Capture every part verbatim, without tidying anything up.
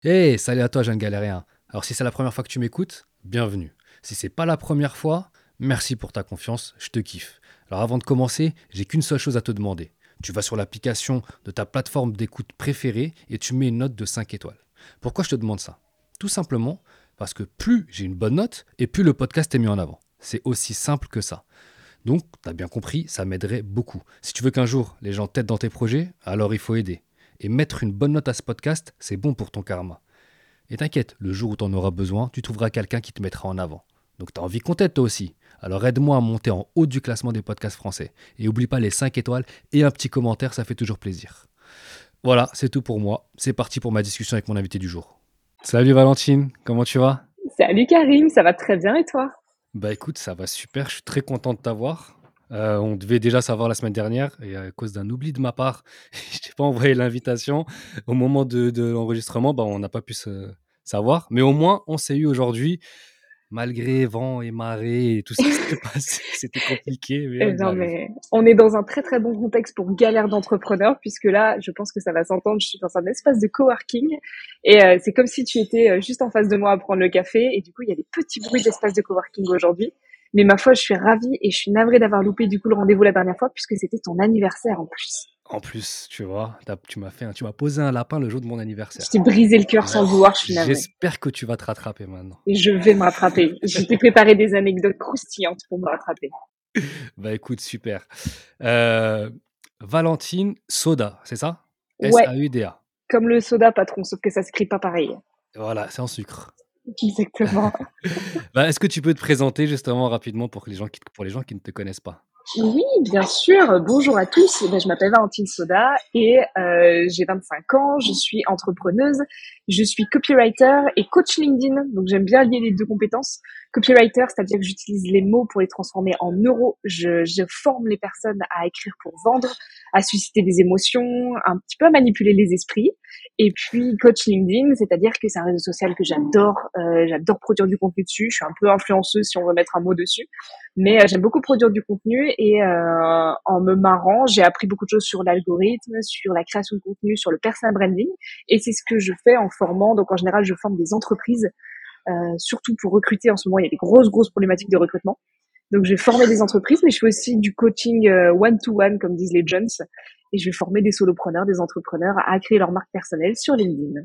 Hey, salut à toi, jeune galérien. Alors, si c'est la première fois que tu m'écoutes, bienvenue. Si c'est pas la première fois, merci pour ta confiance, je te kiffe. Alors, avant de commencer, j'ai qu'une seule chose à te demander. Tu vas sur l'application de ta plateforme d'écoute préférée et tu mets une note de cinq étoiles. Pourquoi je te demande ça? Tout simplement parce que plus j'ai une bonne note et plus le podcast est mis en avant. C'est aussi simple que ça. Donc, tu as bien compris, ça m'aiderait beaucoup. Si tu veux qu'un jour les gens t'aident dans tes projets, alors il faut aider. Et mettre une bonne note à ce podcast, c'est bon pour ton karma. Et t'inquiète, le jour où tu en auras besoin, tu trouveras quelqu'un qui te mettra en avant. Donc t'as envie qu'on t'aide toi aussi. Alors aide-moi à monter en haut du classement des podcasts français. Et oublie pas les cinq étoiles et un petit commentaire, ça fait toujours plaisir. Voilà, c'est tout pour moi. C'est parti pour ma discussion avec mon invité du jour. Salut Valentine, comment tu vas? Salut Karim, ça va très bien et toi? Bah écoute, ça va super, je suis très content de t'avoir. Euh, on devait déjà savoir la semaine dernière et à cause d'un oubli de ma part, je t'ai pas envoyé l'invitation. Au moment de, de l'enregistrement, bah, on n'a pas pu se savoir. Mais au moins, on s'est eu aujourd'hui. Malgré vent et marée et tout ce qui s'est passé, c'était compliqué, mais Eh on y non arrive. mais on est dans un très très bon contexte pour galère d'entrepreneur puisque là, je pense que ça va s'entendre, je suis dans un espace de coworking et euh, c'est comme si tu étais euh, juste en face de moi à prendre le café et du coup, il y a des petits bruits d'espace de coworking aujourd'hui. Mais ma foi, je suis ravie et je suis navrée d'avoir loupé du coup le rendez-vous la dernière fois puisque c'était ton anniversaire en plus. En plus, tu vois, tu tu m'as fait un tu m'as posé un lapin le jour de mon Je anniversaire. t'ai brisé le cœur J'a sans le vouloir, je suis navrée. J'espère que tu vas te rattraper maintenant. Et je vais me rattraper. Je t'ai préparé des anecdotes croustillantes pour me rattraper. Bah, écoute, super. Heu, Valentine Soda, c'est ça? Ouais, S A U D A. comme le soda patron, sauf que ça s'écrit pas pareil. Voilà, c'est en sucre. Exactement. Bah, est-ce que tu peux te présenter justement rapidement pour que les gens qui pour les gens qui ne te connaissent pas? Oui, bien sûr. Bonjour à tous. Eh ben, je m'appelle Valentine Soda et euh, j'ai vingt-cinq ans. Je suis entrepreneuse. Je suis copywriter et coach LinkedIn. Donc, j'aime bien lier les deux compétences. Copywriter, c'est-à-dire que j'utilise les mots pour les transformer en euros. Je, je forme les personnes à écrire pour vendre, à susciter des émotions, un petit peu à manipuler les esprits. Et puis, coach LinkedIn, c'est-à-dire que c'est un réseau social que j'adore. Euh, j'adore produire du contenu dessus. Je suis un peu influenceuse si on veut mettre un mot dessus. Mais euh, j'aime beaucoup produire du contenu et euh, en me marrant, j'ai appris beaucoup de choses sur l'algorithme, sur la création de contenu, sur le personal branding. Et c'est ce que je fais en formant. Donc en général, je forme des entreprises, euh, surtout pour recruter. En ce moment, il y a des grosses, grosses problématiques de recrutement. Donc je vais former des entreprises, mais je fais aussi du coaching euh, one-to-one, comme disent les jeunes. Et je vais former des solopreneurs, des entrepreneurs à créer leur marque personnelle sur LinkedIn.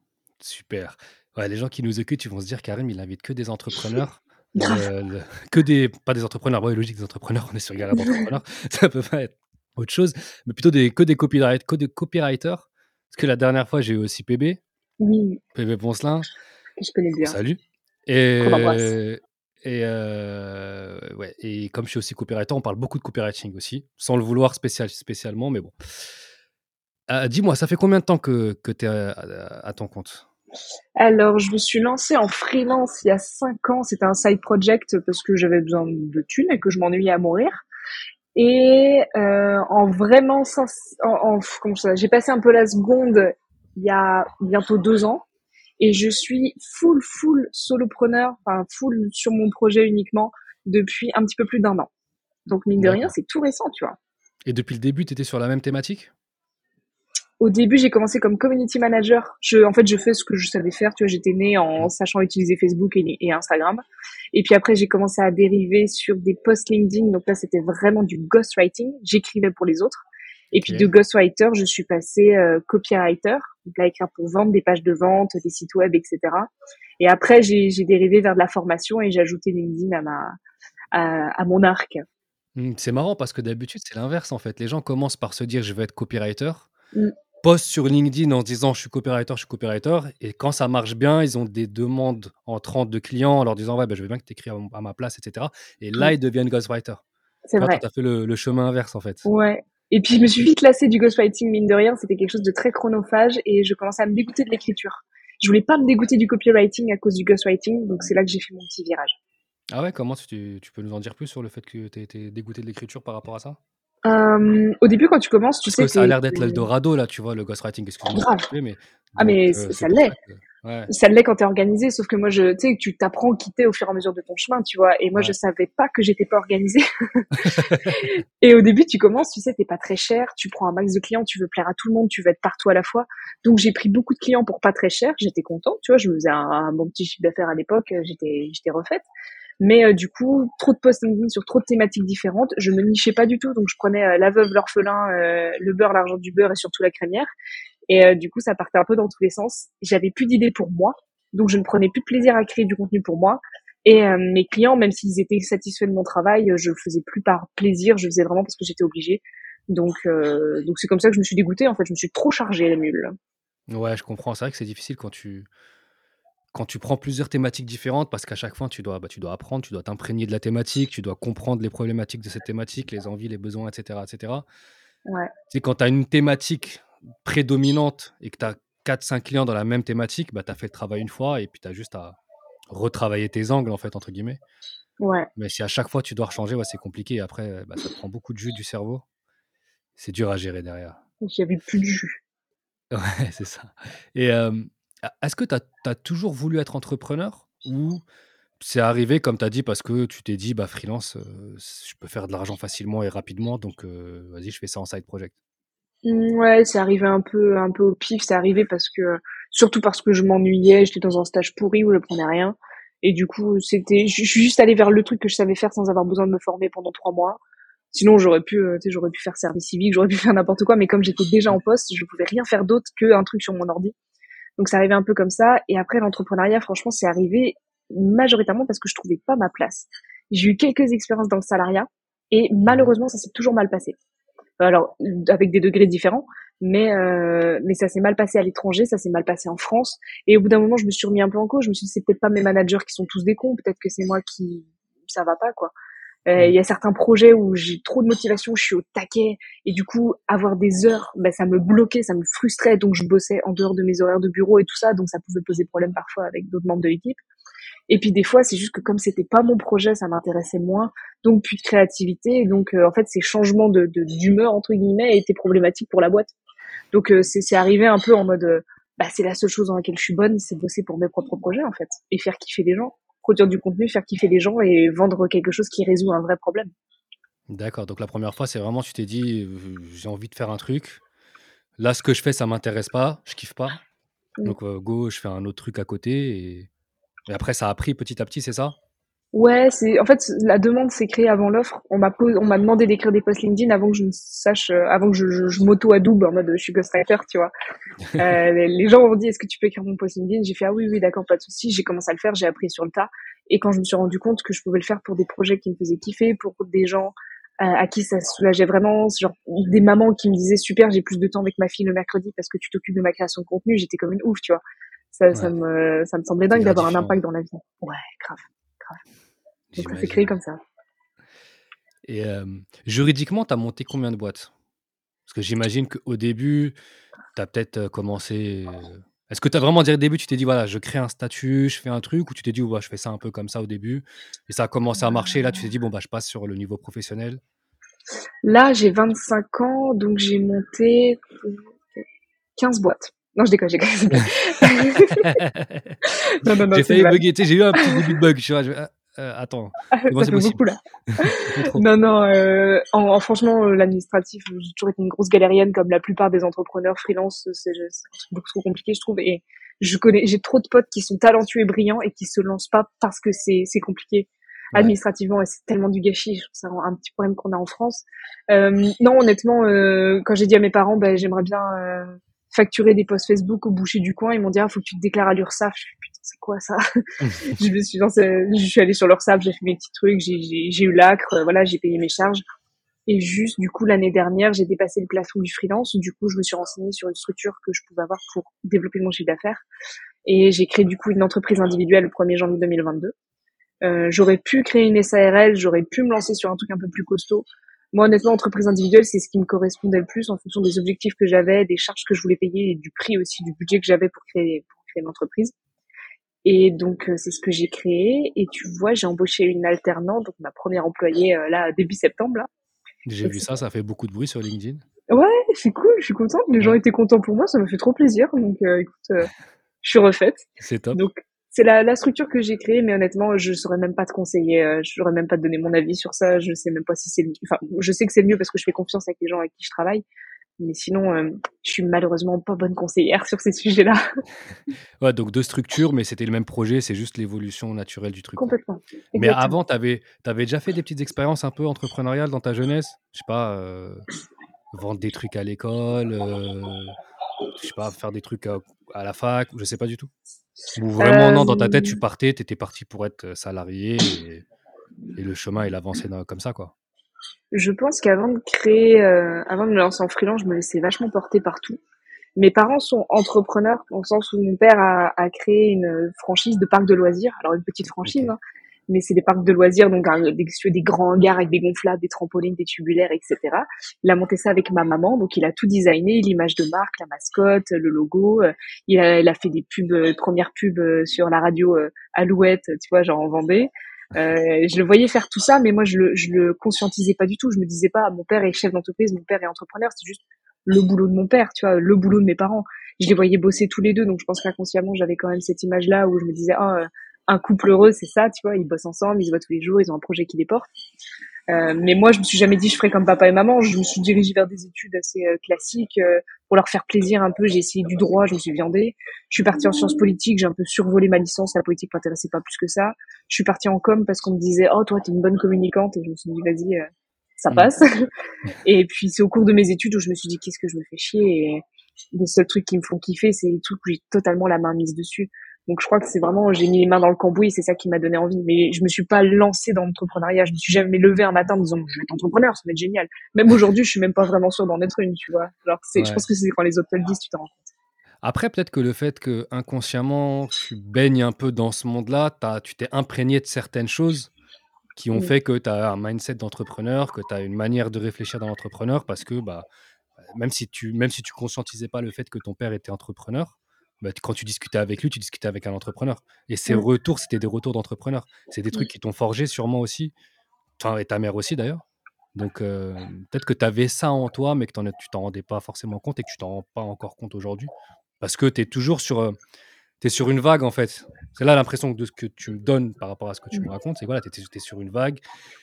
Super. Ouais, les gens qui nous écoutent, ils vont se dire: «Karim, il invite que des entrepreneurs». Le le que des pas des entrepreneurs, ouais, logique, des entrepreneurs, on est sur Galère d'entrepreneurs, ça peut pas être autre chose, mais plutôt des que des copywrit que des copywriters. Parce que la dernière fois, j'ai eu aussi P B, Oui, P B Poncelin, que je connais qu'on bien, salue qu'on embrasse. et et heu, ouais et comme je suis aussi copywriter, on parle beaucoup de copywriting aussi, sans le vouloir spécial spécialement, mais bon. Heu, dis-moi, ça fait combien de temps que que tu es à à à ton compte? Alors, je me suis lancée en freelance il y a cinq ans. C'était un side project parce que j'avais besoin de thunes et que je m'ennuyais à mourir. Et euh, en vraiment, sens- en, en- comment ça, j'ai passé un peu la seconde il y a bientôt deux ans. Et je suis full, full solopreneur, enfin full sur mon projet uniquement depuis un petit peu plus d'un an. Donc mine de rien, D'accord c'est tout récent, tu vois. et depuis le début, tu étais sur la même thématique? Au début, j'ai commencé comme community manager. Je, en fait, je fais ce que je savais faire. Tu vois, j'étais née en Mmh, sachant utiliser Facebook et, et Instagram. Et puis après, j'ai commencé à dériver sur des posts LinkedIn. Donc là, c'était vraiment du ghostwriting. J'écrivais pour les autres. Et puis de OK. ghostwriter, je suis passée euh, copywriter. Donc là, écrire pour vendre des pages de vente, des sites web, et cetera. Et après, j'ai, j'ai dérivé vers de la formation et j'ai ajouté LinkedIn à ma, à, à mon arc. Mmh, c'est marrant parce que d'habitude, c'est l'inverse, en fait. Les gens commencent par se dire: «Je veux être copywriter», Mm. postent sur LinkedIn en se disant: «Je suis copywriter, je suis copywriter» et quand ça marche bien, ils ont des demandes entrantes de clients en leur disant: «Ouais, bah, je veux bien que tu écrives à m à ma place» et cetera et là, Ouais, ils deviennent ghostwriter. c'est Tu vois, toi, vrai. tu as fait le le chemin inverse, en fait. Ouais. Et puis je me suis vite lassée du ghostwriting, mine de rien, c'était quelque chose de très chronophage et je commençais à me dégoûter de l'écriture. Je voulais pas me dégoûter du copywriting à cause du ghostwriting, donc c'est là que j'ai fait mon petit virage. Ah ouais, comment tu tu peux nous en dire plus sur le fait que tu as été dégoûté de l'écriture par rapport à ça? Euh, au début, quand tu commences, tu Parce sais, que ça a t'es l'air d'être t'es l'eldorado là, tu vois? Le ghostwriting, excuse-moi de te grave. couper, mais Ah donc mais heu, c- c'est ça pour ça l'est. que Ouais, Ça l'est quand t'es organisé, sauf que moi, je, tu sais, tu t'apprends à quitter au fur et à mesure de ton chemin, tu vois. Et moi, je ouais. savais pas que j'étais pas organisée. Et au début, tu commences, tu sais, t'es pas très cher, tu prends un max de clients, tu veux plaire à tout le monde, tu veux être partout à la fois. Donc, j'ai pris beaucoup de clients pour pas très cher. J'étais contente, tu vois. Je me faisais un, un bon petit chiffre d'affaires à l'époque. J'étais, j'étais refaite. Mais euh, du coup, trop de posts LinkedIn sur trop de thématiques différentes. Je me nichais pas du tout, donc je prenais euh, la veuve, l'orphelin, euh, le beurre, l'argent du beurre et surtout la crémière. Et euh, du coup, ça partait un peu dans tous les sens. J'avais plus d'idées pour moi, donc je ne prenais plus de plaisir à créer du contenu pour moi. Et euh, mes clients, même s'ils étaient satisfaits de mon travail, je le faisais plus par plaisir, je le faisais vraiment parce que j'étais obligée. Donc, euh, donc c'est comme ça que je me suis dégoûtée. En fait, je me suis trop chargée la mule. Ouais, je comprends. C'est vrai que c'est difficile quand tu, quand tu prends plusieurs thématiques différentes parce qu'à chaque fois, tu dois, bah, tu dois apprendre, tu dois t'imprégner de la thématique, tu dois comprendre les problématiques de cette thématique, les envies, les besoins, et cetera, et cetera. Ouais, Tu sais, quand tu as une thématique prédominante et que tu as quatre cinq clients dans la même thématique, bah, tu as fait le travail une fois et puis tu as juste à retravailler tes angles, en fait, entre guillemets. ouais. Mais si à chaque fois tu dois rechanger, ouais, c'est compliqué. Et après, bah, ça te prend beaucoup de jus du cerveau. C'est dur à gérer derrière. J'avais plus de jus. Ouais, c'est ça. Et euh, est-ce que tu as toujours voulu être entrepreneur ou c'est arrivé, comme tu as dit, parce que tu t'es dit, bah, freelance, euh, je peux faire de l'argent facilement et rapidement, donc euh, vas-y, je fais ça en side project. Mm, Ouais, c'est arrivé un peu, un peu au pif. C'est arrivé parce que, surtout parce que je m'ennuyais. J'étais dans un stage pourri où je prenais rien. Et du coup, c'était, je je suis juste allée vers le truc que je savais faire sans avoir besoin de me former pendant trois mois. Sinon, j'aurais pu, euh, tu sais, j'aurais pu faire service civique, j'aurais pu faire n'importe quoi. Mais comme j'étais déjà en poste, je pouvais rien faire d'autre qu'un truc sur mon ordi. Donc, c'est arrivé un peu comme ça. Et après, l'entrepreneuriat, franchement, c'est arrivé majoritairement parce que je trouvais pas ma place. J'ai eu quelques expériences dans le salariat et Mhm. malheureusement, ça s'est toujours mal passé. Alors, avec des degrés différents, mais euh, mais ça s'est mal passé à l'étranger, ça s'est mal passé en France. Et au bout d'un moment, je me suis remis un peu en cause. Je me suis dit, c'est peut-être pas mes managers qui sont tous des cons, peut-être que c'est moi qui ça va pas quoi. Euh, Il Mhm. y a certains projets où j'ai trop de motivation, je suis au taquet, et du coup, avoir des heures, ben, ça me bloquait, ça me frustrait, donc je bossais en dehors de mes horaires de bureau et tout ça, donc ça pouvait poser problème parfois avec d'autres membres de l'équipe. Et puis des fois, c'est juste que comme c'était pas mon projet, ça m'intéressait moins, donc plus de créativité. Et donc euh, en fait, ces changements de de- d'humeur entre guillemets étaient problématiques pour la boîte. Donc euh, c'est c'est arrivé un peu en mode, euh, bah c'est la seule chose dans laquelle je suis bonne, c'est bosser pour mes propres projets en fait et faire kiffer les gens, produire du contenu, faire kiffer les gens et vendre quelque chose qui résout un vrai problème. D'accord, donc la première fois, c'est vraiment, tu t'es dit, euh, j'ai envie de faire un truc. Là, ce que je fais, ça m'intéresse pas, je kiffe pas. Mm. Donc, euh, go, je fais un autre truc à côté. Et, et après, ça a pris petit à petit, c'est ça? Ouais, c'est en fait la demande s'est créée avant l'offre. On m'a pos- on m'a demandé d'écrire des posts LinkedIn avant que je ne sache, euh, avant que je, je, je m'auto-adoube en mode je suis ghostwriter, tu vois. Euh, les les gens m'ont dit est-ce que tu peux écrire mon post LinkedIn? J'ai fait ah oui oui d'accord pas de souci. J'ai commencé à le faire, j'ai appris sur le tas. Et quand je me suis rendu compte que je pouvais le faire pour des projets qui me faisaient kiffer, pour des gens euh, à qui ça soulageait vraiment, genre des mamans qui me disaient super j'ai plus de temps avec ma fille le mercredi parce que tu t'occupes de ma création de contenu, j'étais comme une ouf tu vois. Ça ça Ouais, me ça me semblait c'est dingue d'avoir un gratifiant, impact dans la vie. Ouais grave grave. Donc ça s'est créé j'imagine. comme ça. Et euh, juridiquement, tu as monté combien de boîtes? Parce que j'imagine qu'au début, tu as peut-être euh, commencé. euh, Est-ce que tu as vraiment dit au début, tu t'es dit, voilà, je crée un statut, je fais un truc, ou tu t'es dit, ouais, je fais ça un peu comme ça au début, et ça a commencé à marcher, et là, tu t'es dit, bon, bah, je passe sur le niveau professionnel. Là j'ai vingt-cinq ans donc j'ai monté quinze boîtes. Non je déconne, j'ai non non non J'ai c'est une failli blague. bugger, tu sais, j'ai eu un petit début de bug, tu vois. Je- ah, euh, attends, comment Ça c'est fait possible? beaucoup là. Ça fait trop. Non, non, euh, en, en- franchement, euh, l'administratif, j'ai toujours été une grosse galérienne comme la plupart des entrepreneurs freelance. C'est c'est un truc beaucoup trop compliqué, je trouve. Et je connais, j'ai trop de potes qui sont talentueux et brillants et qui se lancent pas parce que c'est c'est compliqué Ouais. administrativement et c'est tellement du gâchis. Je trouve ça un petit problème qu'on a en France. Euh, non, honnêtement, euh, quand j'ai dit à mes parents, ben j'aimerais bien euh, facturer des posts Facebook au boucher du coin, ils m'ont dit ah faut que tu te déclares à l'URSSAF. Je fais putain c'est quoi ça? Je me suis lancée, je suis allée sur leur sable, j'ai fait mes petits trucs, j'ai j'ai j'ai eu l'acre, euh, voilà, j'ai payé mes charges. Et juste, du coup, l'année dernière, j'ai dépassé le plafond du freelance. Du coup, je me suis renseignée sur une structure que je pouvais avoir pour développer mon chiffre d'affaires. Et j'ai créé, du coup, une entreprise individuelle le premier janvier deux mille vingt-deux. Euh, j'aurais pu créer une S A R L, j'aurais pu me lancer sur un truc un peu plus costaud. Moi, honnêtement, entreprise individuelle, c'est ce qui me correspondait le plus en fonction des objectifs que j'avais, des charges que je voulais payer et du prix aussi, du budget que j'avais pour créer, pour créer l'entreprise. Et donc, euh, c'est ce que j'ai créé. Et tu vois, j'ai embauché une alternante, donc ma première employée, euh, là, début septembre, là. J'ai Et vu c'est ça, ça fait beaucoup de bruit sur LinkedIn. ouais, c'est cool, je suis contente. Les gens Ouais. étaient contents pour moi, ça me fait trop plaisir. Donc, euh, écoute, euh, je suis refaite. C'est top. Donc, c'est la, la structure que j'ai créée, mais honnêtement, je saurais même pas te conseiller, euh, je saurais même pas te donner mon avis sur ça, je sais même pas si c'est le mieux. Enfin, je sais que c'est le mieux parce que je fais confiance avec les gens avec qui je travaille, mais sinon, euh, je suis malheureusement pas bonne conseillère sur ces sujets-là. Ouais, donc deux structures, mais c'était le même projet, c'est juste l'évolution naturelle du truc, quoi. Complètement. Mais Exactement. avant, tu avais, déjà fait des petites expériences un peu entrepreneuriales dans ta jeunesse? Je sais pas, euh, vendre des trucs à l'école, euh, je sais pas, faire des trucs à, à la fac, ou je sais pas du tout. Ou vraiment, non, dans ta tête, tu Euh, partais, tu étais parti pour être salarié et, et le chemin, il avançait dans- comme ça, quoi. je pense qu'avant de créer, euh, avant de me lancer en freelance, je me laissais vachement porter partout. Mes parents sont entrepreneurs, dans le sens où mon père a, a créé une franchise de parc de loisirs. Alors une petite Ok. franchise, hein, mais c'est des parcs de loisirs, donc un- des, des grands hangars avec des gonflables, des trampolines, des tubulaires, et cetera. Il a monté ça avec ma maman, donc il a tout designé, l'image de marque, la mascotte, le logo. euh, Il a, il a fait des pubs, euh, premières pubs euh, sur la radio euh, Alouette, tu vois, genre en Vendée. Euh, je le voyais faire tout ça, mais moi je le, je le conscientisais pas du tout. Je me disais pas, mon père est chef d'entreprise, mon père est entrepreneur, c'est juste le boulot de mon père, tu vois, le boulot de mes parents. Je les voyais bosser tous les deux, donc je pense qu'inconsciemment j'avais quand même cette image-là où je me disais, ah, euh, un couple heureux, c'est ça, tu vois, ils bossent ensemble, ils se voient tous les jours, ils ont un projet qui les porte. Euh, mais moi, je me suis jamais dit je ferais comme papa et maman. Je me suis dirigée vers des études assez euh, classiques euh, pour leur faire plaisir un peu. J'ai essayé du droit, je me suis viandée. Je suis partie en sciences politiques, j'ai un peu survolé ma licence. La politique m'intéressait pas plus que ça. Je suis partie en com parce qu'on me disait oh toi t'es une bonne communicante et je me suis dit vas-y euh, ça Hmm. passe. Et puis c'est au cours de mes études où je me suis dit qu'est-ce que je me fais chier et les seuls trucs qui me font kiffer c'est les trucs où j'ai totalement la main mise dessus. Donc je crois que c'est vraiment j'ai mis les mains dans le cambouis et c'est ça qui m'a donné envie. Mais je me suis pas lancée dans l'entrepreneuriat. Je me suis jamais levée un matin en me disant je vais être entrepreneur, ça va être génial. Même aujourd'hui je suis même pas vraiment sûre d'en être une, tu vois. Alors c'est je Ouais. pense que c'est quand les autres te le disent tu t'en rends compte. Après, peut-être que le fait que inconsciemment tu baignes un peu dans ce monde-là, t'as- tu t'es imprégné de certaines choses qui ont Mm. fait que tu as un mindset d'entrepreneur, que tu as une manière de réfléchir dans l'entrepreneur, parce que bah, même si tu même si tu conscientisais pas le fait que ton père était entrepreneur, bah, t- quand tu discutais avec lui, tu discutais avec un entrepreneur. Et ces Mm. retours, c'était des retours d'entrepreneurs. C'est des Mm. trucs qui t'ont forgé sûrement aussi, enfin, et ta mère aussi d'ailleurs. Donc euh, peut-être que tu avais ça en toi, mais que t'en, tu t'en rendais pas forcément compte et que tu t'en rends pas encore compte aujourd'hui. Parce que tu es toujours sur, euh, t'es sur une vague en fait. C'est là l'impression de ce que tu me donnes par rapport à ce que tu me Mm. racontes. C'est voilà, tu es sur une vague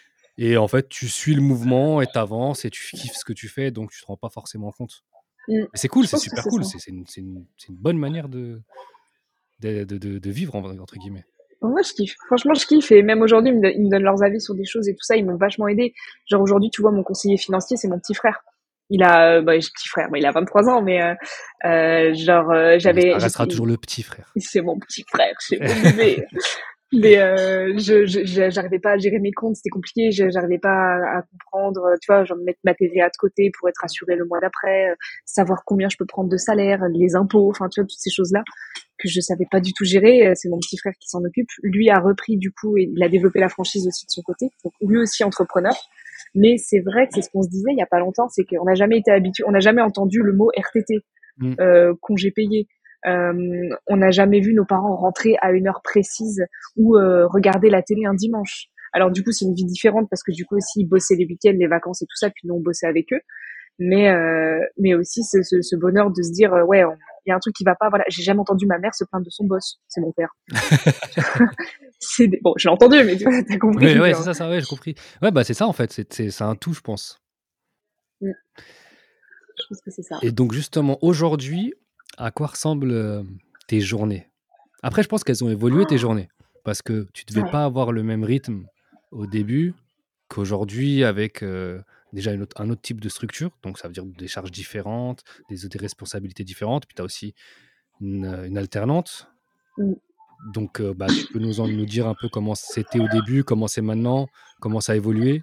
et en fait, tu suis le mouvement et t'avances et tu kiffes ce que tu fais, donc tu te rends pas forcément compte. Mm. Mais c'est cool, Je c'est pense que super c'est cool. ça. C'est c'est une, c'est une- c'est une bonne manière de, de, de, de- de vivre, en- entre guillemets. Moi, je kiffe. Franchement, je kiffe. Et même aujourd'hui, ils me, don- ils me donnent leurs avis sur des choses et tout ça. Ils m'ont vachement aidé. Genre aujourd'hui, tu vois, mon conseiller financier, c'est mon petit frère. Il a, euh, bah, j'ai petit frère, bah, il a vingt-trois ans, mais euh, euh, genre euh, Mais j'avais, ça restera j'étais, toujours le petit frère. c'est mon petit frère, c'est mon bébé. Mais euh, je, je, je- j'arrivais pas à gérer mes comptes, c'était compliqué. je- J'arrivais pas à, à comprendre, euh, tu vois, genre mettre ma T V A de côté pour être assurée le mois d'après, euh, savoir combien je peux prendre de salaire, les impôts, enfin tu vois toutes ces choses-là que je savais pas du tout gérer. Euh, C'est mon petit frère qui s'en occupe. Lui a repris du coup et il a développé la franchise aussi de son côté. Donc lui aussi entrepreneur. Mais c'est vrai que c'est ce qu'on se disait il y a pas longtemps, c'est qu'on n'a jamais été habitué, on n'a jamais entendu le mot R T T, Mm. euh, congé payé. Euh, on n'a jamais vu nos parents rentrer à une heure précise ou euh, regarder la télé un dimanche. Alors du coup, c'est une vie différente parce que du coup aussi, ils bossaient les week-ends, les vacances et tout ça, puis nous on bossait avec eux. Mais euh, mais aussi ce, ce, ce bonheur de se dire euh, ouais, il y a un truc qui va pas. Voilà, j'ai jamais entendu ma mère se plaindre de son boss. C'est mon père. C'est des... bon, j'ai entendu, mais tu vois, t'as Ouais, compris. ouais, c'est Genre. ça, ça, ouais, j'ai compris. Ouais, bah c'est ça en fait, c'est c'est- c'est un tout, je pense. Mm, je pense que c'est ça. Et donc justement, aujourd'hui, à quoi ressemblent euh, tes journées? Après, je pense qu'elles ont évolué, tes journées, parce que tu devais Ouais. pas avoir le même rythme au début qu'aujourd'hui avec euh, déjà une autre- un autre type de structure, donc ça veut dire des charges différentes, des, des responsabilités différentes, puis tu as aussi une, euh, une alternante. Mm. Donc euh, bah, tu peux nous, en, nous dire un peu comment c'était au début, comment c'est maintenant, comment ça a évolué.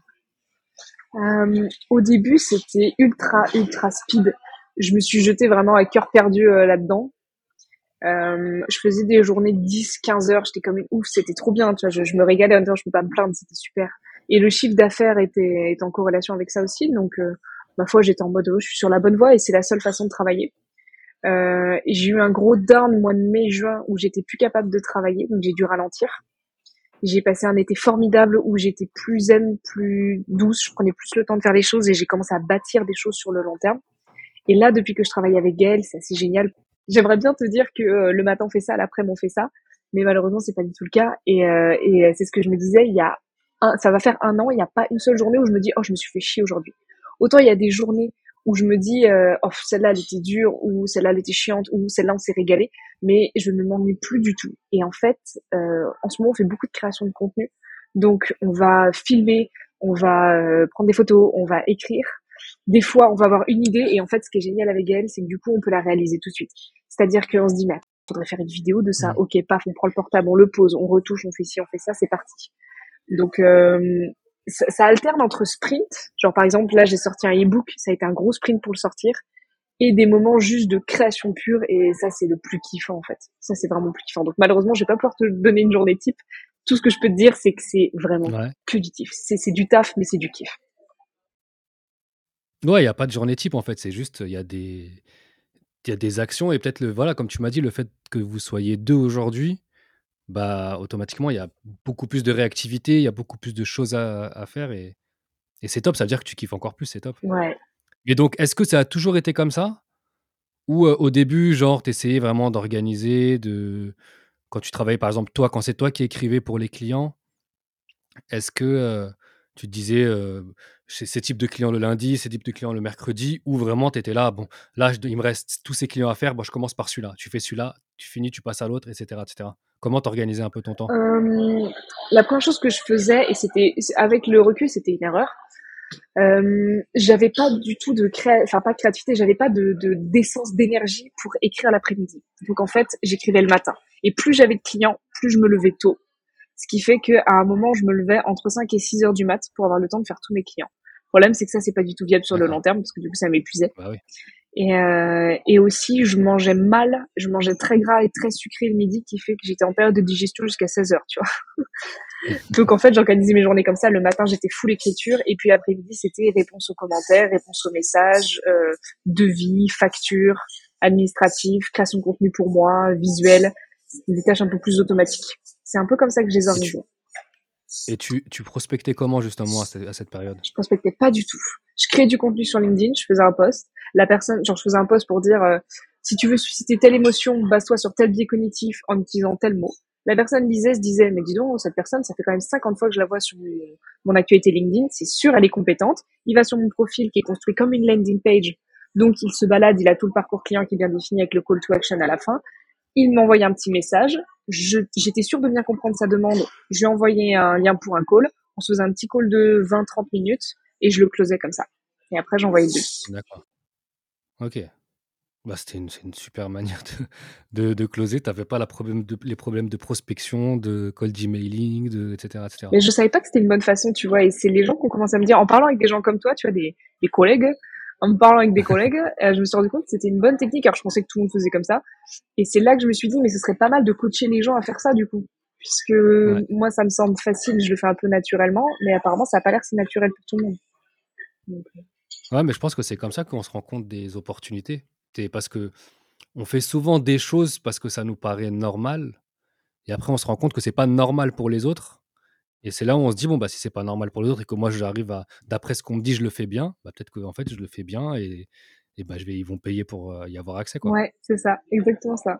Euh, au début, c'était ultra ultra speed. Je me suis jetée vraiment à cœur perdu euh, là-dedans. Euh, je faisais des journées de dix quinze heures, j'étais comme une ouf, c'était trop bien, tu vois, je, je me régalais en même temps, je peux pas me plaindre, c'était super. Et le chiffre d'affaires était, était en corrélation avec ça aussi, donc euh, ma foi, j'étais en mode, oh, je suis sur la bonne voie et c'est la seule façon de travailler. Euh, et j'ai eu un gros down mois de mai-juin où j'étais plus capable de travailler, donc j'ai dû ralentir. J'ai passé un été formidable où j'étais plus zen, plus douce, je prenais plus le temps de faire les choses et j'ai commencé à bâtir des choses sur le long terme. Et là, depuis que je travaille avec Gaël, c'est assez génial J'aimerais bien te dire que euh, le matin on fait ça, l'après-midi on fait ça, mais malheureusement c'est pas du tout le cas. Et, euh, et euh, c'est ce que je me disais, il y a un, ça va faire un an, il n'y a pas une seule journée où je me dis oh je me suis fait chier aujourd'hui. Autant il y a des journées où je me dis euh, oh celle-là elle était dure, ou celle-là elle était chiante, ou celle-là on s'est régalé, mais je ne m'ennuie plus du tout. Et en fait, euh, en ce moment on fait beaucoup de création de contenu, donc on va filmer, on va euh, prendre des photos, on va écrire. Des fois, on va avoir une idée et en fait, ce qui est génial avec Gaël, c'est que du coup, on peut la réaliser tout de suite. C'est-à-dire qu'on se dit, mais attends, faudrait faire une vidéo de ça. Mm. Ok, paf, on prend le portable, on le pose, on retouche, on fait ci, on fait ça, c'est parti. Donc, euh, ça, ça alterne entre sprint. Genre, par exemple, là, j'ai sorti un e-book, ça a été un gros sprint pour le sortir, et des moments juste de création pure, et ça, c'est le plus kiffant, en fait. Ça, c'est vraiment le plus kiffant. Donc, malheureusement, je vais pas pouvoir te donner une journée type. Tout ce que je peux te dire, c'est que c'est vraiment Ouais. que du kiff. C'est, c'est du taf, mais c'est du kiff. Ouais, il y a pas de journée type en fait, c'est juste, il y a des il y a des actions et peut-être le voilà, comme tu m'as dit, le fait que vous soyez deux aujourd'hui, bah, automatiquement, il y a beaucoup plus de réactivité, il y a beaucoup plus de choses à à faire et et c'est top, ça veut dire que tu kiffes encore plus, c'est top. Ouais. Et donc, est-ce que ça a toujours été comme ça? Ou, heu, au début, genre, tu essayais vraiment d'organiser, de quand tu travaillais, par exemple, toi, quand c'est toi qui écrivais pour les clients, est-ce que, heu, tu te disais, heu, j'ai ces types de clients le lundi, ces types de clients le mercredi, ou vraiment tu étais là: «Bon, là, je il me reste tous ces clients à faire, bon, je commence par celui-là». Tu fais celui-là, tu finis, tu passes à l'autre et cetera et cetera. Comment tu un peu ton temps? Euh, la première chose que je faisais, et c'était avec le recul, c'était une erreur. Euh, j'avais pas du tout de cré, enfin pas de créativité, j'avais pas de de- d'essence d'énergie pour écrire l'après-midi. Donc en fait, j'écrivais le matin. Et plus j'avais de clients, plus je me levais tôt. Ce qui fait qu'à un moment, je me levais entre cinq et six heures du mat pour avoir le temps de faire tous mes clients. Le problème, c'est que ça, c'est pas du tout viable sur le long D'accord. terme parce que du coup, ça m'épuisait. Bah, oui. Et, euh, et aussi, je mangeais mal, je mangeais très gras et très sucré le midi, qui fait que j'étais en période de digestion jusqu'à seize heures, tu vois. Donc en fait, j'organisais mes journées comme ça. Le matin, j'étais full écriture, et puis l'après-midi, c'était réponse aux commentaires, réponse aux messages, euh, devis, factures, administratives, création de contenu pour moi, visuel, des tâches un peu plus automatiques. C'est un peu comme ça que je les Et tu organisais. et tu tu prospectais comment justement à cette à cette période? Je prospectais pas du tout. Je créais du contenu sur LinkedIn, je faisais un post. La personne, genre je faisais un post pour dire euh, si tu veux susciter telle émotion, base-toi sur tel biais cognitif en utilisant tel mot. La personne lisait, se disait mais dis donc, cette personne, ça fait quand même cinquante fois que je la vois sur mon, mon actualité LinkedIn, c'est sûr, elle est compétente. Il va sur mon profil qui est construit comme une landing page, donc il se balade, il a tout le parcours client qui est bien défini avec le call to action à la fin. Il m'envoyait un petit message. Je, j'étais sûre de bien comprendre sa demande. Je lui ai envoyé un lien pour un call. On se faisait un petit call de vingt trente minutes et je le closais comme ça. Et après, j'envoyais le devis. D'accord. OK. Bah, c'était une c'est une super manière de de de closer. Tu avais pas la problème de les problèmes de prospection, de cold emailing, de et cetera et cetera. Mais je savais pas que c'était une bonne façon, tu vois. Et c'est les gens qui ont commencé à me dire, en parlant avec des gens comme toi, tu vois, des, des collègues, en me parlant avec des collègues, euh, je me suis rendu compte que c'était une bonne technique. Alors, je pensais que tout le monde faisait comme ça. Et c'est là que je me suis dit, mais ce serait pas mal de coacher les gens à faire ça, du coup. Puisque Ouais. moi, ça me semble facile, je le fais un peu naturellement, mais apparemment, ça a pas l'air si naturel pour tout le monde. Donc, Ouais, mais je pense que c'est comme ça qu'on se rend compte des opportunités. C'est parce que on fait souvent des choses parce que ça nous paraît normal et après on se rend compte que c'est pas normal pour les autres et c'est là où on se dit: «Bon, bah, si c'est pas normal pour les autres et que moi j'arrive à d'après ce qu'on me dit, je le fais bien, bah, peut-être qu'en fait je le fais bien et et bah, je vais ils vont payer pour, heu, y avoir accès, quoi». ouais, c'est ça, exactement ça.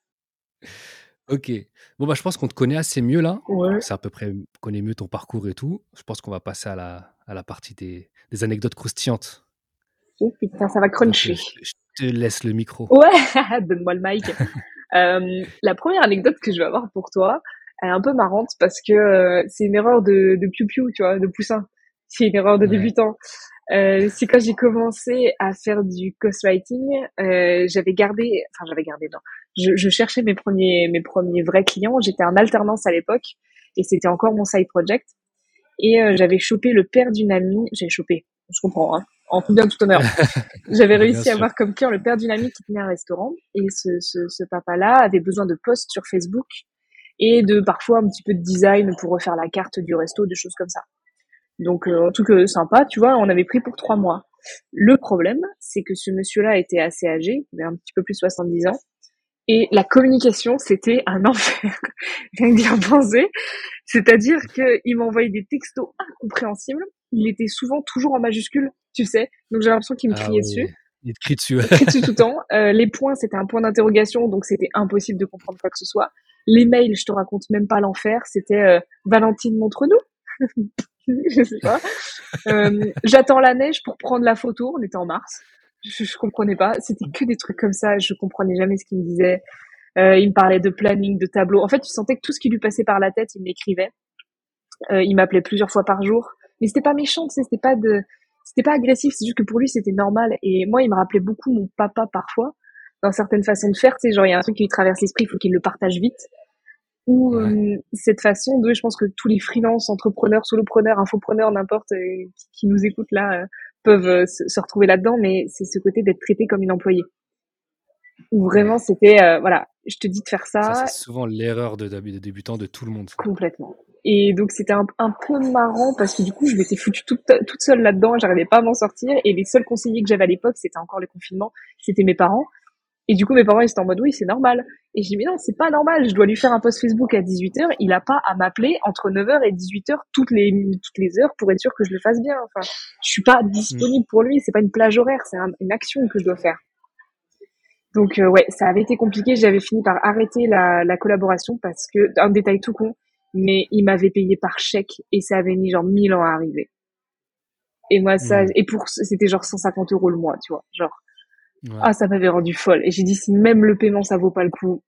OK. Bon, bah, je pense qu'on te connaît assez mieux là. On Ouais. sait à peu près on connaît mieux ton parcours et tout. Je pense qu'on va passer à la à la partie des des anecdotes croustillantes. Oh putain, ça va Donc, heu, cruncher. je te je te laisse le micro. Ouais, donne-moi le mic. Euh, la première anecdote que je vais avoir pour toi, elle est un peu marrante parce que euh, c'est une erreur de, de piou-piou, tu vois, de poussin. C'est une erreur de Ouais. débutant. Euh, c'est quand j'ai commencé à faire du ghostwriting, euh, j'avais gardé, enfin j'avais gardé, non, je, je cherchais mes premiers, mes premiers vrais clients. J'étais en alternance à l'époque et c'était encore mon side project. Et euh, j'avais chopé le père d'une amie, j'ai chopé, on se comprend, hein, en tout bien tout honneur. J'avais Bien réussi à sûr. avoir comme client le père d'une amie qui tenait un restaurant et ce, ce, ce papa-là avait besoin de posts sur Facebook et de parfois un petit peu de design pour refaire la carte du resto, des choses comme ça. Donc euh, en tout cas sympa, tu vois, on avait pris pour trois mois. Le problème, c'est que ce monsieur-là était assez âgé, il avait un petit peu plus de soixante-dix ans, et la communication, c'était un enfer, rien que d'y repenser. C'est-à-dire qu'il m'envoyait des textos incompréhensibles, il était souvent toujours en majuscule, tu sais, donc j'ai l'impression qu'il me Ah criait dessus. oui. Il te crie dessus. Il crie dessus tout le temps. Euh, les points, c'était un point d'interrogation, donc c'était impossible de comprendre quoi que ce soit. Les mails, je te raconte même pas l'enfer. C'était euh, Valentine, montre-nous. Je sais pas. Euh, j'attends la neige pour prendre la photo. On était en mars. Je, je comprenais pas. C'était que des trucs comme ça. Je comprenais jamais ce qu'il me disait. Euh, il me parlait de planning, de tableau. En fait, tu sentais que tout ce qui lui passait par la tête, il m'écrivait. Euh, il m'appelait plusieurs fois par jour. Mais c'était pas méchant, tu sais, c'était pas de, c'était pas agressif, c'est juste que pour lui, c'était normal. Et moi, il me rappelait beaucoup mon papa parfois, dans certaines façons de faire, tu sais, genre, il y a un truc qui lui traverse l'esprit, il faut qu'il le partage vite. Ou Ouais. euh, cette façon de, je pense que tous les freelances, entrepreneurs, solopreneurs, infopreneurs, n'importe, euh, qui, qui nous écoutent là, euh, peuvent euh, se, se retrouver là-dedans, mais c'est ce côté d'être traité comme une employée. Où Ouais. vraiment, c'était, euh, voilà, je te dis de faire Ça, ça, c'est souvent l'erreur de, de débutant de tout le monde. Ça. complètement. Et donc c'était un, un peu marrant parce que du coup je m'étais foutue toute, toute seule là-dedans, j'arrivais pas à m'en sortir et les seuls conseillers que j'avais à l'époque, c'était encore le confinement, c'était mes parents. Et du coup mes parents ils étaient en mode oui c'est normal. Et j'ai dit mais non c'est pas normal, je dois lui faire un post Facebook à dix-huit heures, il a pas à m'appeler entre neuf heures et dix-huit heures toutes les toutes les heures pour être sûr que je le fasse bien. Enfin je suis pas Mm. disponible pour lui, c'est pas une plage horaire, c'est un, une action que je dois faire. Donc euh, ouais, ça avait été compliqué. J'avais fini par arrêter la, la collaboration parce que un détail tout con, mais il m'avait payé par chèque et ça avait mis genre mille ans à arriver. Et moi ça, Mm. et pour c'était genre cent cinquante euros le mois, tu vois, genre Ouais. ah ça m'avait rendu folle. Et j'ai dit si même le paiement ça vaut pas le coup,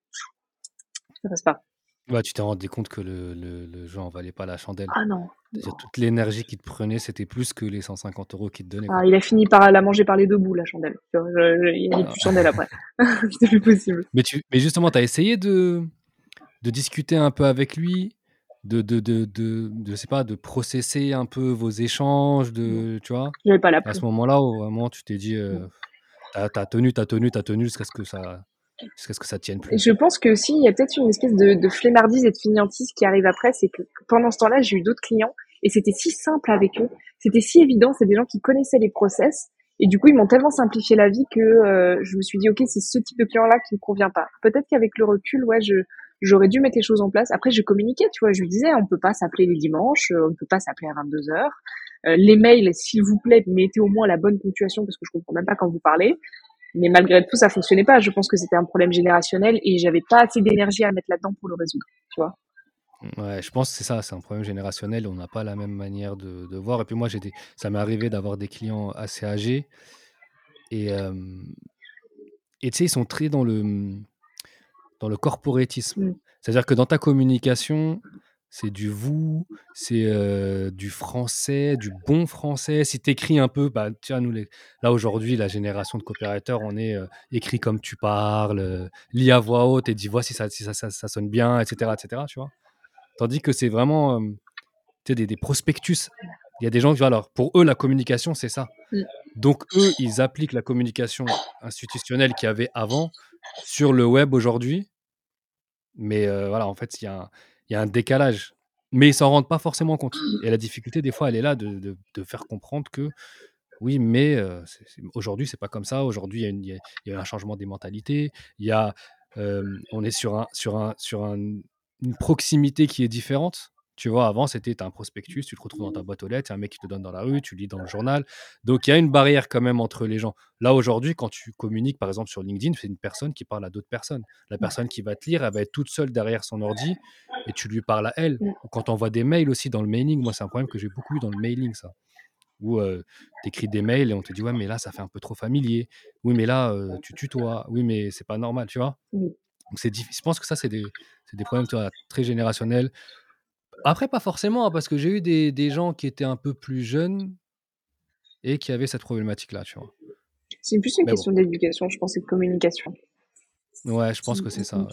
ça passe pas. Ouais, tu t'es rendu compte que le, le, le jeu en valait pas la chandelle. Ah non. C'est-à-dire toute l'énergie qu'il te prenait, c'était plus que les cent cinquante euros qu'il te donnait, Ah, quoi. il a fini par la manger par les deux bouts la chandelle. Tu vois, je- je- il n'y a Ah. plus de chandelle après. C'était plus possible. Mais, tu, mais justement, tu as essayé de, de discuter un peu avec lui, de, de, de, de, de, je sais pas, de processer un peu vos échanges, Non, de, tu vois, j'avais pas la à pluie. ce moment-là où vraiment tu t'es dit, euh, t'as, t'as tenu, t'as tenu, t'as tenu jusqu'à ce que ça, jusqu'à ce que ça tienne plus. Je pense que si, il y a peut-être une espèce de, de flemmardise et de fainéantise qui arrive après, c'est que pendant ce temps-là, j'ai eu d'autres clients et c'était si simple avec eux, c'était si évident, c'est des gens qui connaissaient les process et du coup, ils m'ont tellement simplifié la vie que euh, je me suis dit, ok, c'est ce type de client-là qui me convient pas. Peut-être qu'avec le recul, ouais, je j'aurais dû mettre les choses en place. Après, je communiquais, tu vois, je lui disais, on peut pas s'appeler les dimanches, euh, on peut pas s'appeler à vingt-deux heures. Euh, les mails, s'il vous plaît, mettez au moins la bonne ponctuation parce que je comprends même pas quand vous parlez. Mais malgré tout, ça fonctionnait pas. Je pense que c'était un problème générationnel et j'avais pas assez d'énergie à mettre là-dedans pour le résoudre, tu vois. Ouais, je pense que c'est ça, c'est un problème générationnel. On n'a pas la même manière de, de voir. Et puis moi, j'ai des, ça m'est arrivé d'avoir des clients assez âgés et, euh, et tu sais, ils sont très dans le, dans le corporatisme. Mm. C'est-à-dire que dans ta communication, c'est du vous, c'est euh, du français, du bon français. Si tu écris un peu, bah, tiens, nous, les... là aujourd'hui, la génération de copywriters, on est euh, écrit comme tu parles, euh, lis à voix haute et dis vois si ça, si ça, ça, ça sonne bien, et cetera, et cetera. Tu vois. Tandis que c'est vraiment euh, tu sais, des, des prospectus. Il y a des gens qui, alors, pour eux, la communication, c'est ça. Mm. Donc, eux, ils appliquent la communication institutionnelle qu'il y avait avant sur le web aujourd'hui. Mais euh, voilà, en fait, il y, a un- il y a un décalage. Mais ils s'en rendent pas forcément compte. Et la difficulté, des fois, elle est là de, de- de faire comprendre que oui, mais euh, c'est- c'est- aujourd'hui, c'est pas comme ça. Aujourd'hui, il y, a une- il y a- il y a un changement des mentalités. Il y a, euh, on est sur, un, sur, un, sur un- une proximité qui est différente. Tu vois, avant, c'était un prospectus, tu te retrouves dans ta boîte aux lettres, il y a un mec qui te donne dans la rue, tu lis dans le journal. Donc, il y a une barrière quand même entre les gens. Là, aujourd'hui, quand tu communiques, par exemple, sur LinkedIn, c'est une personne qui parle à d'autres personnes. La personne qui va te lire, elle va être toute seule derrière son ordi et tu lui parles à elle. Mm. Ou quand on envoie des mails aussi dans le mailing, moi, c'est un problème que j'ai beaucoup eu dans le mailing, ça où euh, tu écris des mails et on te dit ouais mais là ça fait un peu trop familier, oui mais là euh, tu tutoies, oui mais c'est pas normal, tu vois. Oui. Donc c'est difficile, je pense que ça c'est des, c'est des problèmes tu vois, très générationnels. Après pas forcément hein, parce que j'ai eu des, des gens qui étaient un peu plus jeunes et qui avaient cette problématique là, tu vois. C'est plus une Mais bon, question d'éducation, je pense, et de communication. ouais je pense Mm, que c'est mm, ça,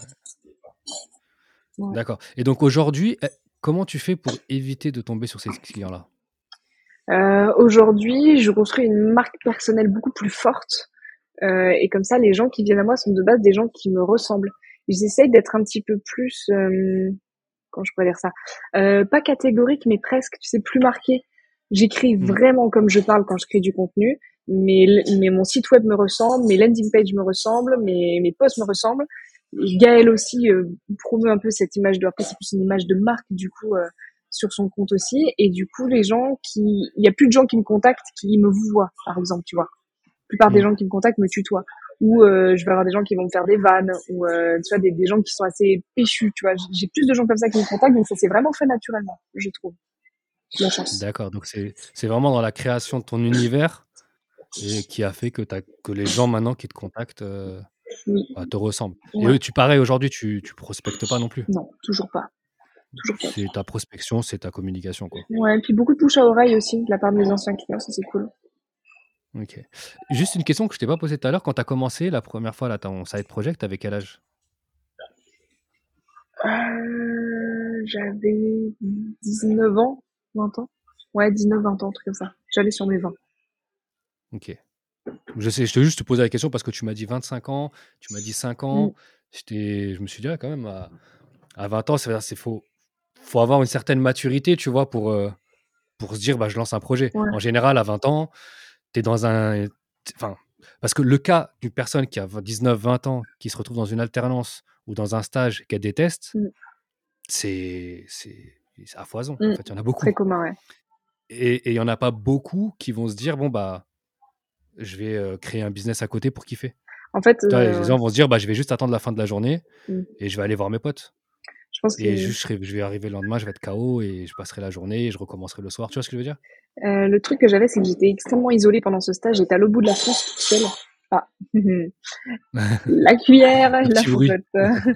mm. ouais. Ouais. D'accord, et donc aujourd'hui eh, comment tu fais pour éviter de tomber sur ces clients là? Euh, aujourd'hui, je construis une marque personnelle beaucoup plus forte. Euh, et comme ça, les gens qui viennent à moi sont de base des gens qui me ressemblent. J'essaye d'être un petit peu plus, euh, comment je pourrais dire ça, euh, pas catégorique, mais presque, tu sais, plus marqué. J'écris Hmm. vraiment comme je parle quand je crée du contenu, mais, mais mon site web me ressemble, mes landing pages me ressemblent, mes, mes posts me ressemblent. Gaël aussi euh, promeut un peu cette image de, après c'est plus une image de marque du coup euh, sur son compte aussi, et du coup les gens qui, il y a plus de gens qui me contactent qui me voient par exemple, tu vois. plupart des Mm. gens qui me contactent me tutoient. Ou euh, je vais avoir des gens qui vont me faire des vannes, ou euh, tu vois, des, des gens qui sont assez péchus, tu vois. J'ai j'ai plus de gens comme ça qui me contactent, donc ça s'est vraiment fait naturellement, je trouve. La chance. D'accord, donc c'est c'est vraiment dans la création de ton univers et qui a fait que, t'as- que les gens maintenant qui te contactent euh, Oui, bah, te ressemblent. Et ouais. eux, tu pareil, aujourd'hui, tu, tu prospectes pas non plus. Non, toujours pas. Toujours pas. C'est ta prospection, c'est ta communication, quoi. Ouais, et puis beaucoup de bouche à oreille aussi, de la part de mes anciens clients, ça c'est cool. Ok. Juste une question que je t'ai pas posée tout à l'heure. Quand tu as commencé la première fois là, ton side project, avec quel âge? Euh, j'avais dix-neuf ans, vingt ans. Ouais, dix-neuf, vingt ans, un truc comme ça. J'allais sur mes vingt. Ok. Je sais, je te juste te poser la question parce que tu m'as dit vingt-cinq ans, tu m'as dit cinq Mm. ans. J'étais, je me suis dit, ah, quand même, à, à vingt ans, c'est c'est faut, faut avoir une certaine maturité, tu vois, pour, euh, pour se dire, bah, je lance un projet. Ouais, En général, à vingt ans, tu es dans un. Enfin, parce que le cas d'une personne qui a dix-neuf, vingt ans, qui se retrouve dans une alternance ou dans un stage qu'elle déteste, mm. c'est c'est c'est à foison. En Mm. fait, il y en a beaucoup. Très commun, ouais. Et et il y en a pas beaucoup qui vont se dire, bon, bah, je vais euh, créer un business à côté pour kiffer. En fait, Tu vois, euh, les ouais. gens vont se dire, bah, je vais juste attendre la fin de la journée Mm. et je vais aller voir mes potes. Je pense que Et juste, je, serai- je vais arriver le lendemain, je vais être K O et je passerai la journée et je recommencerai le soir. Tu vois ce que je veux dire? euh, le truc que j'avais, c'est que j'étais extrêmement isolée pendant ce stage. J'étais à l'autre bout de la France toute seule. Ah, la cuillère, Le la petit bruit. fourchette.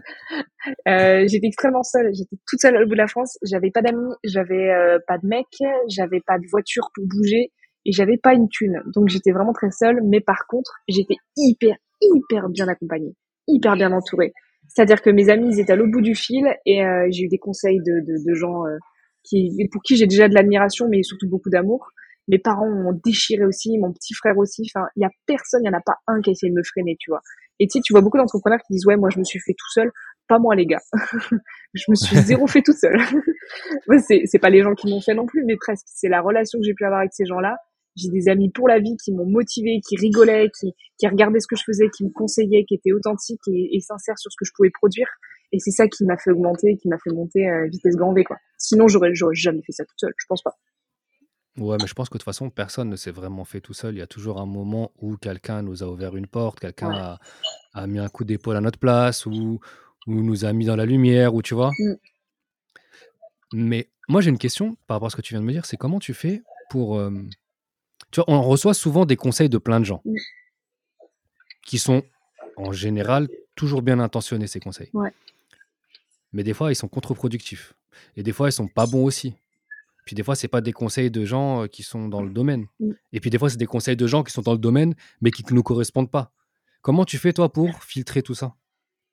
Euh, j'étais extrêmement seule. J'étais toute seule à l'autre bout de la France. J'avais pas d'amis, j'avais euh, pas de mec, j'avais pas de voiture pour bouger et j'avais pas une thune. Donc j'étais vraiment très seule. Mais par contre, j'étais hyper, hyper bien accompagnée, hyper bien entourée. C'est-à-dire que mes amis, ils étaient à l'autre bout du fil et euh, j'ai eu des conseils de, de, de gens euh, qui, pour qui j'ai déjà de l'admiration, mais surtout beaucoup d'amour. Mes parents m'ont déchiré aussi, mon petit frère aussi. Enfin, il y a personne, il y en a pas un qui a essayé de me freiner, tu vois. Et tu sais, tu vois beaucoup d'entrepreneurs qui disent ouais, moi je me suis fait tout seul. Pas moi les gars. Je me suis zéro fait toute seule. Ouais, c'est c'est pas les gens qui m'ont fait non plus, mais presque. C'est la relation que j'ai pu avoir avec ces gens-là. J'ai des amis pour la vie qui m'ont motivé, qui rigolaient, qui qui regardaient ce que je faisais, qui me conseillaient, qui étaient authentiques et, et sincères sur ce que je pouvais produire. Et c'est ça qui m'a fait augmenter, qui m'a fait monter euh, vitesse grand V, quoi. Sinon, j'aurais j'aurais jamais fait ça toute seule. Je pense pas. Ouais, mais je pense que de toute façon, personne ne s'est vraiment fait tout seul. Il y a toujours un moment où quelqu'un nous a ouvert une porte, quelqu'un Ouais. a, a mis un coup d'épaule à notre place, ou, ou nous a mis dans la lumière, ou tu vois. Mm. Mais moi, j'ai une question par rapport à ce que tu viens de me dire, c'est comment tu fais pour... euh, Tu vois, on reçoit souvent des conseils de plein de gens Mm. qui sont, en général, toujours bien intentionnés, ces conseils. Ouais. Mais des fois, ils sont contre-productifs. Et des fois, ils sont pas bons aussi. Puis des fois, c'est pas des conseils de gens euh, qui sont dans le domaine. Mm. Et puis des fois, c'est des conseils de gens qui sont dans le domaine, mais qui ne nous correspondent pas. Comment tu fais, toi, pour filtrer tout ça?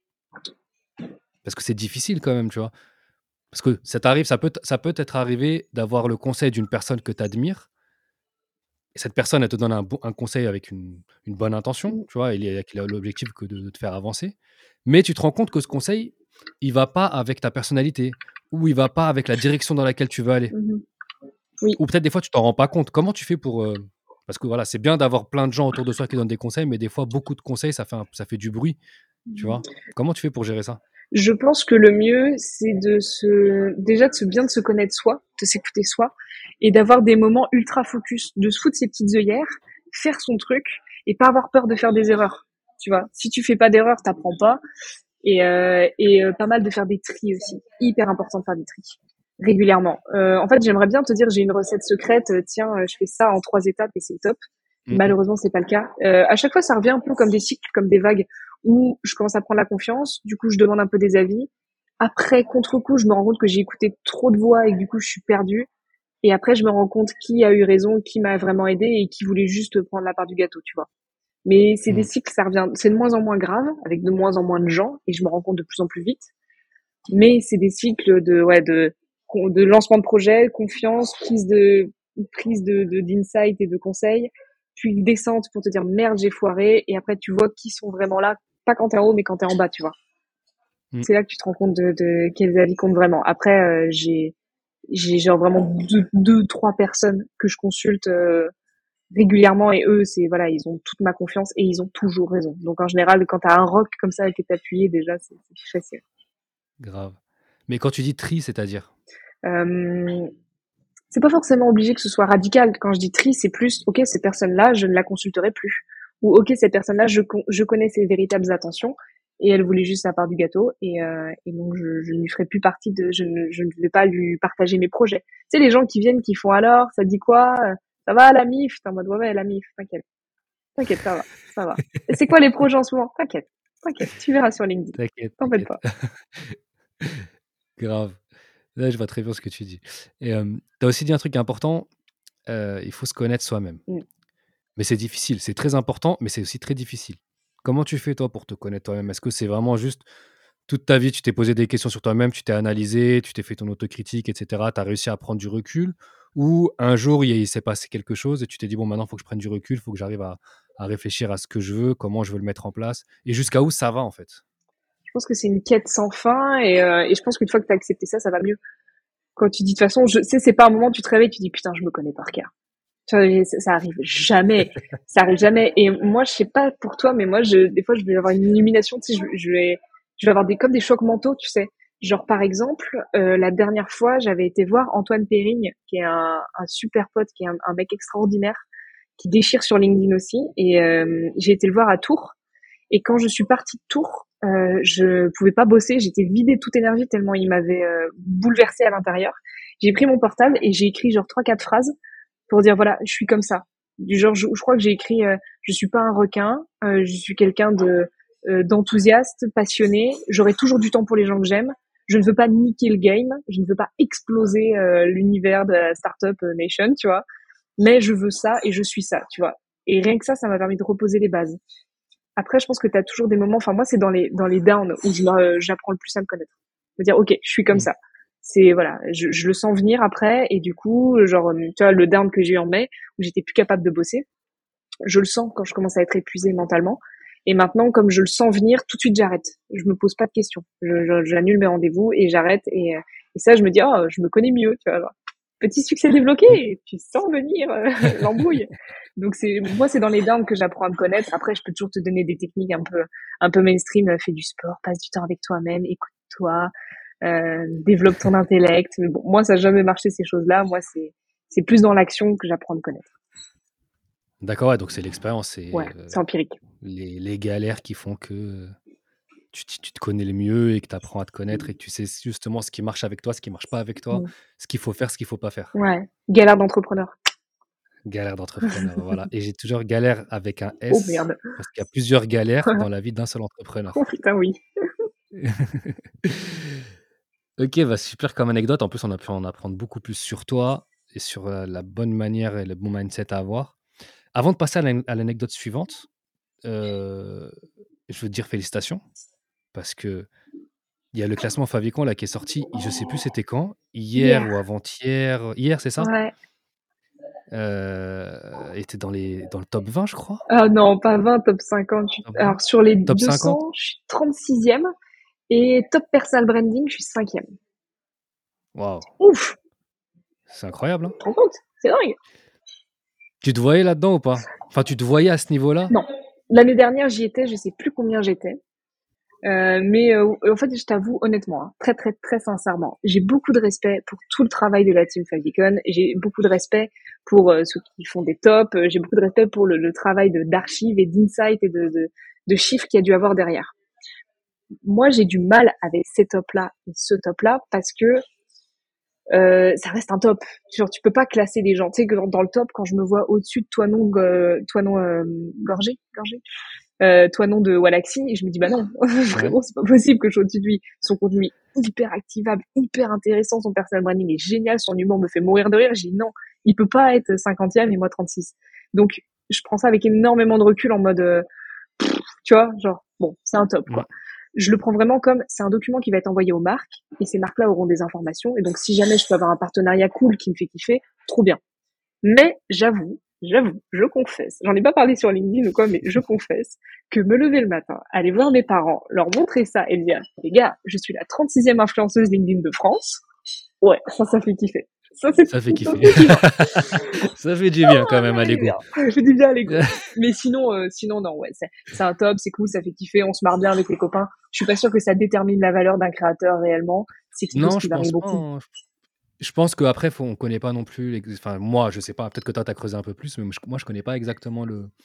Parce que c'est difficile quand même, tu vois. Parce que ça t'arrive, ça peut, t- ça peut être arrivé d'avoir le conseil d'une personne que tu admires. Et cette personne, elle te donne un, bon- un conseil avec une, une bonne intention, Mm. tu vois, il est- qu'il a l'objectif que de, de te faire avancer. Mais tu te rends compte que ce conseil, il va pas avec ta personnalité, ou il va pas avec la direction dans laquelle tu veux aller. Mhm. Oui. Ou peut-être des fois, tu t'en rends pas compte. Comment tu fais pour... euh, Parce que voilà, c'est bien d'avoir plein de gens autour de soi qui donnent des conseils, mais des fois, beaucoup de conseils, ça fait, un- ça fait du bruit, tu vois. Comment tu fais pour gérer ça? Je pense que le mieux, c'est de se, déjà de se bien de se connaître soi, de s'écouter soi, et d'avoir des moments ultra focus, de se foutre ses petites œillères, faire son truc, et pas avoir peur de faire des erreurs. Tu vois, si tu fais pas d'erreurs, t'apprends pas, et euh, et euh, pas mal de faire des tris aussi. Hyper important de faire des tris régulièrement. Euh, en fait, j'aimerais bien te dire, j'ai une recette secrète. euh, Tiens, euh, je fais ça en trois étapes et c'est top. Mm, mm. Malheureusement, c'est pas le cas. Euh, à chaque fois, ça revient un peu comme des cycles, comme des vagues, où je commence à prendre la confiance. Du coup, je demande un peu des avis. Après, contre-coup, je me rends compte que j'ai écouté trop de voix et que du coup, je suis perdue. Et après, je me rends compte qui a eu raison, qui m'a vraiment aidé et qui voulait juste prendre la part du gâteau, tu vois. Mais c'est des Mm. cycles, ça revient, c'est de moins en moins grave, avec de moins en moins de gens, et je me rends compte de plus en plus vite. Mais c'est des cycles de, ouais, de, de lancement de projet, confiance, prise de, prise de, de, d'insight et de conseils, puis une descente pour te dire merde, j'ai foiré, et après tu vois qui sont vraiment là, pas quand t'es en haut, mais quand t'es en bas, tu vois. Mm. C'est là que tu te rends compte de, de quels avis comptent vraiment. Après, euh, j'ai, j'ai genre vraiment deux, deux, trois personnes que je consulte euh, régulièrement et eux, c'est voilà, ils ont toute ma confiance et ils ont toujours raison. Donc en général, quand t'as un rock comme ça qui est appuyé, déjà, c'est c'est facile. Grave. Mais quand tu dis tri, c'est-à-dire? Euh, c'est pas forcément obligé que ce soit radical. Quand je dis tri, c'est plus, ok, cette personne-là, je ne la consulterai plus. Ou ok, cette personne-là, je, con- je connais ses véritables intentions et elle voulait juste sa part du gâteau et, euh, et donc je, je ne lui ferai plus partie de, je ne, je ne vais pas lui partager mes projets. Tu sais, les gens qui viennent, qui font alors, ça te dit quoi? Euh, Ça va la mif? T'es en mode ouais, ouais, la mif, t'inquiète, t'inquiète, ça va, ça va. Et c'est quoi les projets en ce moment? T'inquiète, t'inquiète, tu verras sur LinkedIn. T'inquiète, T'en fais t'inquiète. pas. Grave. Là, je vois très bien ce que tu dis. Et euh, tu as aussi dit un truc important, euh, il faut se connaître soi-même. Mm. Mais c'est difficile, c'est très important, mais c'est aussi très difficile. Comment tu fais toi pour te connaître toi-même? Est-ce que c'est vraiment juste toute ta vie, tu t'es posé des questions sur toi-même, tu t'es analysé, tu t'es fait ton autocritique, et cetera. Tu as réussi à prendre du recul? Ou un jour, il, y a- il s'est passé quelque chose et tu t'es dit, bon, maintenant, il faut que je prenne du recul, il faut que j'arrive à, à réfléchir à ce que je veux, comment je veux le mettre en place, et jusqu'à où ça va, en fait? Je pense que c'est une quête sans fin et, euh, et je pense qu'une fois que t'as accepté ça, ça va mieux. Quand tu dis de toute façon, je sais, c'est pas un moment où tu te réveilles, tu dis putain, je me connais par cœur. Tu vois, ça, ça arrive jamais. Ça arrive jamais. Et moi, je sais pas pour toi, mais moi, je, des fois, je vais avoir une illumination, tu sais, je, je vais, je vais avoir des, comme des chocs mentaux, tu sais. Genre, par exemple, euh, la dernière fois, j'avais été voir Antoine Périgne, qui est un, un super pote, qui est un, un mec extraordinaire, qui déchire sur LinkedIn aussi. Et euh, j'ai été le voir à Tours. Et quand je suis partie de Tours, euh, je pouvais pas bosser, j'étais vidée de toute énergie tellement il m'avait euh, bouleversée à l'intérieur. J'ai pris mon portable et j'ai écrit genre trois quatre phrases pour dire voilà, je suis comme ça. Du genre, je, je crois que j'ai écrit euh, je suis pas un requin, euh, je suis quelqu'un de euh, d'enthousiaste, passionné. J'aurai toujours du temps pour les gens que j'aime. Je ne veux pas niquer le game, je ne veux pas exploser euh, l'univers de la startup nation, tu vois. Mais je veux ça et je suis ça, tu vois. Et rien que ça, ça m'a permis de reposer les bases. Après, je pense que tu as toujours des moments, enfin moi c'est dans les dans les downs où je me- j'apprends le plus à me connaître. Me dire OK, je suis comme Hmm. ça. C'est voilà, je, je le sens venir après et du coup, genre tu vois le down que j'ai eu en mai où j'étais plus capable de bosser, je le sens quand je commence à être épuisée mentalement. Et maintenant, comme je le sens venir, tout de suite j'arrête. Je me pose pas de questions. Je, je- j'annule mes rendez-vous et j'arrête. Et, euh, et ça, je me dis, oh, je me connais mieux, tu vois. Genre, petit succès Hmm. débloqué, tu sens venir euh, l'embrouille. Donc c'est, moi, c'est dans les downs que j'apprends à me connaître. Après, je peux toujours te donner des techniques un peu, un peu mainstream. euh, Fais du sport, passe du temps avec toi-même, écoute-toi, euh, développe ton intellect. Mais bon, moi, ça n'a jamais marché ces choses-là. Moi, c'est, c'est plus dans l'action que j'apprends à me connaître. D'accord, ouais, donc c'est l'expérience, Ouais, c'est euh, c'est empirique. les, les galères qui font que euh, tu, t- tu te connais le mieux et que tu apprends à te connaître et que tu sais justement ce qui marche avec toi, ce qui marche pas avec toi, Mm. ce qu'il faut faire, ce qu'il faut pas faire. Ouais, galère d'entrepreneur. Galère d'entrepreneur, voilà. Et j'ai toujours galère avec un Oh S merde. parce qu'il y a plusieurs galères dans la vie d'un seul Oh entrepreneur. putain, oui. Ok, bah super comme anecdote. En plus, on a pu en apprendre beaucoup plus sur toi et sur euh, la bonne manière et le bon mindset à avoir. Avant de passer à l'an- à l'anecdote suivante, euh, je veux te dire félicitations parce que il y a le classement Favicon là qui est sorti. Je sais plus c'était quand, hier Hier. ou avant-hier. Hier, c'est ça? Ouais. Euh, était dans les dans le top vingt, je crois. Ah non, pas vingt, top cinquante. Je suis- Top vingt. Alors, sur les Top cinquante. deux cents, je suis trente-sixième. Et top personal branding, je suis cinquième. Waouh, Ouf! c'est incroyable, hein. Tu te rends compte? C'est dingue. Tu te voyais là-dedans ou pas? Enfin, tu te voyais à ce niveau-là? Non. L'année dernière, j'y étais, je sais plus combien j'étais. Euh, mais euh, en fait, je t'avoue honnêtement, hein, très très très sincèrement, j'ai beaucoup de respect pour tout le travail de la team Favicon. J'ai beaucoup de respect pour euh, ceux qui font des tops. Euh, J'ai beaucoup de respect pour le, le travail de d'archives et d'insight et de, de, de chiffres qu'il y a dû avoir derrière. Moi, j'ai du mal avec ces tops-là et ce top-là parce que euh, ça reste un top. Genre, tu peux pas classer les gens. Tu sais que dans le top, quand je me vois au-dessus de Toinon, euh, Toinon euh, Gorgé, Gorgé, euh, Toinon de Walaxy, et je me dis bah non, Ouais. frérot, c'est pas possible que je sois au-dessus de lui. Son contenu est hyper activable, hyper intéressant, son personal branding est génial, son humour me fait mourir de rire. J'ai dit non, il peut pas être cinquantième et moi trente-six. Donc, je prends ça avec énormément de recul en mode, euh, tu vois, genre, bon, c'est un top, Mm. quoi. Je le prends vraiment comme, c'est un document qui va être envoyé aux marques, et ces marques-là auront des informations, et donc si jamais je peux avoir un partenariat cool qui me fait kiffer, trop bien. Mais j'avoue, j'avoue, je confesse, j'en ai pas parlé sur LinkedIn ou quoi, mais je confesse que me lever le matin, aller voir mes parents, leur montrer ça et dire, les gars, je suis la trente-sixième influenceuse LinkedIn de France, ouais, ça, ça fait kiffer. Ça, c'est, Ça fait ça kiffer. fait kiffant. Ça fait du bien quand Ça même à fait du l'ego. bien. Ça fait du bien à l'ego. Mais sinon, euh, sinon, non, ouais, c'est, c'est un top, c'est cool, ça fait kiffer, on se marre bien avec les copains. Je suis pas sûre que ça détermine la valeur d'un créateur réellement. C'est quelque chose Non, qui je varie pense pas, beaucoup. hein. Je pense qu'après, faut, on connaît pas non plus. l'ex- Enfin, moi, je sais pas. Peut-être que toi, tu as creusé un peu plus, mais moi, je, moi, je connais pas exactement le,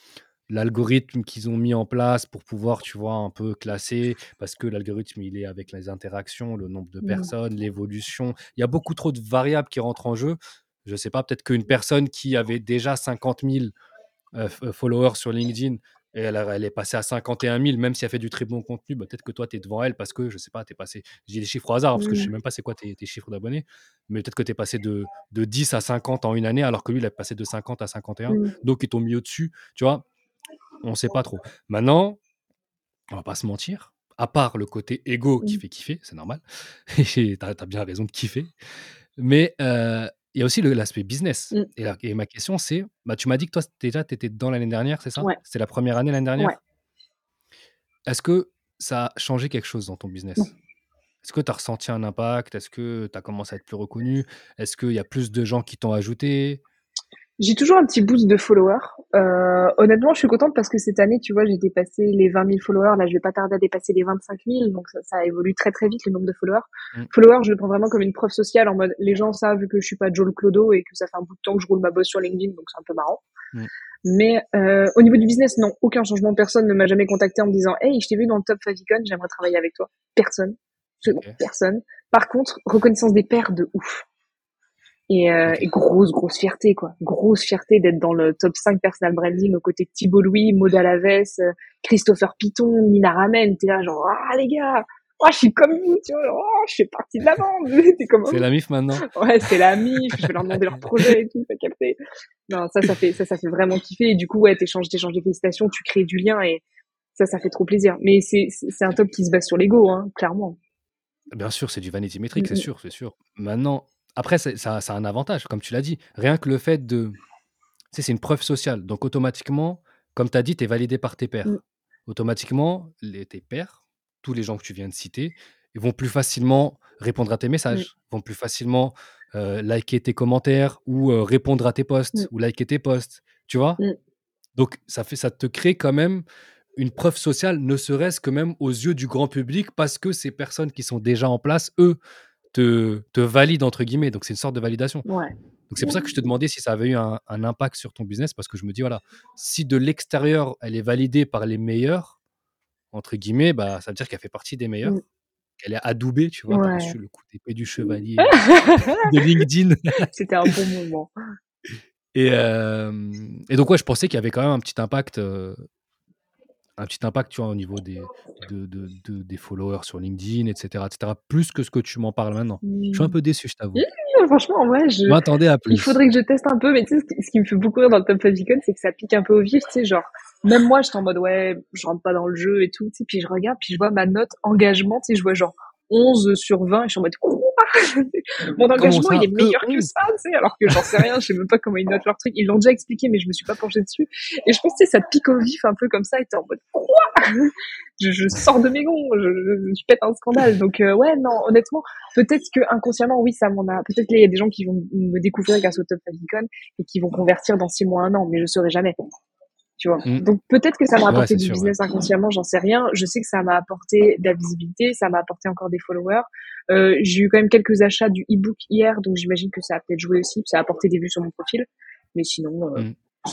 l'algorithme qu'ils ont mis en place pour pouvoir, tu vois, un peu classer, parce que l'algorithme, il est avec les interactions, le nombre de Mm. personnes, l'évolution. Il y a beaucoup trop de variables qui rentrent en jeu. Je sais pas, peut-être qu'une personne qui avait déjà cinquante mille euh, f- euh, followers sur LinkedIn et elle, a- elle est passée à cinquante et un mille, même si elle fait du très bon contenu, bah, peut-être que toi, tu es devant elle parce que, je sais pas, tu es passé, je dis des chiffres au hasard parce que je sais Mm. même pas c'est quoi tes, tes chiffres d'abonnés, mais peut-être que tu es passé de, de dix à cinquante en une année alors que lui, il est passé de cinquante à cinquante et un. Mm. Donc, ils t'ont mis au-dessus, tu vois, on sait pas trop. Maintenant, on va pas se mentir, à part le côté égo qui Mm. fait kiffer, c'est normal, et t'as as bien raison de kiffer, mais euh, il y a aussi le- l'aspect business. Mm. Et, la- et ma question, c'est, bah, tu m'as dit que toi, déjà, tu étais dedans l'année dernière, c'est ça? Ouais, C'était la première année l'année ouais. dernière? Est-ce que ça a changé quelque chose dans ton Non. business? Est-ce que tu as ressenti un impact? Est-ce que tu as commencé à être plus reconnu? Est-ce qu'il y a plus de gens qui t'ont ajouté? J'ai toujours un petit boost de followers. Euh, honnêtement, je suis contente parce que cette année, tu vois, j'ai dépassé les vingt mille followers. Là, je vais pas tarder à dépasser les vingt-cinq mille. Donc, ça, ça évolue très, très vite, le nombre de followers. Mm, Followers, je le prends vraiment comme une preuve sociale en mode, les gens savent que je suis pas Joe le Clodo et que ça fait un bout de temps que je roule ma bosse sur LinkedIn, donc c'est un peu marrant. mm, Mais, euh, au niveau du business, non, aucun changement. Personne ne m'a jamais contacté en me disant, hey, je t'ai vu dans le top favicon, j'aimerais travailler avec toi. Personne. Absolument ok, personne. Par contre, reconnaissance des pairs de ouf. Et, euh, ok. et grosse, grosse fierté, quoi. Grosse fierté d'être dans le top cinq personal branding aux côtés de Thibault Louis, Maud Alavès, euh, Christopher Piton, Nina Ramen. T'es là, genre, ah, les gars, oh, je suis comme vous, tu vois, oh, je fais partie de la bande. T'es comme, C'est la mif maintenant? oh. Ouais, c'est la mif, je vais leur demander leur projet et tout, t'as capté. Non, ça, ça fait, ça, ça fait vraiment kiffer. Et du coup, ouais, t'échanges, t'échanges des félicitations, tu crées du lien et ça, ça fait trop plaisir. Mais c'est, c'est c'est un top qui se base sur l'ego, hein, clairement. Bien sûr, c'est du vanity metric, c'est Mm, sûr, c'est sûr. Maintenant, après, c'est- ça, ça a un avantage, comme tu l'as dit. Rien que le fait de... Tu sais, c'est une preuve sociale. Donc, automatiquement, comme tu as dit, tu es validé par tes mm, pairs. Automatiquement, les, tes pairs, tous les gens que tu viens de citer, ils vont plus facilement répondre à tes mm, messages, vont plus facilement euh, liker tes commentaires ou euh, répondre à tes mm, posts ou liker tes posts. Tu vois? mm, Donc, ça fait, ça te crée quand même une preuve sociale, ne serait-ce que même aux yeux du grand public, parce que ces personnes qui sont déjà en place, eux, te, te valident, entre guillemets. Donc, c'est une sorte de validation. ouais. Donc, c'est pour ça que je te demandais si ça avait eu un, un impact sur ton business, parce que je me dis, voilà, si de l'extérieur, elle est validée par les meilleurs, entre guillemets, bah, ça veut dire qu'elle fait partie des Mm, meilleurs, qu'elle est adoubée, tu vois, tu as ouais. reçu le coup d'épée du chevalier euh, de LinkedIn. C'était un bon moment. Et, euh, et donc, ouais, je pensais qu'il y avait quand même un petit impact, euh, un petit impact, tu vois, au niveau des, de, de- de- des followers sur LinkedIn, et cetera, et cetera, plus que ce que tu m'en parles maintenant. Je suis un Mm. peu déçu, je t'avoue. Mm, franchement, en vrai, je, Je m'attendais à il plus. faudrait que je teste un peu, mais tu sais, ce qui, ce qui me fait beaucoup rire dans le Top Favicon, c'est que ça pique un peu au vif, tu sais, genre, même moi, j'étais en mode, ouais, je rentre pas dans le jeu et tout, tu sais, puis je regarde, puis je vois ma note engagement, tu sais, je vois genre onze sur vingt, et je suis en mode, quoi? Mon Comment engagement, il ça? est Que meilleur que onze? ça, tu sais, alors que j'en sais rien, je sais même pas comment ils notent leur truc. Ils l'ont déjà expliqué, mais je me suis pas penchée dessus. Et je pense que tu sais, ça te pique au vif un peu comme ça, et t'es en mode, quoi? je, je sors de mes gonds, je, je, je pète un scandale. Donc, euh, ouais, non, honnêtement, peut-être que inconsciemment, oui, ça m'en a. Peut-être qu'il y a des gens qui vont me découvrir grâce au Top Favicon et qui vont convertir dans six mois, un an, mais je saurais jamais. Tu vois. Hmm. Donc peut-être que ça m'a Ouais, apporté c'est du sûr, ouais. business inconsciemment, j'en sais rien. Je sais que ça m'a apporté de la visibilité, ça m'a apporté encore des followers. Euh, j'ai eu quand même quelques achats du e-book hier, donc j'imagine que ça a peut-être joué aussi, ça a apporté des vues sur mon profil. Mais sinon, euh, Hmm.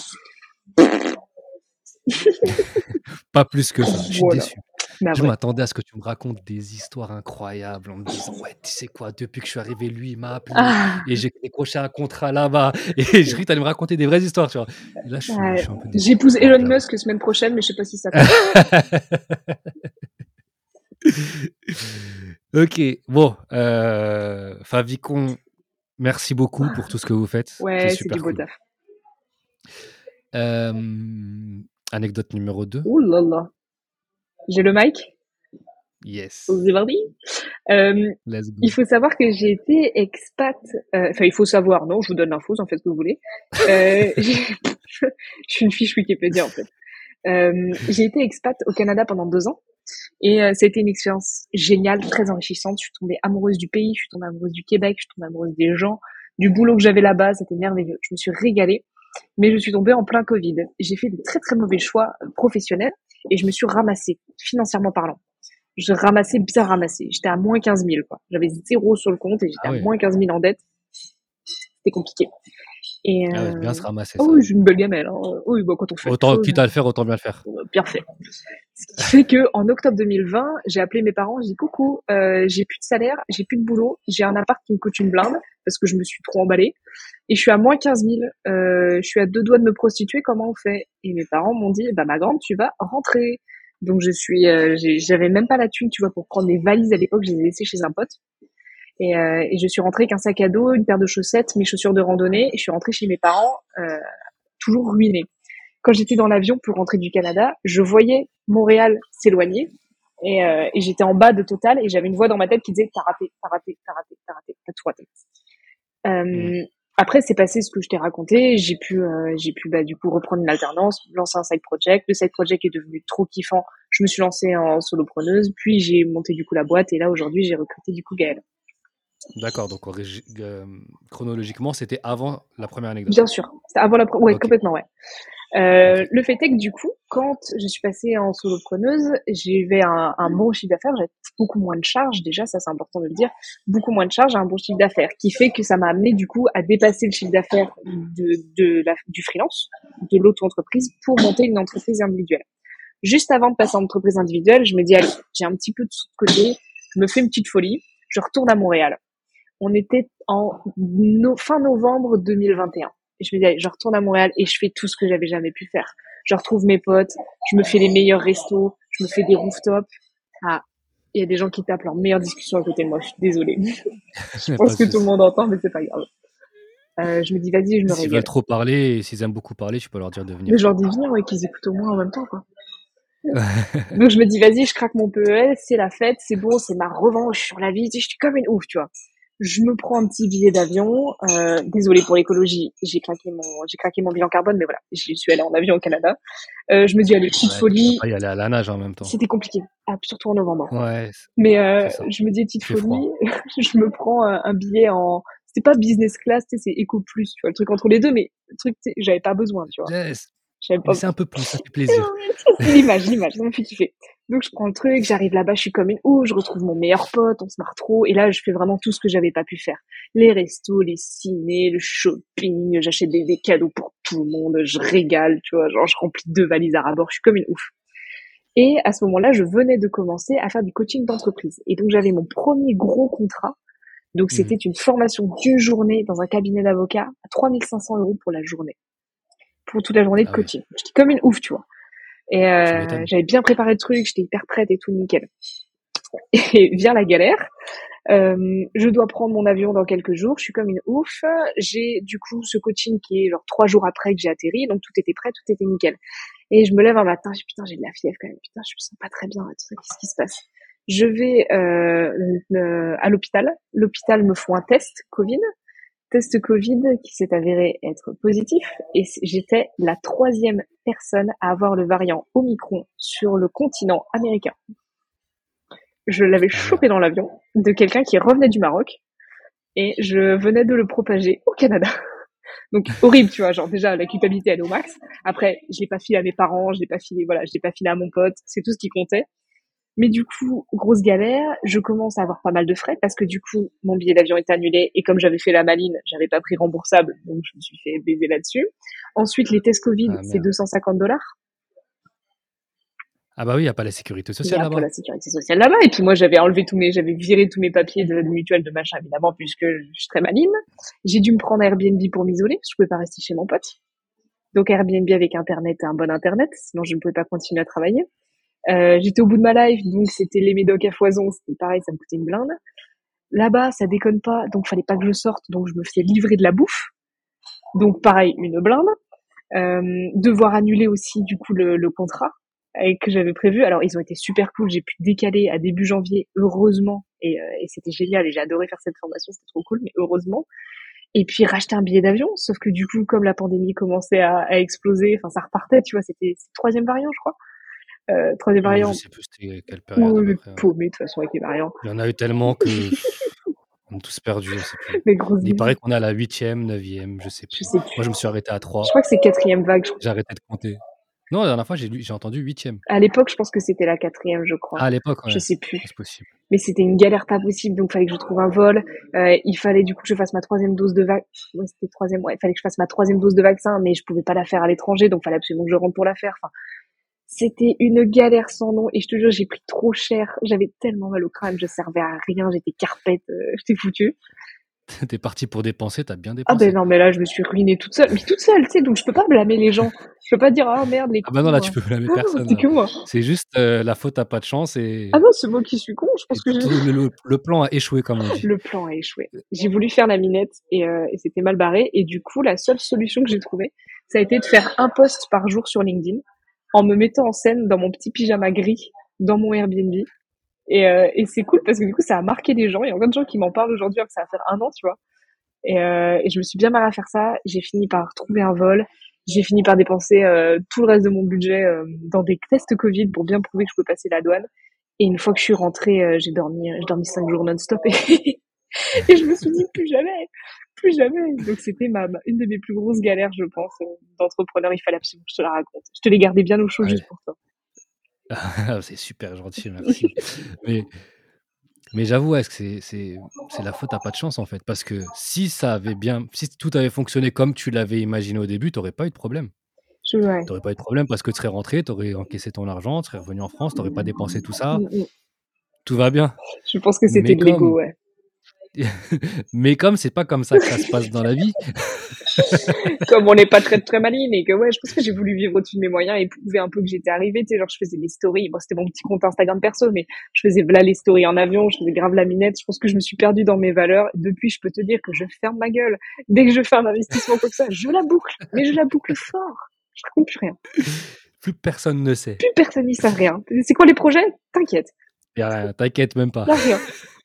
Pas plus que ça. Je suis voilà. déçu. Bah Je ouais. m'attendais à ce que tu me racontes des histoires incroyables en me disant ouais, tu sais quoi, depuis que je suis arrivé, lui, il m'a appelé Ah, et j'ai décroché un contrat là-bas. Et je ris, t'allais me raconter des vraies histoires, tu vois. Et là, je suis, je ouais. suis un peu déçu. J'épouse Bon, Elon j'avoue. Musk semaine prochaine, mais je sais pas si ça compte. Ok, bon, euh, Favicon, merci beaucoup pour tout ce que vous faites. C'est Ouais, c'est du super beau cool. taf. Euh, anecdote numéro deux. Ouh là là. J'ai le mic. Yes. C'est parti. Euh, Let's go. il faut savoir que j'ai été expat. euh, Enfin, il faut savoir. Non, je vous donne l'info, en fait ce que vous voulez. Euh, je suis une fiche Wikipédia en fait. Euh, j'ai été expat au Canada pendant deux ans et euh, c'était une expérience géniale, très enrichissante. Je suis tombée amoureuse du pays, je suis tombée amoureuse du Québec, je suis tombée amoureuse des gens, du boulot que j'avais là-bas, c'était merveilleux. Je me suis régalée, mais je suis tombée en plein Covid. J'ai fait de très très mauvais choix professionnels et je me suis ramassée, financièrement parlant. Je ramassais bien ramassé. J'étais à moins quinze mille, quoi. J'avais zéro sur le compte et j'étais Ah à ouais. moins quinze mille en dette. C'était compliqué. Et Ah ouais, bien euh... se ramasser oh ça. oui, j'ai une belle gamelle. Hein. Oui, bah, quand on fait autre Autant, chose, quitte à le faire, autant bien le faire. euh, bien fait. Ce qui fait que en octobre deux mille vingt, j'ai appelé mes parents, j'ai dit coucou, euh, j'ai plus de salaire, j'ai plus de boulot, j'ai un appart qui me coûte une blinde parce que je me suis trop emballée et je suis à moins quinze mille, euh, je suis à deux doigts de me prostituer, comment on fait? Et mes parents m'ont dit bah ma grande, tu vas rentrer. Donc je suis, euh, j'ai- j'avais même pas la thune, tu vois, pour prendre des valises à l'époque, je les ai laissées chez un pote. Et, euh, et je suis rentrée avec un sac à dos, une paire de chaussettes, mes chaussures de randonnée, et je suis rentrée chez mes parents, euh, toujours ruinée. Quand j'étais dans l'avion pour rentrer du Canada, je voyais Montréal s'éloigner, et, euh, et j'étais en bas de Total, et j'avais une voix dans ma tête qui disait t'as raté, t'as raté, t'as raté, t'as raté, t'as tout raté. Hmm. Euh, après, c'est passé ce que je t'ai raconté. J'ai pu, euh, j'ai pu bah, du coup reprendre une alternance, lancer un side project. Le side project est devenu trop kiffant. Je me suis lancée en solopreneuse, puis j'ai monté du coup la boîte, et là aujourd'hui j'ai recruté du coup Gaël. D'accord, donc origi- euh, chronologiquement, c'était avant la première Bien anecdote. sûr, c'était avant la, pro- ouais, Ok, complètement, ouais. Euh, ok. le fait est que du coup, quand je suis passée en solopreneuse, j'avais un, un bon chiffre d'affaires, j'avais beaucoup moins de charges, déjà, ça c'est important de le dire, beaucoup moins de charges, un bon chiffre d'affaires, qui fait que ça m'a amené du coup à dépasser le chiffre d'affaires de, de la, du freelance, de l'auto-entreprise, pour monter une entreprise individuelle. Juste avant de passer en entreprise individuelle, je me dis, allez, j'ai un petit peu de sous de côté, je me fais une petite folie, je retourne à Montréal. On était en no, fin novembre deux mille vingt et un. Et je me dis, allez, je retourne à Montréal et je fais tout ce que j'avais jamais pu faire. Je retrouve mes potes, je me fais les meilleurs restos, je me fais des rooftops. Ah, il y a des gens qui tapent leur meilleure discussion à côté de moi, je suis désolée. Je Pas pense de que tout le souci. monde entend, mais c'est pas grave. Euh, je me dis, vas-y, je me S'ils veulent régale. trop parler et s'ils aiment beaucoup parler, tu peux leur dire de Mais venir. je leur dis, viens, ouais, qu'ils écoutent au moins en même temps, quoi. Donc je me dis, vas-y, je craque mon P E L, c'est la fête, c'est bon, c'est ma revanche sur la vie, je suis comme une ouf, tu vois. Je me prends un petit billet d'avion, euh, désolé pour l'écologie, j'ai craqué mon, j'ai craqué mon bilan carbone, mais voilà, j'y suis allée en avion au Canada. Euh, je me dis, allez, petite Ouais, tu vas folie, pas y aller à la nage en même temps. c'était compliqué, ah, surtout en novembre. Ouais, c'est Mais euh, c'est ça. je me dis, Il petite fait froid. folie, je me prends un, un billet en, c'était pas business class, tu sais, c'est Eco Plus, tu vois, le truc entre les deux, mais le truc, tu sais, j'avais pas besoin, tu vois. Yes. J'avais Mais pas, c'est un peu plus, ça fait plaisir. c'est l'image, l'image, ça me fait kiffer. Donc je prends le truc, j'arrive là-bas, je suis comme une ouf, je retrouve mon meilleur pote, on se marre trop, et là je fais vraiment tout ce que j'avais pas pu faire. Les restos, les cinés, le shopping, j'achète des, des cadeaux pour tout le monde, je régale, tu vois, genre je remplis deux valises à rabord, je suis comme une ouf. Et à ce moment-là, je venais de commencer à faire du coaching d'entreprise. Et donc j'avais mon premier gros contrat. Donc c'était Mhm. une formation d'une journée dans un cabinet d'avocat à trois mille cinq cents euros pour la journée. Pour toute la journée de Ah oui, coaching. J'étais comme une ouf, tu vois. Et tu euh, m'étonnes. j'avais bien préparé le truc, j'étais hyper prête et tout nickel. Et vient la galère. Euh, je dois prendre mon avion dans quelques jours, je suis comme une ouf. J'ai du coup ce coaching qui est genre trois jours après que j'ai atterri, donc tout était prêt, tout était nickel. Et je me lève un matin, je dis putain j'ai de la fièvre quand même, putain je me sens pas très bien, qu'est-ce qui se passe? Je vais euh, euh, à l'hôpital, l'hôpital me font un test Covid, test Covid qui s'est avéré être positif, et j'étais la troisième personne à avoir le variant Omicron sur le continent américain. Je l'avais Ah merde. chopé dans l'avion de quelqu'un qui revenait du Maroc et je venais de le propager au Canada. Donc horrible, tu vois, genre déjà la culpabilité elle est au max. Après, je l'ai pas filé à mes parents, je l'ai pas filé, voilà, je l'ai pas filé à mon pote, c'est tout ce qui comptait. Mais du coup, grosse galère, je commence à avoir pas mal de frais parce que du coup, mon billet d'avion est annulé et comme j'avais fait la maline, j'avais pas pris remboursable, donc je me suis fait baiser là-dessus. Ensuite, les tests Covid, Ah c'est merde. deux cent cinquante dollars. Ah bah oui, il n'y a pas la sécurité Il y sociale a pas la là-bas. sécurité sociale là-bas. Et puis moi, j'avais enlevé tous mes, j'avais viré tous mes papiers de, de mutuelle, de machin, évidemment, puisque je suis très maligne. J'ai dû me prendre Airbnb pour m'isoler, parce que je pouvais pas rester chez mon pote. Donc Airbnb avec internet, un bon internet, sinon je ne pouvais pas continuer à travailler. Euh, j'étais au bout de ma life, donc c'était les médocs à foison, c'était pareil, ça me coûtait une blinde. Là-bas, ça déconne pas, donc fallait pas que je sorte, donc je me faisais livrer de la bouffe. Donc pareil, une blinde. Euh, devoir annuler aussi du coup le, le contrat euh, que j'avais prévu. Alors ils ont été super cool, j'ai pu décaler à début janvier, heureusement, et, euh, et c'était génial et j'ai adoré faire cette formation, c'était trop cool, mais heureusement. Et puis racheter un billet d'avion, sauf que du coup, comme la pandémie commençait à, à exploser, enfin ça repartait, tu vois, c'était le troisième variant, je crois. Euh, troisième Euh, je variant, sais plus c'était quelle période à ou peu le près. Ouais. paumé de toute façon avec les variants, Il y en a eu tellement que pff, on est tous perdus, on sait plus. les grosses Il paraît villes, qu'on est à la huitième, neuvième, je sais je plus. sais Moi, plus. je me suis arrêté à Je trois. crois que c'est quatrième vague, je crois. J'ai arrêté de compter. Non, la dernière fois, j'ai lu- j'ai entendu huitième. À l'époque, je pense que c'était la quatrième, je crois. Ah, à l'époque, Je ouais. sais plus. C'est possible. mais c'était une galère pas possible, donc fallait que je trouve un vol. Euh, il fallait du coup que je fasse ma troisième dose de vaccin. Ouais, c'était troisième. Ouais, il fallait que je fasse ma troisième dose de vaccin, mais je pouvais pas la faire à l'étranger, donc fallait absolument que je rentre pour la faire. Enfin, c'était une galère sans nom, et je te jure, j'ai pris trop cher. J'avais tellement mal au crâne, je servais à rien, j'étais carpette, euh, j'étais foutue. T'es parti pour dépenser, t'as bien Ah ben dépensé. non, mais là, je me suis ruinée toute seule, mais toute seule, tu sais, donc je peux pas blâmer les gens. Je peux pas dire ah merde les Ah bah non, là, cons. tu peux blâmer Ah, personne, c'est là. que moi. C'est juste euh, la faute à pas de chance Ah et, non, c'est moi qui suis con. Je et pense que j'ai tout- le, le- le plan a échoué, comme on dit. le plan a échoué. J'ai voulu faire la minette et, euh, et c'était mal barré. Et du coup, la seule solution que j'ai trouvée, ça a été de faire un post par jour sur LinkedIn en me mettant en scène dans mon petit pyjama gris dans mon Airbnb. Et, euh, et c'est cool parce que du coup, ça a marqué des gens. Il y a plein de gens qui m'en parlent aujourd'hui alors que ça va faire un an, tu vois. Et, euh, et je me suis bien mal à faire ça. J'ai fini par trouver un vol. J'ai fini par dépenser euh, tout le reste de mon budget euh, dans des tests Covid pour bien prouver que je pouvais passer la douane. Et une fois que je suis rentrée, euh, j'ai dormi, j'ai dormi cinq jours non-stop et, et je me suis dit plus jamais, plus jamais. Donc c'était ma, ma- une de mes plus grosses galères, je pense, euh, d'entrepreneur. Il fallait absolument que je te la raconte. Je te l'ai gardé bien au chaud juste Ouais. pour toi. C'est super gentil, merci. Mais, mais j'avoue, ouais, que c'est, c'est, c'est la faute à pas de chance, en fait. Parce que si ça avait bien, si tout avait fonctionné comme tu l'avais imaginé au début, t'aurais pas eu de problème. Je, ouais. T'aurais pas eu de problème parce que tu serais rentré, t'aurais encaissé ton argent, tu serais revenu en France, t'aurais pas dépensé tout ça, Mm, mm. tout va bien. Je pense que c'était Mais de l'ego, comme, ouais. mais comme c'est pas comme ça que ça se passe dans la vie, Comme on n'est pas très très maligne et que ouais, je pense que j'ai voulu vivre au-dessus de mes moyens et prouver un peu que j'étais arrivée, tu sais, genre je faisais des stories, bon c'était mon petit compte Instagram perso, mais je faisais là les stories en avion, je faisais grave la minette, je pense que je me suis perdue dans mes valeurs. Depuis, je peux te dire que je ferme ma gueule. Dès que je fais un investissement comme ça, je la boucle, mais je la boucle fort. Je raconte plus rien. plus personne ne sait. Plus personne n'y sait rien. C'est quoi les projets? T'inquiète, Y a rien, t'inquiète même pas. y a rien.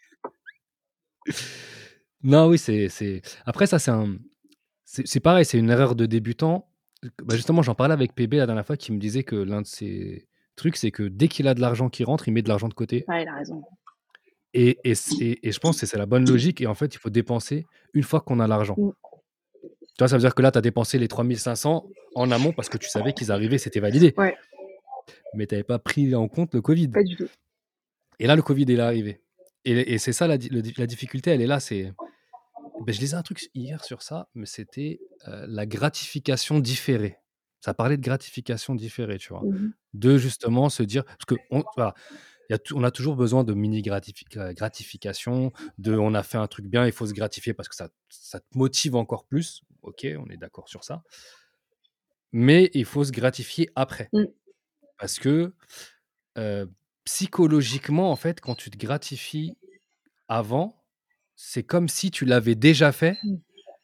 Non, oui, c'est, c'est. Après, ça, c'est un. C'est c'est pareil, c'est une erreur de débutant. Bah, justement, j'en parlais avec P B la dernière fois qui me disait que l'un de ses trucs, c'est que dès qu'il a de l'argent qui rentre, il met de l'argent de côté. Ouais, il a raison. Et, et, c- et- et je pense que c'est la bonne logique. Et en fait, il faut dépenser une fois qu'on a l'argent. Mm. Tu vois, ça veut dire que là, tu as dépensé les trois mille cinq cents en amont parce que tu savais qu'ils arrivaient, c'était validé. Ouais, Mais tu n'avais pas pris en compte le Covid. pas du tout. Et là, le Covid, il est arrivé. Et, et c'est ça la, di- le di- la difficulté, elle est là. C'est, ben, je lisais un truc hier sur ça, mais c'était euh, la gratification différée. Ça parlait de gratification différée, tu vois. Mhm. De justement se dire, parce que on, voilà, il y a tou- on a toujours besoin de mini gratifi- euh, gratification, de on a fait un truc bien, il faut se gratifier parce que ça, ça te motive encore plus. Ok, on est d'accord sur ça. Mais il faut se gratifier après. Mm. Parce que euh, psychologiquement, en fait, quand tu te gratifies avant, c'est comme si tu l'avais déjà fait. Mm.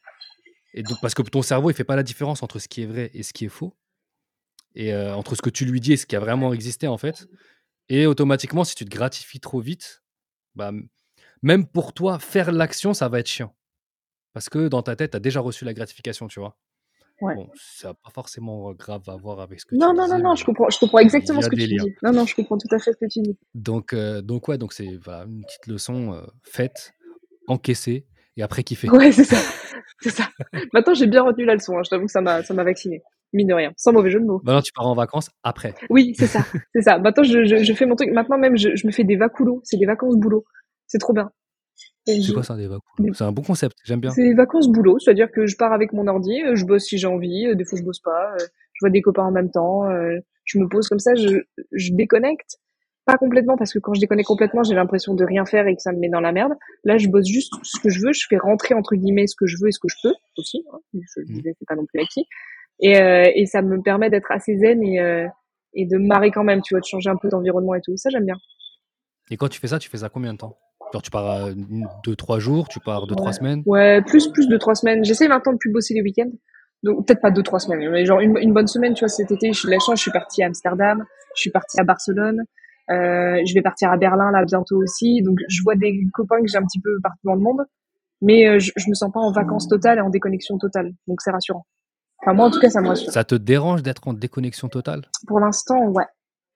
Et donc, parce que ton cerveau, il fait pas la différence entre ce qui est vrai et ce qui est faux, et euh, entre ce que tu lui dis et ce qui a vraiment existé, en fait. Et automatiquement, si tu te gratifies trop vite, bah, m- même pour toi, faire l'action, ça va être chiant. Parce que dans ta tête, tu as déjà reçu la gratification, tu vois. Ouais. Bon, ça n'a pas forcément euh, grave à voir avec ce que tu Non, non, non, disais, non, je mais comprends, je comprends il exactement y ce a que des tu liens. dis. Non, non, je comprends tout à fait ce que tu dis. Donc, euh, donc ouais, donc c'est voilà, une petite leçon euh, faite, encaissée, et après kiffer. Ouais, c'est ça. C'est ça. Maintenant, j'ai bien retenu la leçon, hein. Je t'avoue que ça m'a, ça m'a vacciné. Mine de rien. Sans mauvais jeu de mots. Maintenant, tu pars en vacances après. Oui, c'est ça. C'est ça. Maintenant, je, je, je fais mon truc. Maintenant, même, je, je me fais des vacoulos. C'est des vacances boulot. C'est trop bien. Et C'est je- quoi ça, des vacances? des- C'est un bon concept, j'aime bien. C'est des vacances boulot. C'est-à-dire que je pars avec mon ordi, euh, je bosse si j'ai envie, euh, des fois je bosse pas, euh, je vois des copains en même temps, euh, je me pose comme ça, je, je déconnecte. Pas complètement, parce que quand je déconnecte complètement, j'ai l'impression de rien faire et que ça me met dans la merde. Là, je bosse juste ce que je veux, je fais rentrer, entre guillemets, ce que je veux et ce que je peux, aussi, hein. Je Mhm. disais, c'est pas non plus acquis. Et, euh, et ça me permet d'être assez zen et, euh, et de me marrer quand même, tu vois, de changer un peu d'environnement et tout. Ça, j'aime bien. Et quand tu fais ça, tu fais ça combien de temps? Genre, tu pars à une- deux, trois jours, tu pars deux, trois Ouais. semaines? Ouais, plus, plus de trois semaines. J'essaie maintenant de plus bosser les week-ends. Donc, peut-être pas deux, trois semaines, mais genre une, une bonne semaine, tu vois, cet été, je suis de la chance, je suis partie à Amsterdam, je suis partie à Barcelone, euh, je vais partir à Berlin, là, bientôt aussi. Donc, je vois des copains que j'ai un petit peu partout dans le monde, mais euh, je, je me sens pas en vacances totales et en déconnexion totale. Donc, c'est rassurant. Enfin, moi, en tout cas, ça me rassure. Ça te dérange d'être en déconnexion totale? Pour l'instant, ouais.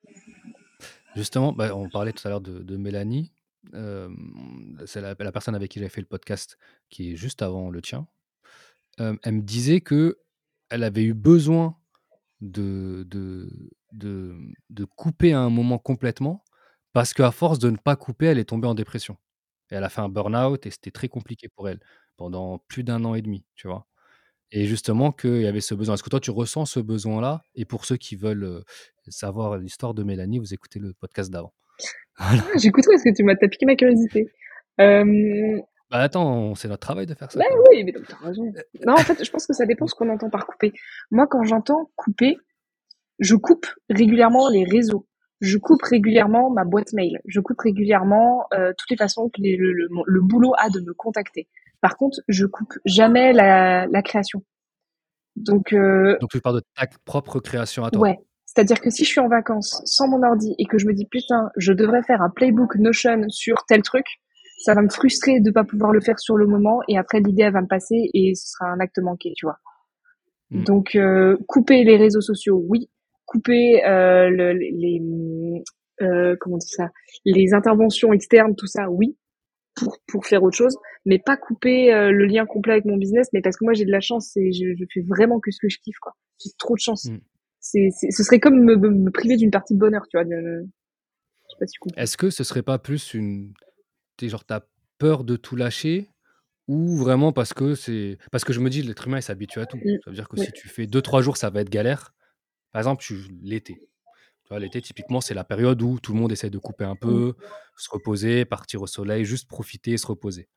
Justement, bah, on parlait tout à l'heure de, de Mélanie. Euh, c'est la, la personne avec qui j'avais fait le podcast, qui est juste avant le tien. Euh, elle me disait que elle avait eu besoin de, de, de, de couper à un moment complètement parce qu'à force de ne pas couper, elle est tombée en dépression. Et elle a fait un burn-out et c'était très compliqué pour elle pendant plus d'un an et demi, tu vois? Et justement qu'il y avait ce besoin. Est-ce que toi, tu ressens ce besoin-là? Et pour ceux qui veulent, heu, savoir l'histoire de Mélanie, vous écoutez le podcast d'avant. Voilà. Ah, j'écouterai parce que tu m'as tu as piqué ma curiosité. Hem, Bah, attends, c'est notre travail de faire ça bah, quand même. oui, mais donc tu as raison. Non, en fait, je pense que ça dépend ce qu'on entend par couper. Moi, quand j'entends couper, je coupe régulièrement les réseaux. Je coupe régulièrement ma boîte mail. Je coupe régulièrement euh, toutes les façons que les- le, le, le boulot a de me contacter. Par contre, je coupe jamais la, la création. Donc, euh, Donc tu parles de ta propre création à toi? ouais. C'est-à-dire que si je suis en vacances sans mon ordi et que je me dis putain, je devrais faire un playbook Notion sur tel truc, ça va me frustrer de pas pouvoir le faire sur le moment et après l'idée elle va me passer et ce sera un acte manqué, tu vois. Mmh. Donc euh, couper les réseaux sociaux, oui. Couper euh, le, les euh, comment on dit ça, les interventions externes, tout ça, oui, pour pour faire autre chose, mais pas couper euh, le lien complet avec mon business. Mais parce que moi j'ai de la chance, et je, je fais vraiment que ce que je kiffe, quoi. J'ai trop de chance. Mmh. C'est, c'est ce serait comme me, me, me priver d'une partie de bonheur, tu vois. De, de- je sais pas si tu comprends. Est-ce que ce serait pas plus une tu genre, tu peur de tout lâcher ou vraiment parce que c'est parce que je me dis l'être humain il s'habitue à tout. Mm. Ça veut dire que Oui. si tu fais deux trois jours, ça va être galère. Par exemple, tu l'été. Tu vois, l'été typiquement, c'est la période où tout le monde essaie de couper un Mm. peu, se reposer, partir au soleil, juste profiter, se reposer.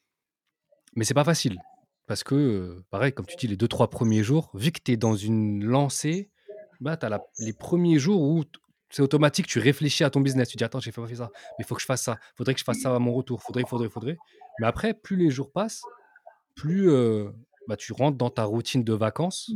Mais c'est pas facile parce que, heu, pareil, comme tu dis, les deux trois premiers jours, vu que tu es dans une lancée, bah, tu as la les premiers jours où t c'est automatique, tu réfléchis à ton business. Tu dis: «Attends, j'ai pas fait ça, mais il faut que je fasse ça. Faudrait que je fasse ça à mon retour. Faudrait, faudrait, faudrait». Mais après, plus les jours passent, plus, heu, bah, tu rentres dans ta routine de vacances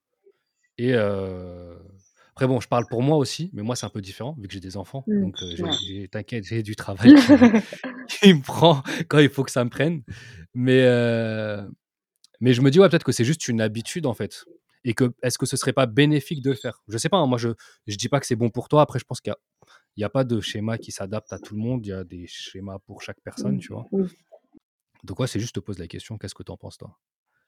et heu, après bon, je parle pour moi aussi, mais moi, c'est un peu différent vu que j'ai des enfants. Mm. Donc, heu, Ouais. j'ai j'ai t'inquiète, j'ai du travail qui qui me prend quand il faut que ça me prenne. Mais, heu mais je me dis, ouais, peut-être que c'est juste une habitude, en fait. Et que, est-ce que ce serait pas bénéfique de le faire? Je sais pas, hein, moi, je je dis pas que c'est bon pour toi. Après, je pense qu'il y a il y a pas de schéma qui s'adapte à tout le monde. Il y a des schémas pour chaque personne, Mm. tu vois? Oui. Donc ouais, c'est juste, je te pose la question, qu'est-ce que tu en penses, toi?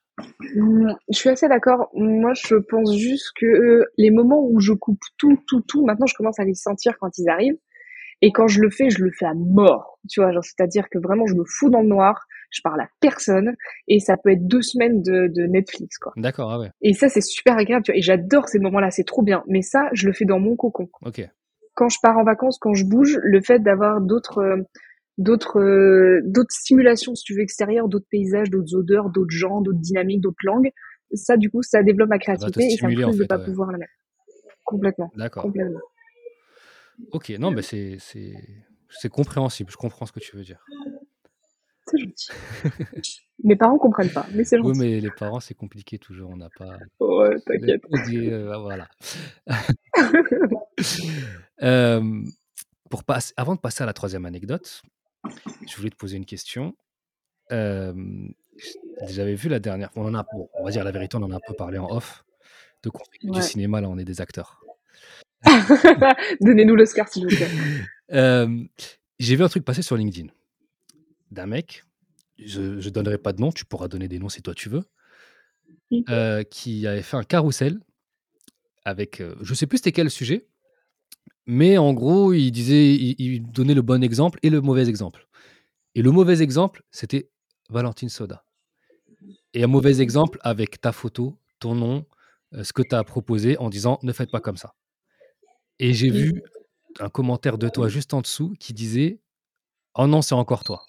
Mm, je suis assez d'accord. Moi, je pense juste que euh, les moments où je coupe tout, tout, tout, maintenant, je commence à les sentir quand ils arrivent. Et quand je le fais, je le fais à mort. Tu vois, genre, c'est-à-dire que vraiment, je me fous dans le noir, je parle à personne, et ça peut être deux semaines de, de Netflix, quoi. D'accord, ah ouais, Et ça, c'est super agréable, tu vois. Et j'adore ces moments-là, c'est trop bien. Mais ça, je le fais dans mon cocon. OK. Quand je pars en vacances, quand je bouge, le fait d'avoir d'autres, euh, d'autres, euh, d'autres stimulations, si tu veux, extérieures, d'autres paysages, d'autres odeurs, d'autres gens, d'autres dynamiques, d'autres langues, ça, du coup, ça développe ma Ça va te créativité et ça me stimuler, en frustre de fait, pas ouais. pouvoir la mettre. Complètement. D'accord. Complètement. OK, non, mais c'est c'est c'est compréhensible, je comprends ce que tu veux dire. C'est gentil. Mes parents comprennent pas, mais c'est Oui, gentil. mais les parents, c'est compliqué toujours, on n'a pas Ouais, le t'inquiète. on dit, heu, voilà. Hem, pour pass avant de passer à la troisième anecdote, je voulais te poser une question. Hem, j J'avais vu la dernière fois, on en a bon, on va dire la vérité, on en a un peu parlé en off, donc on fait que du Ouais. cinéma, là, on est des acteurs. Donnez-nous l'Oscar, s'il vous plaît. Hem, j'ai vu un truc passer sur LinkedIn d'un mec, je je donnerai pas de nom, tu pourras donner des noms si toi tu veux, heu, qui avait fait un carrousel avec, heu, je sais plus c'était quel sujet, mais en gros, il disait il il donnait le bon exemple et le mauvais exemple. Et le mauvais exemple, c'était Valentine Soda. Et un mauvais exemple avec ta photo, ton nom, heu, ce que tu as proposé en disant: «Ne faites pas comme ça». Et j'ai vu un commentaire de toi juste en dessous qui disait: «Oh non, c'est encore toi».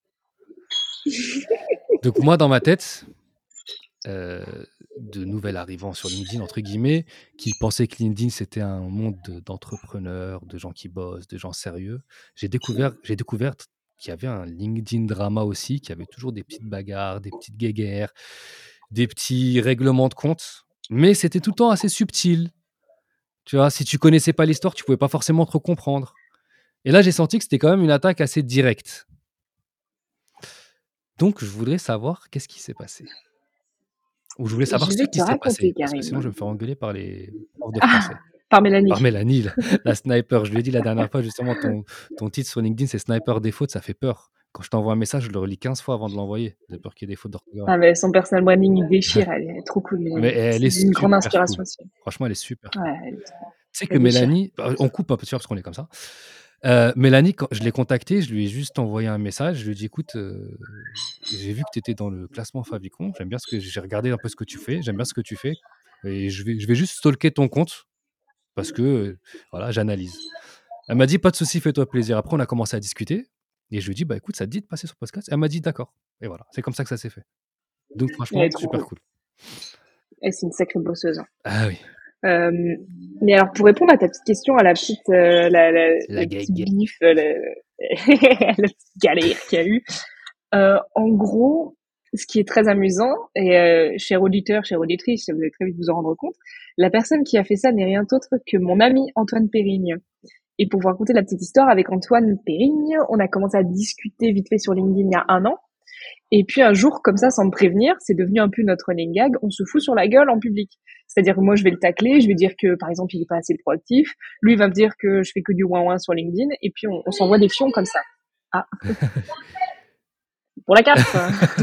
Donc moi, dans ma tête, heu, de nouvel arrivant sur LinkedIn, entre guillemets, qui pensait que LinkedIn, c'était un monde de d'entrepreneurs, de gens qui bossent, de gens sérieux, j'ai découvert j'ai découvert qu'il y avait un LinkedIn drama aussi, qu'il y avait toujours des petites bagarres, des petites guéguerres, des petits règlements de compte, mais c'était tout le temps assez subtil. Tu vois? Si tu connaissais pas l'histoire, tu pouvais pas forcément trop comprendre. Et là, j'ai senti que c'était quand même une attaque assez directe. Donc je voudrais savoir qu'est-ce qui s'est passé? Ou je voulais savoir Je ce vais qui te s'est passé, raconter, parce que sinon je vais Karim. me faire engueuler par les profs de Ah, français. par Par Mélanie. Mélanie, la la sniper. Je lui ai dit la dernière fois justement ton ton titre sur LinkedIn, c'est sniper des fautes, ça fait peur. Quand je t'envoie un message, je le relis quinze fois avant de l'envoyer, de peur qu'il y ait des fautes d'orthographe. Ah, mais son personal branding, il déchire. Elle est trop cool, Mais Mélanie. elle C'est est une grande super inspiration cool. aussi. Franchement, elle est super cool. Ouais, elle, Tu sais que elle déchire. Mélanie, bah, on coupe un peu, tu vois, parce qu'on est comme ça. Euh, Mélanie, quand je l'ai contactée, je lui ai juste envoyé un message. Je lui ai dit, écoute, euh, j'ai vu que tu étais dans le classement Favicon. J'aime bien ce que j'ai regardé un peu ce que tu fais. J'aime bien ce que tu fais. Et je vais, je vais juste stalker ton compte parce que euh, voilà, j'analyse. Elle m'a dit, pas de souci, fais-toi plaisir. Après, on a commencé à discuter. Et je lui ai dit, bah écoute, ça te dit de passer sur le podcast? Elle m'a dit, d'accord. Et voilà, c'est comme ça que ça s'est fait. Donc, Elle est franchement, trop super cool. cool. Et c'est une sacrée bosseuse. Hein. Ah oui. Euh, mais alors, pour répondre à ta petite question, à la petite, euh, la, la, La le petit gag. bif, euh, la, la petite galère qu'il y a eu. Euh, en gros, ce qui est très amusant, et euh, cher auditeur, chère auditrice, vous allez très vite vous en rendre compte, la personne qui a fait ça n'est rien d'autre que mon ami Antoine Périgne. Et pour vous raconter la petite histoire, avec Antoine Périgne, on a commencé à discuter vite fait sur LinkedIn il y a un an. Et puis un jour, comme ça, sans me prévenir, c'est devenu un peu notre running gag, on se fout sur la gueule en public. C'est-à-dire que moi, je vais le tacler, je vais dire que, par exemple, il est pas assez proactif. Lui, il va me dire que je fais que du ouin-ouin sur LinkedIn. Et puis, on, on s'envoie des fions comme ça. Ah. Pour la carte.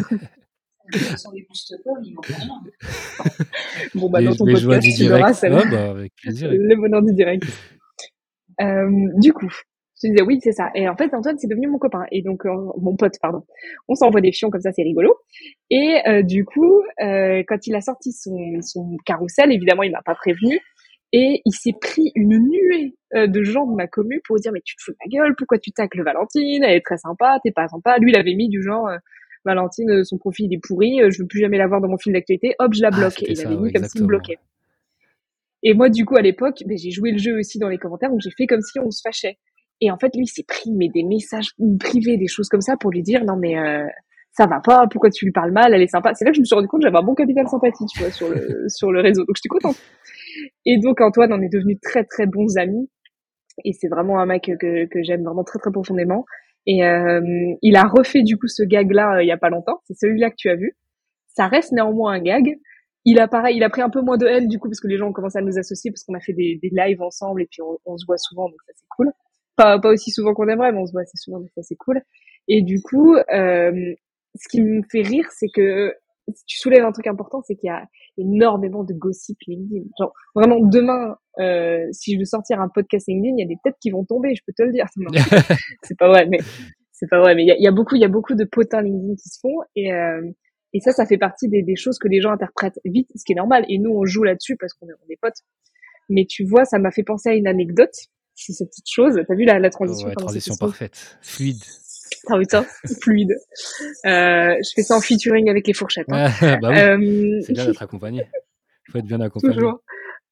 Bon, bah, Les, dans ton les joies podcast, du tu l'auras, direct. celle-là. Ouais, bah, avec plaisir. Le bonheur du direct. Euh, du coup, je disais oui, c'est ça. Et en fait, Antoine, c'est devenu mon copain. Et donc, euh, mon pote, pardon. On s'envoie des fions comme ça, c'est rigolo. Et euh, du coup, euh, quand il a sorti son, son carrousel, évidemment, il m'a pas prévenu. Et il s'est pris une nuée euh, de gens de ma commu pour dire mais tu te fous de ma gueule, pourquoi tu tacles Valentine, elle est très sympa, t'es pas sympa. Lui, il avait mis du genre euh, Valentine, euh, son profil il est pourri, euh, je veux plus jamais la voir dans mon fil d'actualité, hop, je la Ah, bloque. Et c'était il avait ça, ouais, mis comme s'il me exactement. bloquait. Et moi, du coup, à l'époque, ben, j'ai joué le jeu aussi dans les commentaires, donc j'ai fait comme si on se fâchait. Et en fait, lui, il s'est pris mais des messages privés, des choses comme ça pour lui dire non mais euh, ça va pas, pourquoi tu lui parles mal, elle est sympa. C'est là que je me suis rendu compte que j'avais un bon capital sympathie, tu vois, sur le sur le réseau. Donc j'étais contente. Et donc Antoine, on est devenus très très bons amis. Et c'est vraiment un mec que, que j'aime vraiment très très profondément. Et euh, il a refait du coup ce gag-là euh, il y a pas longtemps. C'est celui-là que tu as vu. Ça reste néanmoins un gag. Il a pareil, il a pris un peu moins de haine du coup parce que les gens ont commencé à nous associer parce qu'on a fait des, des lives ensemble et puis on, on se voit souvent donc ça c'est cool. Pas pas aussi souvent qu'on aimerait mais on se voit assez souvent donc ça c'est cool. Et du coup, euh, ce qui me fait rire c'est que tu soulèves un truc important, c'est qu'il y a énormément de gossip LinkedIn. Genre vraiment demain, euh, si je veux sortir un podcast LinkedIn, il y a des têtes qui vont tomber, je peux te le dire. Non, c'est pas vrai, mais c'est pas vrai, mais il y a, il y a beaucoup, il y a beaucoup de potins LinkedIn qui se font et euh, et ça, ça fait partie des, des choses que les gens interprètent vite, ce qui est normal. Et nous, on joue là-dessus parce qu'on est, on est potes. Mais tu vois, ça m'a fait penser à une anecdote. C'est cette petite chose. T'as vu la, la transition, Ouais, comment c'était transition smooth? parfaite. Fluide. Ah putain, fluide. Euh, je fais ça en featuring avec les fourchettes. Hein. Ah, bah oui, Euh, c'est bien d'être accompagné. Il faut être bien accompagné. toujours.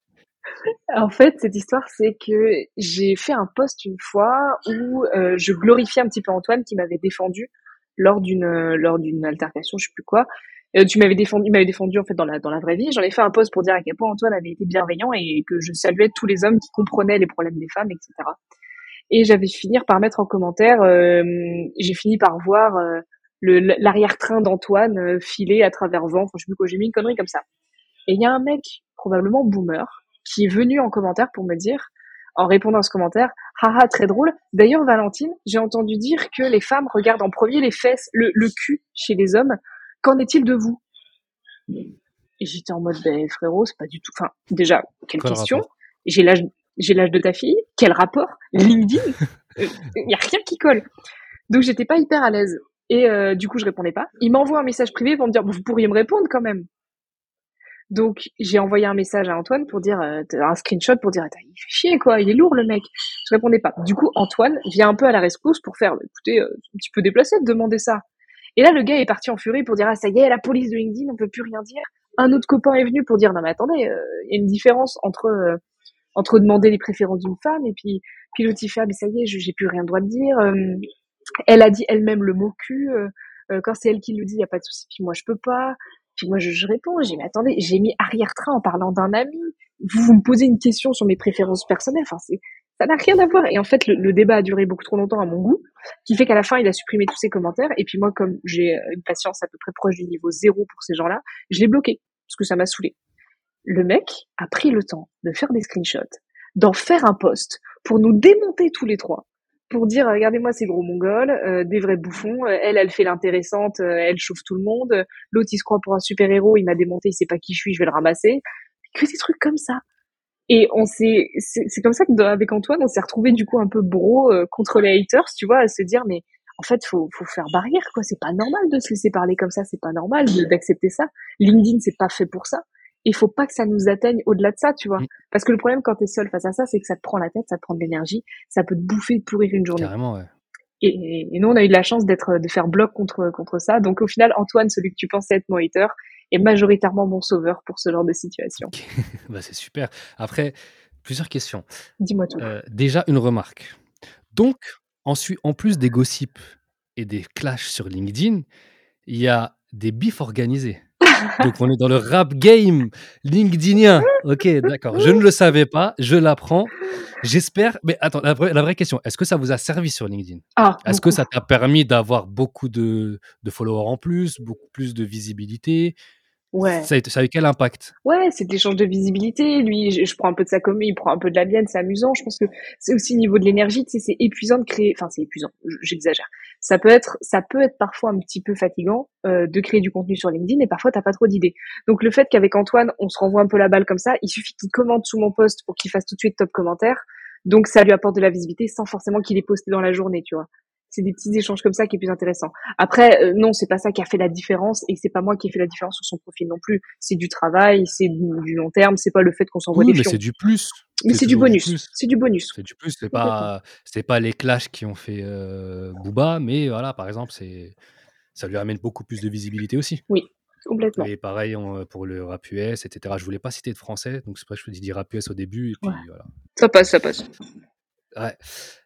En fait, cette histoire, c'est que j'ai fait un post une fois où euh, je glorifiais un petit peu Antoine qui m'avait défendu lors d'une euh, lors d'une altercation, je sais plus quoi. Euh, tu m'avais défendu, il m'avait défendu en fait dans la dans la vraie vie. J'en ai fait un post pour dire à quel point Antoine avait été bienveillant et que je saluais tous les hommes qui comprenaient les problèmes des femmes, et cetera. Et j'avais fini par mettre en commentaire, euh, j'ai fini par voir euh, le l'arrière-train d'Antoine euh, filer à travers vent. Enfin, je sais plus quoi, j'ai mis une connerie comme ça. Et il y a un mec, probablement boomer, qui est venu en commentaire pour me dire, en répondant à ce commentaire, haha, très drôle. D'ailleurs, Valentine, j'ai entendu dire que les femmes regardent en premier les fesses, le, le cul chez les hommes. Qu'en est-il de vous? Et j'étais en mode, ben, frérot, c'est pas du tout, enfin, déjà, quelle Quoi le question? rapport? J'ai l'âge, j'ai l'âge de ta fille. Quel rapport? LinkedIn? Il euh, y a rien qui colle. Donc, j'étais pas hyper à l'aise. Et, euh, du coup, je répondais pas. Il m'envoie un message privé pour me dire, bon, vous pourriez me répondre quand même. Donc, j'ai envoyé un message à Antoine pour dire, euh, un screenshot pour dire, attends, il fait chier, quoi, il est lourd, le mec. Je répondais pas. Du coup, Antoine vient un peu à la rescousse pour faire, écoutez, euh, c'est un petit peu déplacé de demander ça. Et là, le gars est parti en furie pour dire, ah, ça y est, la police de LinkedIn, on peut plus rien dire. Un autre copain est venu pour dire, non, mais attendez, il euh, y a une différence entre, euh, entre demander les préférences d'une femme et puis, puis l'autre, il fait, ah, mais ça y est, j'ai plus rien le droit de dire. Euh, elle a dit elle-même le mot cul. Euh, euh, quand c'est elle qui le dit, il y a pas de souci. Puis moi, je peux pas. Puis moi, je, je réponds. J'ai dit, mais attendez, j'ai mis arrière-train en parlant d'un ami. Vous, vous me posez une question sur mes préférences personnelles. Enfin, c'est, ça n'a rien à voir. Et en fait, le, le débat a duré beaucoup trop longtemps à mon goût, qui fait qu'à la fin, il a supprimé tous ses commentaires. Et puis moi, comme j'ai une patience à peu près proche du niveau zéro pour ces gens-là, je l'ai bloqué parce que ça m'a saoulé. Le mec a pris le temps de faire des screenshots, d'en faire un post pour nous démonter tous les trois, pour dire regardez-moi ces gros mongols, euh, des vrais bouffons, euh, elle elle fait l'intéressante, euh, elle chauffe tout le monde, euh, l'autre il se croit pour un super héros, il m'a démonté, il sait pas qui je suis, je vais le ramasser. Que des trucs comme ça. Et on s'est, c'est, c'est comme ça que dans- avec Antoine, on s'est retrouvé du coup un peu bro euh, contre les haters, tu vois, à se dire mais en fait faut faut faire barrière quoi, c'est pas normal de se laisser parler comme ça, c'est pas normal de- d'accepter ça. LinkedIn c'est pas fait pour ça. Il faut pas que ça nous atteigne au-delà de ça, tu vois. Mm. Parce que le problème quand t'es seul face à ça, c'est que ça te prend la tête, ça te prend de l'énergie, ça peut te bouffer, te pourrir une journée. Carrément, ouais. Et, et nous, on a eu de la chance d'être, de faire bloc contre, contre ça. Donc, au final, Antoine, celui que tu pensais être mon hater, est majoritairement mon sauveur pour ce genre de situation. Ok. Bah, c'est super. Après, plusieurs questions. Dis-moi tout. Euh, déjà, une remarque. Donc, ensuite, en plus des gossips et des clashs sur LinkedIn, il y a des bifs organisés. Donc, on est dans le rap game LinkedInien. Ok, d'accord. Je ne le savais pas, je l'apprends. J'espère. Mais attends, la vraie, la vraie question, est-ce que ça vous a servi sur LinkedIn? Ah, Est-ce que beaucoup. ça t'a permis d'avoir beaucoup de, de followers en plus, beaucoup plus de visibilité? Ouais. Ça a, été- ça a eu quel impact? Ouais, c'est de l'échange de visibilité. Lui, je, je prends un peu de sa com, il prend un peu de la mienne, c'est amusant. Je pense que c'est aussi au niveau de l'énergie, tu sais, c'est épuisant de créer. Enfin, c'est épuisant. j- J'exagère. Ça peut être, ça peut être parfois un petit peu fatigant euh, de créer du contenu sur LinkedIn et parfois t'as pas trop d'idées. Donc le fait qu'avec Antoine, on se renvoie un peu la balle comme ça, il suffit qu'il commente sous mon post pour qu'il fasse tout de suite top commentaire. Donc ça lui apporte de la visibilité sans forcément qu'il ait posté dans la journée, tu vois. C'est des petits échanges comme ça qui est plus intéressant. Après, euh, non, c'est pas ça qui a fait la différence et c'est pas moi qui ai fait la différence sur son profil non plus. C'est du travail, c'est du, du long terme, c'est pas le fait qu'on s'envoie Oui, des mais fions. c'est du plus. Mais C'est c'est du toujours du bonus. plus. C'est du bonus. C'est du plus. C'est Complètement. pas, c'est pas les clashs qui ont fait euh, Booba, mais voilà, par exemple, c'est, ça lui amène beaucoup plus de visibilité aussi. Oui, complètement. Et pareil on- pour le rap U S, et cetera. Je voulais pas citer de français, donc c'est pour ça que je te dis rap U S au début, et Ouais. puis voilà. Ça passe, ça passe. Ouais.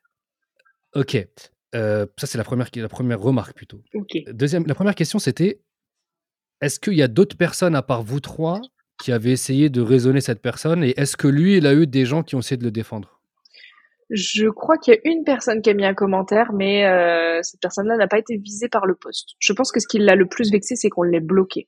Ok. Euh, ça, c'est la première, la première remarque plutôt. Ok. Deuxième, la première question, c'était est-ce qu'il y a d'autres personnes à part vous trois qui avaient essayé de raisonner cette personne, et est-ce que lui, il a eu des gens qui ont essayé de le défendre? Je crois qu'il y a une personne qui a mis un commentaire, mais euh, cette personne-là n'a pas été visée par le post. Je pense que ce qui l'a le plus vexé, c'est qu'on l'ait bloqué.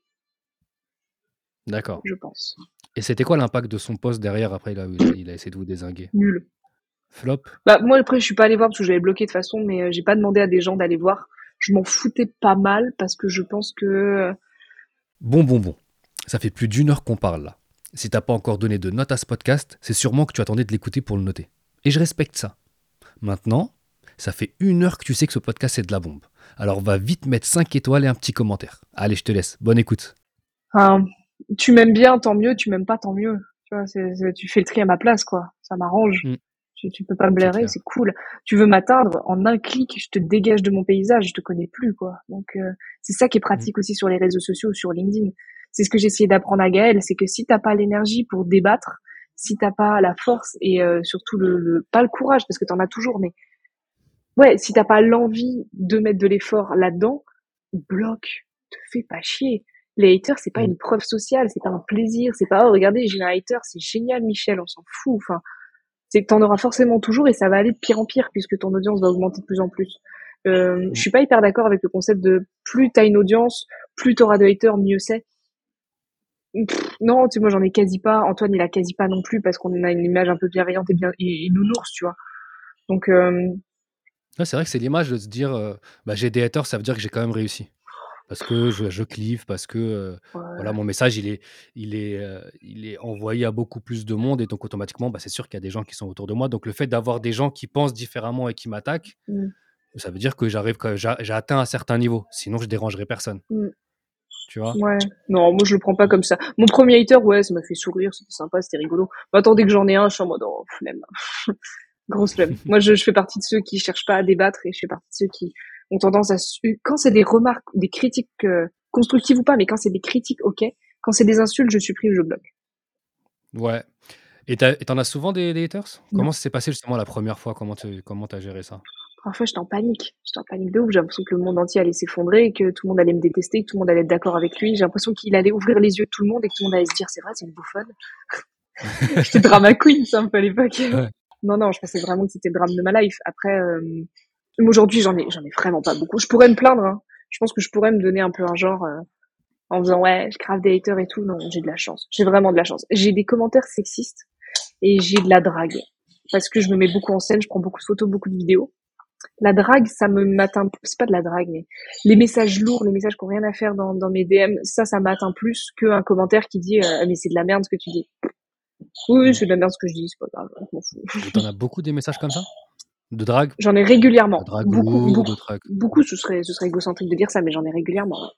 D'accord. Je pense. Et c'était quoi l'impact de son poste derrière? Après, il a, il a, il a essayé de vous dézinguer. Nul. Flop? Bah moi après je suis pas allée voir parce que j'avais bloqué de toute façon, mais euh, j'ai pas demandé à des gens d'aller voir. Je m'en foutais pas mal parce que je pense que euh, Bon, bon, bon. Ça fait plus d'une heure qu'on parle là. Si t'as pas encore donné de note à ce podcast, c'est sûrement que tu attendais de l'écouter pour le noter. Et je respecte ça. Maintenant, ça fait une heure que tu sais que ce podcast c'est de la bombe. Alors va vite mettre cinq étoiles et un petit commentaire. Allez, je te laisse. Bonne écoute. enfin, tu m'aimes bien, tant mieux, tu m'aimes pas, tant mieux. Tu vois, c'est, c'est- tu fais le tri à ma place, quoi. Ça m'arrange. Hmm, Tu, tu peux pas me c'est blairer, clair. c'est cool. Tu veux m'atteindre, en un clic, je te dégage de mon paysage, je te connais plus, quoi. Donc, euh, c'est ça qui est Hmm. pratique aussi sur les réseaux sociaux ou sur LinkedIn. C'est ce que j'ai essayé d'apprendre à Gaël, c'est que si t'as pas l'énergie pour débattre, si t'as pas la force et euh, surtout le, le, pas le courage, parce que t'en as toujours, mais ouais, si t'as pas l'envie de mettre de l'effort là-dedans, bloque, te fais pas chier. Les haters, c'est pas Hmm. une preuve sociale, c'est pas un plaisir, c'est pas, oh, regardez, j'ai un hater, c'est génial, Michel, on s'en fout. Enfin, c'est que t'en auras forcément toujours et ça va aller de pire en pire puisque ton audience va augmenter de plus en plus. Euh, je Hmm. suis pas hyper d'accord avec le concept de plus t'as une audience, plus t'auras de haters, mieux c'est. Pff, non, tu sais, moi j'en ai quasi pas. Antoine, il a quasi pas non plus parce qu'on a une image un peu bienveillante et bien et, et nounours, tu vois. Donc, euh, Ouais, c'est vrai que c'est l'image de se dire euh, bah, j'ai des haters, ça veut dire que j'ai quand même réussi. Parce que je, je clive, parce que euh, voilà, ouais. mon message il est, il, est, euh, il est envoyé à beaucoup plus de monde, et donc automatiquement, bah, c'est sûr qu'il y a des gens qui sont autour de moi. Donc le fait d'avoir des gens qui pensent différemment et qui m'attaquent, Mm, ça veut dire que j'arrive, que j'ai j'ai atteint un certain niveau. Sinon, je dérangerai personne. mm. Tu vois? Ouais. Non, moi je le prends pas comme ça. Mon premier hater, ouais, ça m'a fait sourire, c'était sympa, c'était rigolo. Mais attendez que j'en ai un, je suis en mode, oh, flemme. Grosse flemme. Moi, je, je fais partie de ceux qui cherchent pas à débattre et je fais partie de ceux qui ont tendance à... su- Quand c'est des remarques, des critiques euh, constructives ou pas, mais quand c'est des critiques, ok. Quand c'est des insultes, je supprime, je bloque. Ouais. Et t'as- et t'en as souvent des, des haters? Non. Comment ça s'est passé justement la première fois? Comment tu comment t'as géré ça? Parfois, j'étais en panique. J'étais en panique de ouf. J'ai l'impression que le monde entier allait s'effondrer, que tout le monde allait me détester, que tout le monde allait être d'accord avec lui. J'ai l'impression qu'il allait ouvrir les yeux de tout le monde et que tout le monde allait se dire, c'est vrai, c'est une bouffonne. J'étais drama queen, ça, un peu à l'époque. Ouais. Non, non, je pensais vraiment que c'était le drame de ma life. Après, euh, aujourd'hui, j'en ai, j'en ai vraiment pas beaucoup. Je pourrais me plaindre, hein. Je pense que je pourrais me donner un peu un genre, euh, en faisant, ouais, je crave des haters et tout. Non, j'ai de la chance. J'ai vraiment de la chance. J'ai des commentaires sexistes et j'ai de la drague. Parce que je me mets beaucoup en scène, je prends beaucoup de photos, beaucoup de vidéos. La drague, ça me m'atteint, c'est pas de la drague, mais les messages lourds, les messages qui ont rien à faire dans, dans mes D M, ça, ça m'atteint plus qu'un commentaire qui dit, euh, mais c'est de la merde ce que tu dis. Oui, oui, Hmm. c'est de la merde ce que je dis, c'est pas grave, je m'en fous. Et t'en as beaucoup des messages comme ça? De drague? J'en ai De régulièrement. drague Beaucoup, lourde, de beaucoup. drague. Beaucoup, ce serait, ce serait égocentrique de dire ça, mais j'en ai régulièrement. Ouais.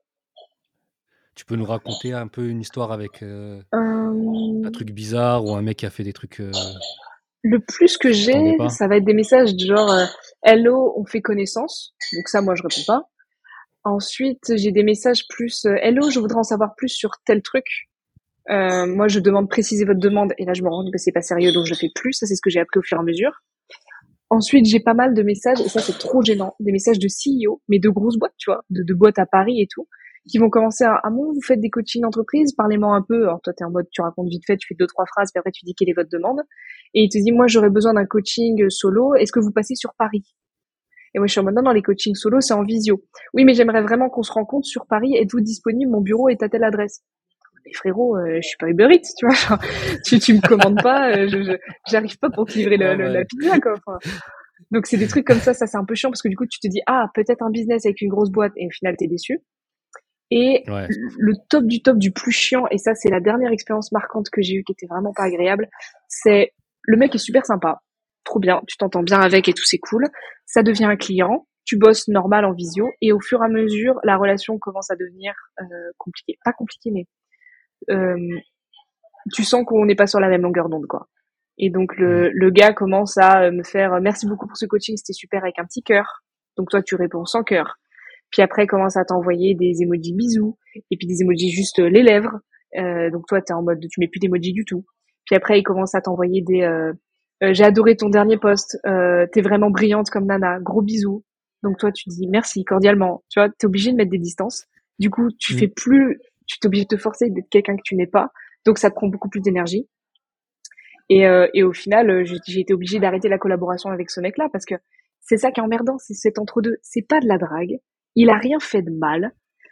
Tu peux nous raconter un peu une histoire avec euh, un Euh, truc bizarre ou un mec qui a fait des trucs euh, le plus que que tu t'attendais j'ai, pas? ça va être des messages du genre euh, Hello, on fait connaissance. Donc ça, moi, je réponds pas. Ensuite, j'ai des messages plus euh, Hello, je voudrais en savoir plus sur tel truc. Euh, moi, je demande préciser votre demande et là, je me rends compte que c'est pas sérieux, donc je le fais plus. Ça, c'est ce que j'ai appris au fur et à mesure. Ensuite, j'ai pas mal de messages, et ça c'est trop gênant, des messages de C E O, mais de grosses boîtes, tu vois, de, de boîtes à Paris et tout, qui vont commencer à, ah bon, vous faites des coachings d'entreprise, parlez-moi un peu. Alors toi, t'es en mode, tu racontes vite fait, tu fais deux, trois phrases, puis après tu dis quelle est votre demande. Et il te dit, moi, j'aurais besoin d'un coaching solo, est-ce que vous passez sur Paris? Et moi, je suis en mode, non, non, les coachings solo, c'est en visio. Oui, mais j'aimerais vraiment qu'on se rencontre sur Paris, êtes-vous disponible? Mon bureau est à telle adresse. Mais frérot, euh, je suis pas Uber Eats, tu vois, genre, tu, tu me commandes pas, euh, je, je, j'arrive pas pour te livrer le, Ouais, le- la ouais. pizza, quoi. Enfin, donc c'est des trucs comme ça, ça c'est un peu chiant parce que du coup tu te dis ah peut-être un business avec une grosse boîte et au final t'es déçu. Et Ouais. le top du top du plus chiant, et ça c'est la dernière expérience marquante que j'ai eue qui était vraiment pas agréable, c'est le mec est super sympa, trop bien, tu t'entends bien avec et tout c'est cool, ça devient un client, tu bosses normal en visio et au fur et à mesure la relation commence à devenir euh, compliquée, pas compliquée mais euh, tu sens qu'on n'est pas sur la même longueur d'onde quoi. Et donc Hmm. le, le gars commence à me faire euh, merci beaucoup pour ce coaching, c'était super avec un petit cœur. Donc toi tu réponds sans cœur. Puis après il commence à t'envoyer des emojis bisous et puis des emojis juste euh, les lèvres. Euh, donc toi t'es en mode tu mets plus d'emojis du tout. Puis après il commence à t'envoyer des euh, euh, j'ai adoré ton dernier post, euh, t'es vraiment brillante comme nana, gros bisous. Donc toi tu dis merci cordialement. Tu vois t'es obligé de mettre des distances. Du coup tu Hmm. fais plus, tu t'es obligé de te forcer d'être quelqu'un que tu n'es pas. Donc ça te prend beaucoup plus d'énergie. Et, euh, et au final, euh, j'ai j'ai été obligée d'arrêter la collaboration avec ce mec-là parce que c'est ça qui est emmerdant, c'est cet entre-deux. C'est pas de la drague. Il a rien fait de mal.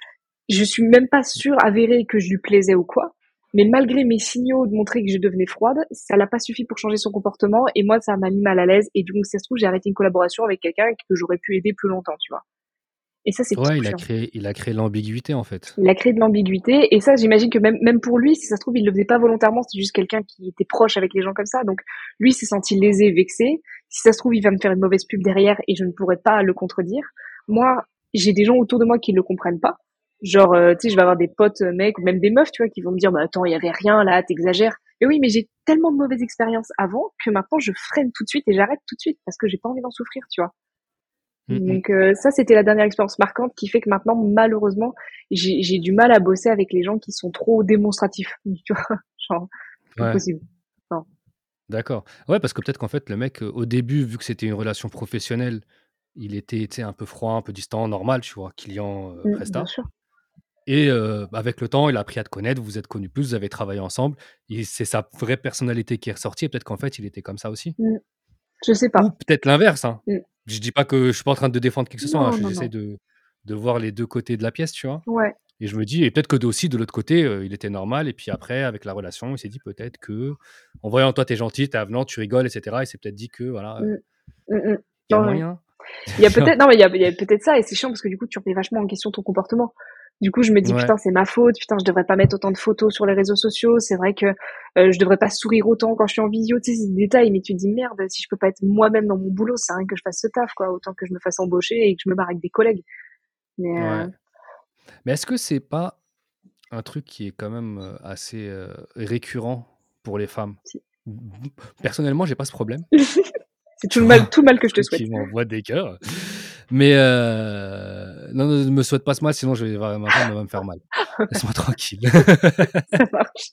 Je suis même pas sûre, avérée, que je lui plaisais ou quoi. Mais malgré mes signaux de montrer que je devenais froide, ça l'a pas suffi pour changer son comportement. Et moi, ça m'a mis mal à l'aise. Et donc, ça se trouve, j'ai arrêté une collaboration avec quelqu'un que j'aurais pu aider plus longtemps, tu vois. Et ça, c'est Ouais, trop il a chiant. créé, il a créé l'ambiguïté en fait. Il a créé de l'ambiguïté et ça, j'imagine que même même pour lui, si ça se trouve, il le faisait pas volontairement, c'est juste quelqu'un qui était proche avec les gens comme ça. Donc lui s'est senti lésé, vexé. Si ça se trouve, il va me faire une mauvaise pub derrière et je ne pourrais pas le contredire. Moi, j'ai des gens autour de moi qui le comprennent pas. Genre, euh, tu sais, je vais avoir des potes euh, mecs ou même des meufs, tu vois, qui vont me dire, bah attends, il y avait rien là, t'exagères. Mais oui, mais j'ai tellement de mauvaises expériences avant que maintenant je freine tout de suite et j'arrête tout de suite parce que j'ai pas envie d'en souffrir, tu vois. Hmm, hmm. Donc euh, ça, c'était la dernière expérience marquante qui fait que maintenant, malheureusement, j'ai j'ai du mal à bosser avec les gens qui sont trop démonstratifs. Tu vois, genre, plus Ouais, possible. Non. d'accord. Ouais, parce que peut-être qu'en fait, le mec, euh, au début, vu que c'était une relation professionnelle, il était, tu sais, un peu froid, un peu distant, normal, tu vois, client, euh, Mm, bien prestat. sûr. Et euh, avec le temps, il a appris à te connaître, vous vous êtes connus plus, vous avez travaillé ensemble, et c'est sa vraie personnalité qui est ressortie, et peut-être qu'en fait, il était comme ça aussi. Mm, je sais Ou pas. peut-être l'inverse, hein. Mm. Je dis pas que je suis pas en train de défendre qui que ce soit, hein, Non, je- non, j'essaie non. de, de voir les deux côtés de la pièce, tu vois. Ouais. Et je me dis, et peut-être que aussi de l'autre côté, euh, il était normal, et puis après, avec la relation, il s'est dit peut-être que, en voyant toi, t'es gentil, t'es avenant, tu rigoles, et cetera, il s'est peut-être dit que, voilà, euh, Mm, mm, mm. il y a Non, ouais. moyen. Il y a peut-être, non, mais il y a, il y a peut-être ça, et c'est chiant parce que du coup, tu remets vachement en question ton comportement. Du coup, je me dis, Ouais, putain, c'est ma faute, putain, je devrais pas mettre autant de photos sur les réseaux sociaux, c'est vrai que euh, je devrais pas sourire autant quand je suis en visio, tu sais, c'est des détails, mais tu te dis, merde, si je peux pas être moi-même dans mon boulot, c'est rien que je fasse ce taf, quoi, autant que je me fasse embaucher et que je me barre avec des collègues. Mais, euh, ouais. Mais est-ce que c'est pas un truc qui est quand même euh, assez euh, récurrent pour les femmes? si. Personnellement, j'ai pas ce problème. C'est tout Tu le mal, vois? tout le mal Un que je te truc souhaite. qui m'envoie des cœurs. Mais heu, non, ne me souhaite pas ce mal, sinon je vais ma femme, elle va me faire mal. Laisse-moi tranquille. Ça marche.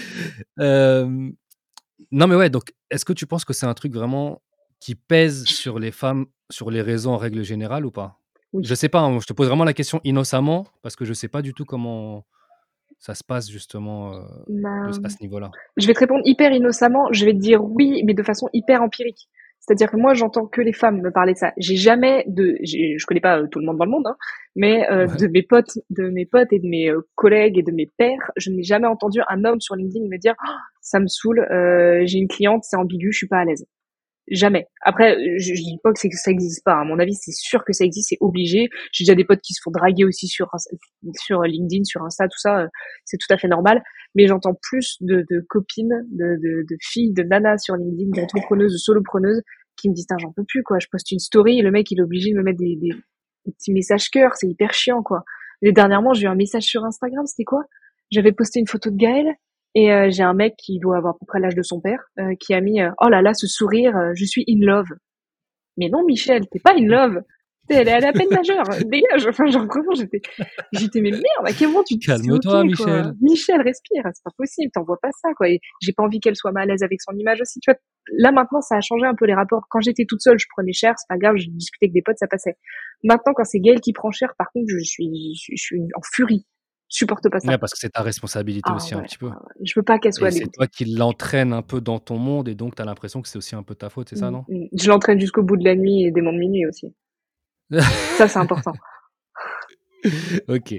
Hem, non, mais ouais, donc est-ce que tu penses que c'est un truc vraiment qui pèse sur les femmes, sur les réseaux en règle générale ou pas? Je Oui. sais pas, hein, je te pose vraiment la question innocemment parce que je sais pas du tout comment ça se passe justement, heu, de Ma- à ce niveau-là. Je vais te répondre hyper innocemment, je vais te dire oui, mais de façon hyper empirique. C'est-à-dire que moi, j'entends que les femmes me parler de ça. J'ai jamais de, j'ai- je connais pas euh, tout le monde dans le monde, hein, mais euh, Ouais. de mes potes, de mes potes et de mes euh, collègues et de mes pairs, je n'ai jamais entendu un homme sur LinkedIn me dire, oh, ça me saoule, euh, j'ai une cliente, c'est ambigu, je suis pas à l'aise. Jamais. Après, je, je dis pas que c'est que ça existe pas. À mon avis, c'est sûr que ça existe, c'est obligé. J'ai déjà des potes qui se font draguer aussi sur sur LinkedIn, sur Insta, tout ça. euh, C'est tout à fait normal. Mais j'entends plus de, de copines, de, de, de filles, de nanas sur LinkedIn, d'entrepreneuses, de solopreneuses, qui me disent, ah, j'en peux plus, quoi. Je poste une story et le mec, il est obligé de me mettre des, des, des petits messages cœur. C'est hyper chiant, quoi. Et dernièrement, j'ai eu un message sur Instagram. C'était quoi? J'avais posté une photo de Gaël. Et euh, j'ai un mec qui doit avoir à peu près l'âge de son père, euh, qui a mis euh, oh là là, ce sourire, euh, je suis in love. Mais non, Michel, t'es pas in love. T'es, elle est à la peine majeure. Dégage. Enfin, genre vraiment, j'étais, j'étais mais merde, à quel moment tu te dis c'est Calme-toi, ok, quoi. Michel. Michel, respire, c'est pas possible, t'envoies pas ça, quoi. Et j'ai pas envie qu'elle soit mal à l'aise avec son image aussi, tu vois. Là maintenant, ça a changé un peu les rapports. Quand j'étais toute seule, je prenais cher, c'est pas grave, je discutais avec des potes, ça passait. Maintenant, quand c'est Gaël qui prend cher, par contre, je suis, je, je suis en furie. Je supporte pas ça. Ouais, parce que c'est ta responsabilité Ah aussi un ouais, petit peu. ouais, ouais. Je veux pas qu'elle soit Et c'est dégoûtée. toi qui l'entraîne un peu dans ton monde et donc tu as l'impression que c'est aussi un peu ta faute, c'est ça, Mm, non? mm. Je l'entraîne jusqu'au bout de la nuit et des mondes de minuit aussi. Ça, c'est important. Ok.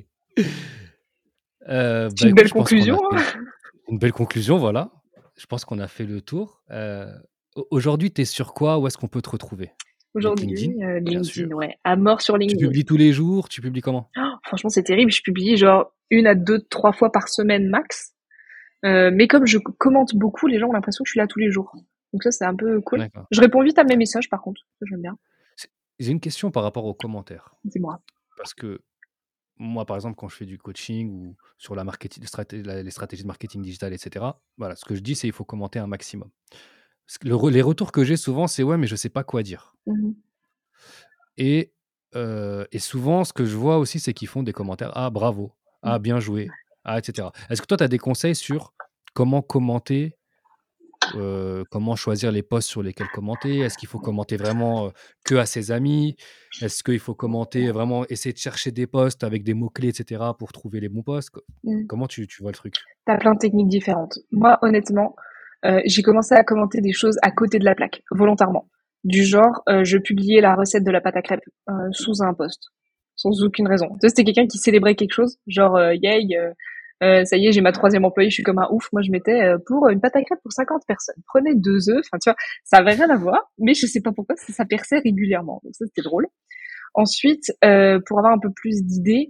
Euh, C'est bah une écoute, belle je pense qu'on conclusion, a fait hein. une belle conclusion, voilà. Je pense qu'on a fait le tour. Euh, au- aujourd'hui, tu es sur quoi? Où est-ce qu'on peut te retrouver? Donc LinkedIn, Aujourd'hui, euh, bien LinkedIn, sûr. ouais. À mort sur Tu LinkedIn. publies tous les jours? Tu publies comment? Oh, franchement, c'est terrible. Je publie genre une à deux, trois fois par semaine max. Euh, mais comme je commente beaucoup, les gens ont l'impression que je suis là tous les jours. Donc ça, c'est un peu cool. D'accord. Je réponds vite à mes messages, par contre. Ça, j'aime bien. C'est- J'ai une question par rapport aux commentaires. Dis-moi. Parce que moi, par exemple, quand je fais du coaching ou sur la marketing, straté- la- les stratégies de marketing digital, et cetera, voilà, ce que je dis, c'est il faut commenter un maximum. Ce que- le re- les retours que j'ai souvent, c'est ouais, mais je sais pas quoi dire. Mhm. Et, euh, et souvent, ce que je vois aussi, c'est qu'ils font des commentaires ah, bravo, ah, bien joué, ah, et cetera. Est-ce que toi, tu as des conseils sur comment commenter, euh, comment choisir les posts sur lesquels commenter? Est-ce qu'il faut commenter vraiment euh, que à ses amis? Est-ce qu'il faut commenter vraiment, essayer de chercher des posts avec des mots-clés, et cetera, pour trouver les bons posts? Co- Mhm. Comment tu, tu vois le truc? T'as plein de techniques différentes. Moi, honnêtement, euh, j'ai commencé à commenter des choses à côté de la plaque, volontairement. Du genre, euh, je publiais la recette de la pâte à crêpes euh, sous un post, sans aucune raison. Tu sais, c'était quelqu'un qui célébrait quelque chose, genre, euh, yay, euh, euh, ça y est, j'ai ma troisième employée, je suis comme un ouf. Moi, je mettais euh, pour une pâte à crêpes pour cinquante personnes. Prenez deux œufs, enfin, tu vois, ça avait rien à voir, mais je sais pas pourquoi, ça, ça perçait régulièrement. Donc ça, c'était drôle. Ensuite, euh, pour avoir un peu plus d'idées,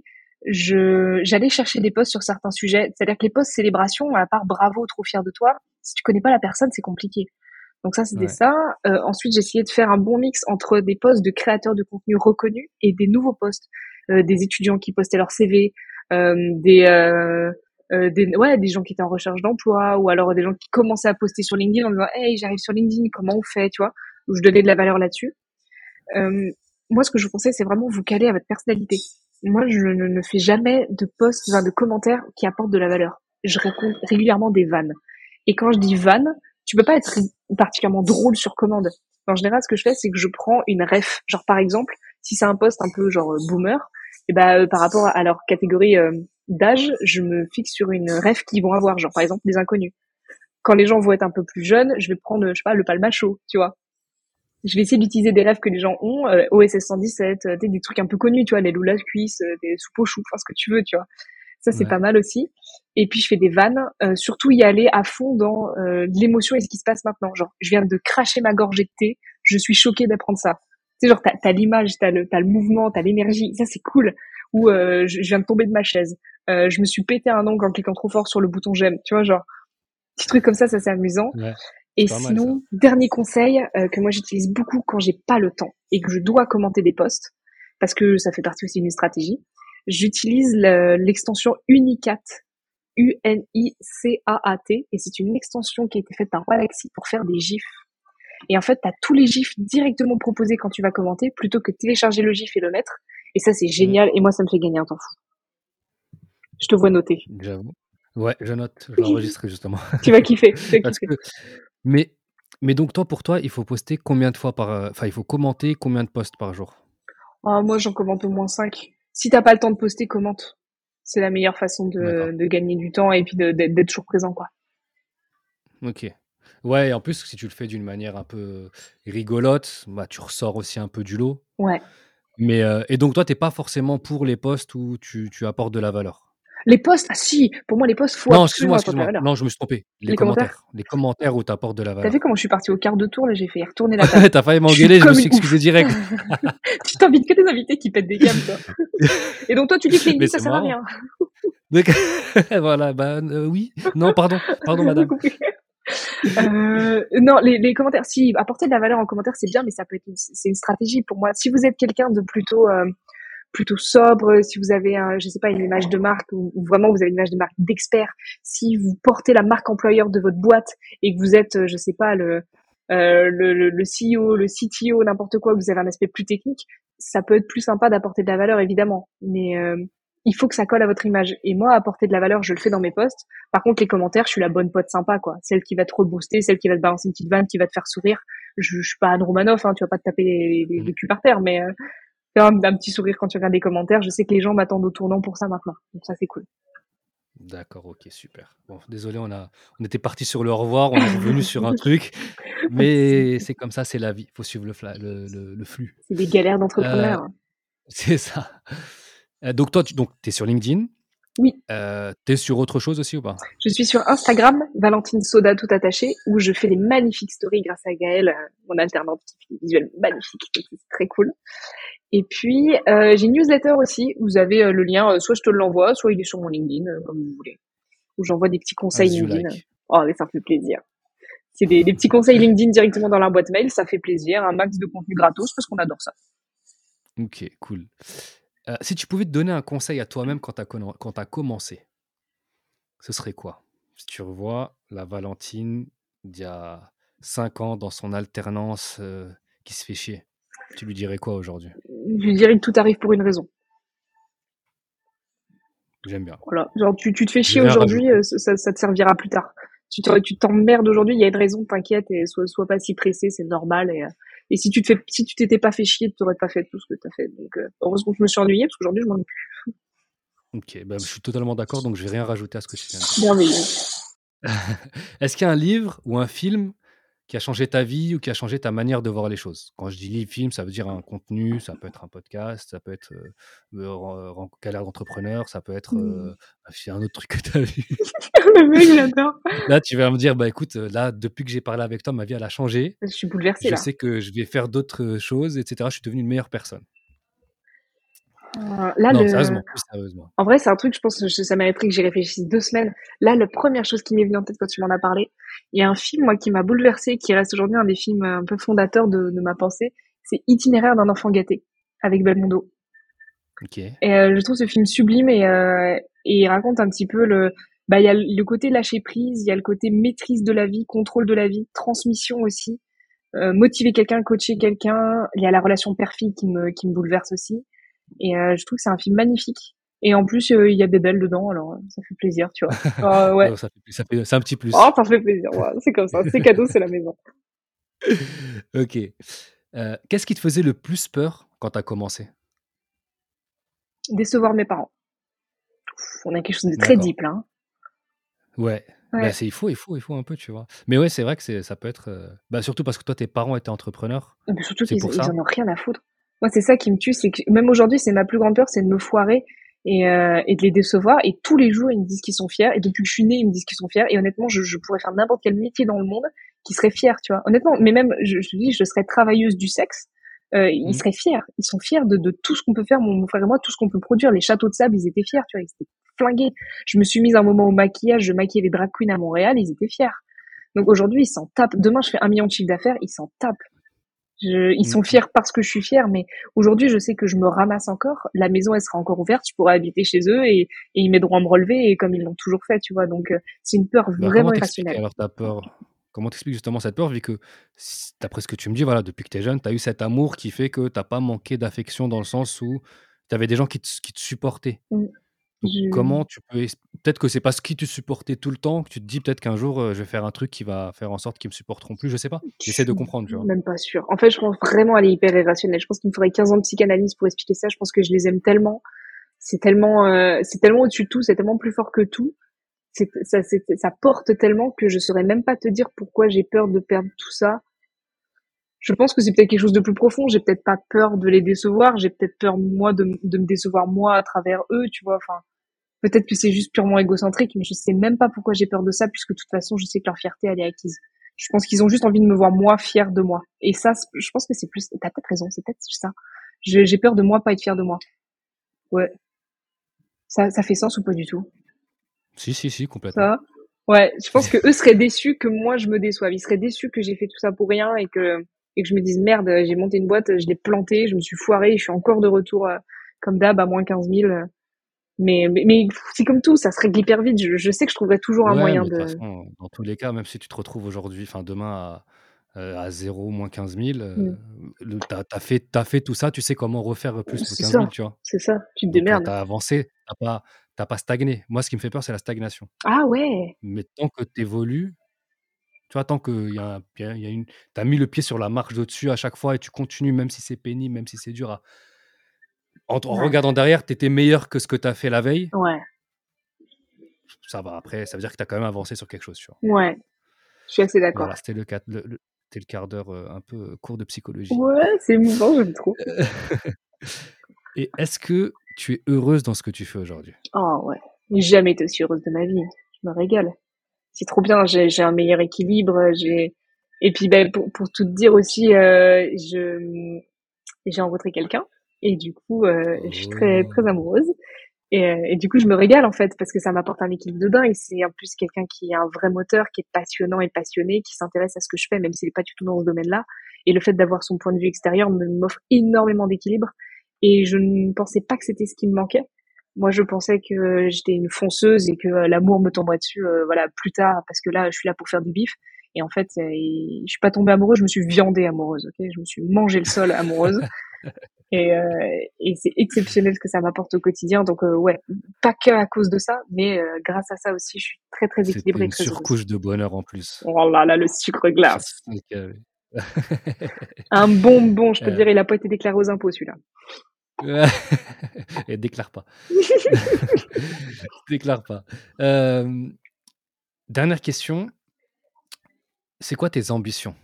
je j'allais chercher des posts sur certains sujets. C'est-à-dire que les posts célébration, à part bravo, trop fier de toi, si tu connais pas la personne, c'est compliqué. Donc ça, c'était Ouais. ça. Euh, ensuite, j'ai essayé de faire un bon mix entre des posts de créateurs de contenu reconnus et des nouveaux posts, euh, des étudiants qui postaient leur C V, euh, des euh, euh, des ouais des gens qui étaient en recherche d'emploi ou alors des gens qui commençaient à poster sur LinkedIn en disant hey j'arrive sur LinkedIn, comment on fait, tu vois, où je donnais de la valeur là-dessus. Euh, Moi, ce que je vous conseille, c'est vraiment vous caler à votre personnalité. Moi, je ne, ne fais jamais de posts, enfin, de commentaires qui apportent de la valeur. Je raconte régulièrement des vannes. Et quand je dis vanne, tu peux pas être particulièrement drôle sur commande. En général, ce que je fais, c'est que je prends une ref. Genre, par exemple, si c'est un post un peu genre euh, boomer, et ben euh, par rapport à leur catégorie euh, d'âge, je me fixe sur une ref qu'ils vont avoir. Genre, par exemple, les inconnus. Quand les gens vont être un peu plus jeunes, je vais prendre, je sais pas, le palmacho, tu vois. Je vais essayer d'utiliser des rêves que les gens ont, euh, O S S cent dix-sept, euh, des trucs un peu connus, tu vois, les loulas cuisses, euh, des soupes aux choux, enfin ce que tu veux, tu vois. Ça, c'est Ouais. pas mal aussi. Et puis, je fais des vannes, euh, surtout y aller à fond dans euh, l'émotion et ce qui se passe maintenant. Genre, je viens de cracher ma gorgée de thé, je suis choquée d'apprendre ça. Tu sais, genre, t'as, t'as l'image, t'as le, t'as le mouvement, t'as l'énergie, ça, c'est cool. Ou euh, je, je viens de tomber de ma chaise, euh, je me suis pété un ongle en cliquant trop fort sur le bouton j'aime, tu vois, genre, petits trucs comme ça, ça, c'est amusant. Ouais. Et C'est pas mal ça. sinon, dernier conseil euh, que moi j'utilise beaucoup quand j'ai pas le temps et que je dois commenter des posts, parce que ça fait partie aussi d'une stratégie, j'utilise le- l'extension Unicat, U N I C A A T, et c'est une extension qui a été faite par Walaxy pour faire des gifs. Et en fait, tu as tous les gifs directement proposés quand tu vas commenter, plutôt que télécharger le gif et le mettre. Et ça, c'est Mm, génial, et moi, ça me fait gagner un temps fou. Je te vois noter. j'avoue. Ouais, je note, je l'enregistre justement. Tu vas kiffer, tu vas Parce kiffer. que, mais, mais donc toi, pour toi, il faut poster combien de fois par, euh, enfin, il faut commenter combien de posts par jour? Ah, moi, j'en commente au moins cinq. Si t'as pas le temps de poster, commente. C'est la meilleure façon D'accord. de, de gagner du temps et puis de- d'être d'être toujours présent, quoi. Ok. Ouais, et en plus, si tu le fais d'une manière un peu rigolote, bah, tu ressors aussi un peu du lot. Ouais. Mais, euh, et donc, toi, t'es pas forcément pour les posts où tu, tu apportes de la valeur. Les posts, ah si, pour moi les posts, faut Non, excuse-moi, absolument apporter de la excuse-moi. valeur. Non, je me suis trompé. Les Les commentaires? commentaires. Les commentaires où tu apportes de la T'as vu valeur. comment je suis partie au quart de tour là, j'ai failli retourner la table. Tu as failli Je suis m'engueuler, je me comme suis une ouf. excusé direct. Tu t'invites que des invités qui pètent des câbles, toi. Et donc toi, tu dis que Mais LinkedIn, ça c'est sert à marrant. rien. Donc voilà, bah euh, oui. Non, pardon, pardon J'ai madame. compris. Euh, non, les, les commentaires, si, apporter de la valeur en commentaire, c'est bien, mais ça peut être une, c'est une stratégie pour moi. Si vous êtes quelqu'un de plutôt, euh, plutôt sobre, si vous avez, un, je sais pas, une image de marque ou, ou vraiment vous avez une image de marque d'expert, si vous portez la marque employeur de votre boîte et que vous êtes, je sais pas, le, euh, le, le, le C E O, le C T O, n'importe quoi, que vous avez un aspect plus technique, ça peut être plus sympa d'apporter de la valeur, évidemment. Mais euh, il faut que ça colle à votre image. Et moi, apporter de la valeur, je le fais dans mes posts. Par contre, les commentaires, je suis la bonne pote sympa, quoi. Celle qui va te rebooster, celle qui va te balancer une petite vanne, qui va te faire sourire. Je, je suis pas Anne Romanoff, hein, tu vas pas te taper les, les, Mm. le cul par terre, mais euh, faire un, un petit sourire quand tu regardes les commentaires. Je sais que les gens m'attendent au tournant pour ça maintenant. Donc ça, c'est cool. D'accord, ok, super. Bon, désolé, on a, on était parti sur le au revoir, on est revenu sur un truc, mais c'est comme ça, c'est la vie. Il faut suivre le, fla- le, le, le flux. C'est des galères Euh, d'entrepreneurs. c'est ça. Euh, donc toi, tu donc, es sur LinkedIn. Oui, Euh, tu es sur autre chose aussi ou pas? je suis sur Instagram, Valentine Soda tout attaché, où je fais des magnifiques stories grâce à Gaëlle, euh, mon alternante qui fait des visuels magnifiques. C'est très cool. Et puis, euh, j'ai une newsletter aussi, où vous avez euh, le lien, euh, soit je te l'envoie, soit il est sur mon LinkedIn, euh, comme vous voulez. Où j'envoie des petits conseils As you LinkedIn. like. Oh, mais ça me fait plaisir. C'est des, des petits conseils LinkedIn directement dans la boîte mail, ça fait plaisir, un max de contenu gratos, parce qu'on adore ça. Ok, cool. Euh, si tu pouvais te donner un conseil à toi-même quand tu as, quand t'as commencé, ce serait quoi? Si tu revois la Valentine d'il y a cinq ans dans son alternance euh, qui se fait chier, tu lui dirais quoi aujourd'hui? Je dirais que tout arrive pour une raison. J'aime bien. Voilà. Genre, tu, tu te fais J'ai chier rien aujourd'hui, rajouté. euh, ça, ça te servira plus tard. Tu te- tu t'emmerdes aujourd'hui, il y a une raison, t'inquiète, et sois, sois pas si pressé, c'est normal. Et, euh, et si tu te fais, si tu t'étais pas fait chier, tu t'aurais pas fait tout ce que t'as fait. Donc, euh, heureusement que je me suis ennuyée, parce qu'aujourd'hui, je m'ennuie plus. Ok, bah, je suis totalement d'accord, donc je vais rien rajouter à ce que tu viens de dire. Bienveillant. Est-ce qu'il y a un livre ou un film qui a changé ta vie ou qui a changé ta manière de voir les choses? Quand je dis livre, film, ça veut dire un contenu, ça peut être un podcast, ça peut être euh, euh, Ren- Ren- Galère d'entrepreneur, ça peut être Hmm. euh, c'est un autre truc que tu as vu. Le mec, j'adore. Là, tu vas me dire, bah écoute, euh, là, depuis que j'ai parlé avec toi, ma vie, elle a changé. Je suis bouleversée, Je là. sais que je vais faire d'autres euh, choses, et cetera. Je suis devenu une meilleure personne. Euh, là, Non, le, sérieusement, plus sérieusement. en vrai, c'est un truc, je pense que je- ça mériterait que j'y réfléchisse deux semaines. Là, la première chose qui m'est venue en tête quand tu m'en as parlé, il y a un film, moi, qui m'a bouleversée, qui reste aujourd'hui un des films euh, un peu fondateurs de, de ma pensée. C'est Itinéraire d'un enfant gâté, avec Belmondo. Ok. Et euh, je trouve ce film sublime et, euh, et il raconte un petit peu le, bah, il y a le côté lâcher prise, il y a le côté maîtrise de la vie, contrôle de la vie, transmission aussi, euh, motiver quelqu'un, coacher quelqu'un. Il y a la relation père-fille qui me, qui me bouleverse aussi. Et euh, je trouve que c'est un film magnifique. Et en plus, euh, il y a Bébel dedans, alors euh, ça fait plaisir, tu vois. Euh, ouais. Oh, ça fait, ça fait- c'est un petit Oh, plus. ça fait plaisir. Ouais, c'est comme ça. C'est cadeau, c'est la maison. Ok. Euh, qu'est-ce qui te faisait le plus peur quand tu as commencé? Décevoir mes parents. On a quelque chose de très D'accord. deep là. Hein. Ouais. Bah, Ouais. c'est, il faut, il faut, il faut un peu, tu vois. Mais ouais, c'est vrai que c'est, ça peut être. euh, Bah, surtout parce que toi, tes parents étaient entrepreneurs. Mais surtout C'est qu'ils pour ils ça. en ont rien à foutre. Moi, c'est ça qui me tue, c'est que même aujourd'hui, c'est ma plus grande peur, c'est de me foirer et, euh, et de les décevoir. Et tous les jours, ils me disent qu'ils sont fiers. Et depuis que je suis née, ils me disent qu'ils sont fiers. Et honnêtement, je, je pourrais faire n'importe quel métier dans le monde qui serait fier, tu vois. Honnêtement, mais même, je, je te dis, je serais travailleuse du sexe. Euh, ils Hmm. seraient fiers. Ils sont fiers de, de tout ce qu'on peut faire, mon, mon frère et moi, tout ce qu'on peut produire. Les châteaux de sable, ils étaient fiers, tu vois. Ils étaient flingués. Je me suis mise un moment au maquillage, je maquillais les drag queens à Montréal, ils étaient fiers. Donc aujourd'hui, ils s'en tapent. Demain, je fais un million de chiffre d'affaires, ils s'en tapent. Je, ils Hmm, sont hmm. fiers parce que je suis fière, mais aujourd'hui, je sais que je me ramasse encore. La maison, elle sera encore ouverte. Je pourrai habiter chez eux et, et ils m'aideront à me relever et comme ils l'ont toujours fait, tu vois. Donc, euh, c'est une peur Bah, comment vraiment t'expliques irrationnelle. alors ta peur? Comment t'expliques justement cette peur, vu que, si- d'après ce que tu me dis, voilà, depuis que tu es jeune, tu as eu cet amour qui fait que t'as pas manqué d'affection dans le sens où tu avais des gens qui te, qui te supportaient. Mm. Donc, Je, comment tu peux. es- Peut-être que c'est parce qu'ils te supportaient tout le temps que tu te dis peut-être qu'un jour, euh, je vais faire un truc qui va faire en sorte qu'ils me supporteront plus, je sais pas. je J'essaie de suis comprendre, tu vois. même pas sûre. En fait, je pense vraiment à est hyper irrationnelle. Je pense qu'il me faudrait quinze ans de psychanalyse pour expliquer ça. Je pense que je les aime tellement. C'est tellement, euh, c'est tellement au-dessus de tout. C'est tellement plus fort que tout. C'est, ça, c'est, ça porte tellement que je saurais même pas te dire pourquoi j'ai peur de perdre tout ça. Je pense que c'est peut-être quelque chose de plus profond. J'ai peut-être pas peur de les décevoir. J'ai peut-être peur moi de, m- de me décevoir moi à travers eux, tu vois. Enfin, Peut-être que c'est juste purement égocentrique, mais je sais même pas pourquoi j'ai peur de ça, puisque de toute façon, je sais que leur fierté, elle est acquise. Je pense qu'ils ont juste envie de me voir moi fière de moi. Et ça, je pense que c'est plus, t'as peut-être raison, c'est peut-être ça. Je, j'ai peur de moi pas être fière de moi. Ouais. Ça, ça fait sens ou pas du tout? Si, si, si, complètement. Ça? Ouais. Je pense que eux seraient déçus que moi je me déçoive. Ils seraient déçus que j'ai fait tout ça pour rien et que, et que je me dise merde, j'ai monté une boîte, je l'ai plantée, je me suis foirée, je suis encore de retour, euh, comme d'hab, à moins quinze mille. Mais, mais, mais c'est comme tout, ça se règle hyper vite. Je, je sais que je trouverai toujours un Ouais, moyen mais de toute de. façon, dans tous les cas, même si tu te retrouves aujourd'hui, enfin demain à, euh, à zéro, moins quinze mille, euh, Mm. le, t'as, t'as fait, t'as fait tout ça, tu sais comment refaire plus le C'est quinze ça, mille, tu vois. c'est ça. Tu te Donc, euh, démerdes. t'as avancé, t'as pas, t'as pas stagné. Moi, ce qui me fait peur, c'est la stagnation. Ah ouais, Mais tant que tu évolues, tu vois, tant que y a, un- y a- y a une, t'as mis le pied sur la marche d'au-dessus à chaque fois et tu continues, même si c'est pénible, même si c'est dur. à- En, en ouais, regardant derrière, tu étais meilleur que ce que tu as fait la veille. ouais, Ça va. Après, ça veut dire que tu as quand même avancé sur quelque chose, tu vois. ouais. Je suis assez d'accord. Voilà, c'était le, quart- le, le- c'était le quart d'heure euh, un peu euh, court de psychologie. Ouais, c'est émouvant, j'aime trop. Et est-ce que tu es heureuse dans ce que tu fais aujourd'hui? Oh ouais, j'ai jamais été aussi heureuse de ma vie. Je me régale. C'est trop bien, j'ai j'ai un meilleur équilibre, j'ai et puis ben pour pour tout te dire aussi, euh, je j'ai rencontré quelqu'un et du coup euh, je suis très très Oh. amoureuse et, euh, et du coup je me régale en fait parce que ça m'apporte un équilibre de dingue. C'est en plus quelqu'un qui est un vrai moteur, qui est passionnant et passionné, qui s'intéresse à ce que je fais même s'il est pas du tout dans ce domaine-là. Et le fait d'avoir son point de vue extérieur me m'offre énormément d'équilibre et je ne pensais pas que c'était ce qui me manquait. Moi, je pensais que j'étais une fonceuse et que euh, l'amour me tomberait dessus, euh, voilà, plus tard, parce que là, je suis là pour faire du bif. Et en fait, euh, je suis pas tombée amoureuse, je me suis viandée amoureuse, ok? Je me suis mangé le sol amoureuse. Et, euh, et c'est exceptionnel ce que ça m'apporte au quotidien. Donc, euh, ouais, pas que à cause de ça, mais euh, grâce à ça aussi, je suis très, très C'était équilibrée et une très heureuse. surcouche de bonheur en plus. Oh là là, le sucre Je glace. sais que- Un bonbon, je peux te Euh, dire, il a pas été déclaré aux impôts, celui-là. Et déclare pas. Déclare pas. Euh, dernière question. C'est quoi tes ambitions?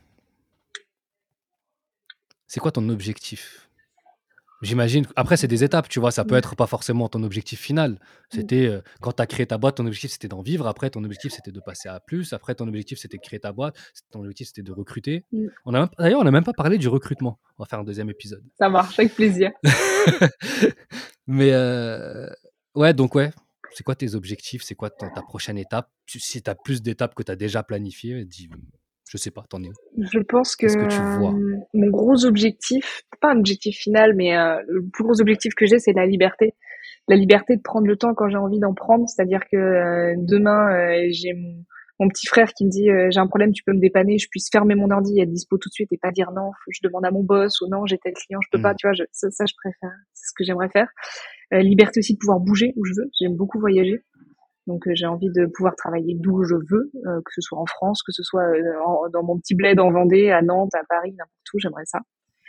C'est quoi ton objectif? J'imagine. Après, c'est des étapes, tu vois. Ça peut être pas forcément ton objectif final. C'était euh, quand tu as créé ta boîte, ton objectif c'était d'en vivre. Après, ton objectif c'était de passer à plus. Après, ton objectif c'était de créer ta boîte. Ton objectif c'était de recruter. On a même- D'ailleurs, on n'a même pas parlé du recrutement. On va faire un deuxième épisode. Ça marche, avec plaisir. Mais euh, ouais, donc ouais. C'est quoi tes objectifs? C'est quoi ton- ta prochaine étape? Si si tu as plus d'étapes que tu as déjà planifiées, dis, je sais pas, t'en es où? Je pense que Qu'est-ce que tu vois? euh, mon gros objectif, pas un objectif final, mais euh, le plus gros objectif que j'ai, c'est la liberté. La liberté de prendre le temps quand j'ai envie d'en prendre. C'est-à-dire que euh, demain, euh, j'ai mon, mon petit frère qui me dit euh, j'ai un problème, tu peux me dépanner, je puisse fermer mon ordi et être dispo tout de suite et pas dire non, faut que je demande à mon boss ou non, j'ai tel client, je peux pas. Hmm. Tu vois, je, ça, ça, je préfère. C'est ce que j'aimerais faire. Euh, liberté aussi de pouvoir bouger où je veux. J'aime beaucoup voyager. Donc euh, j'ai envie de pouvoir travailler d'où je veux, euh, que ce soit en France, que ce soit euh, en- dans mon petit bled en Vendée, à Nantes, à Paris, n'importe où, j'aimerais ça.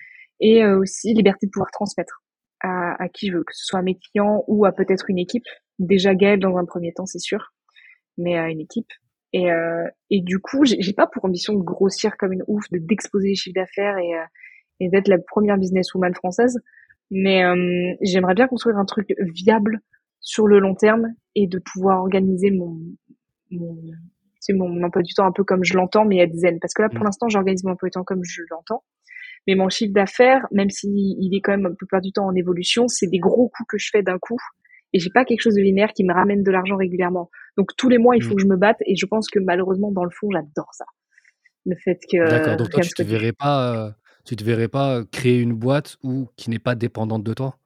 Et euh, aussi liberté de pouvoir transmettre à, à qui je veux, que ce soit à mes clients ou à peut-être une équipe. Déjà Gaëlle dans un premier temps, c'est sûr, mais à une équipe. Et, euh, et du coup, j'ai j'ai pas pour ambition de grossir comme une ouf, de d'exposer les chiffres d'affaires et, euh, et d'être la première businesswoman française. Mais euh, j'aimerais bien construire un truc viable sur le long terme et de pouvoir organiser mon, mon, c'est mon, mon emploi du temps un peu comme je l'entends, mais à dizaines. Parce que là, pour Hmm. l'instant, j'organise mon emploi du temps comme je l'entends. Mais mon chiffre d'affaires, même s'il il est quand même un peu du temps en évolution, c'est des gros coups que je fais d'un coup. Et j'ai pas quelque chose de linéaire qui me ramène de l'argent régulièrement. Donc tous les mois, il Hmm. faut que je me batte. Et je pense que malheureusement, dans le fond, j'adore ça. Le fait que D'accord. euh, Donc toi, rien ne tu te soit dû. verrais pas, euh, tu te verrais pas euh, créer une boîte ou qui n'est pas dépendante de toi?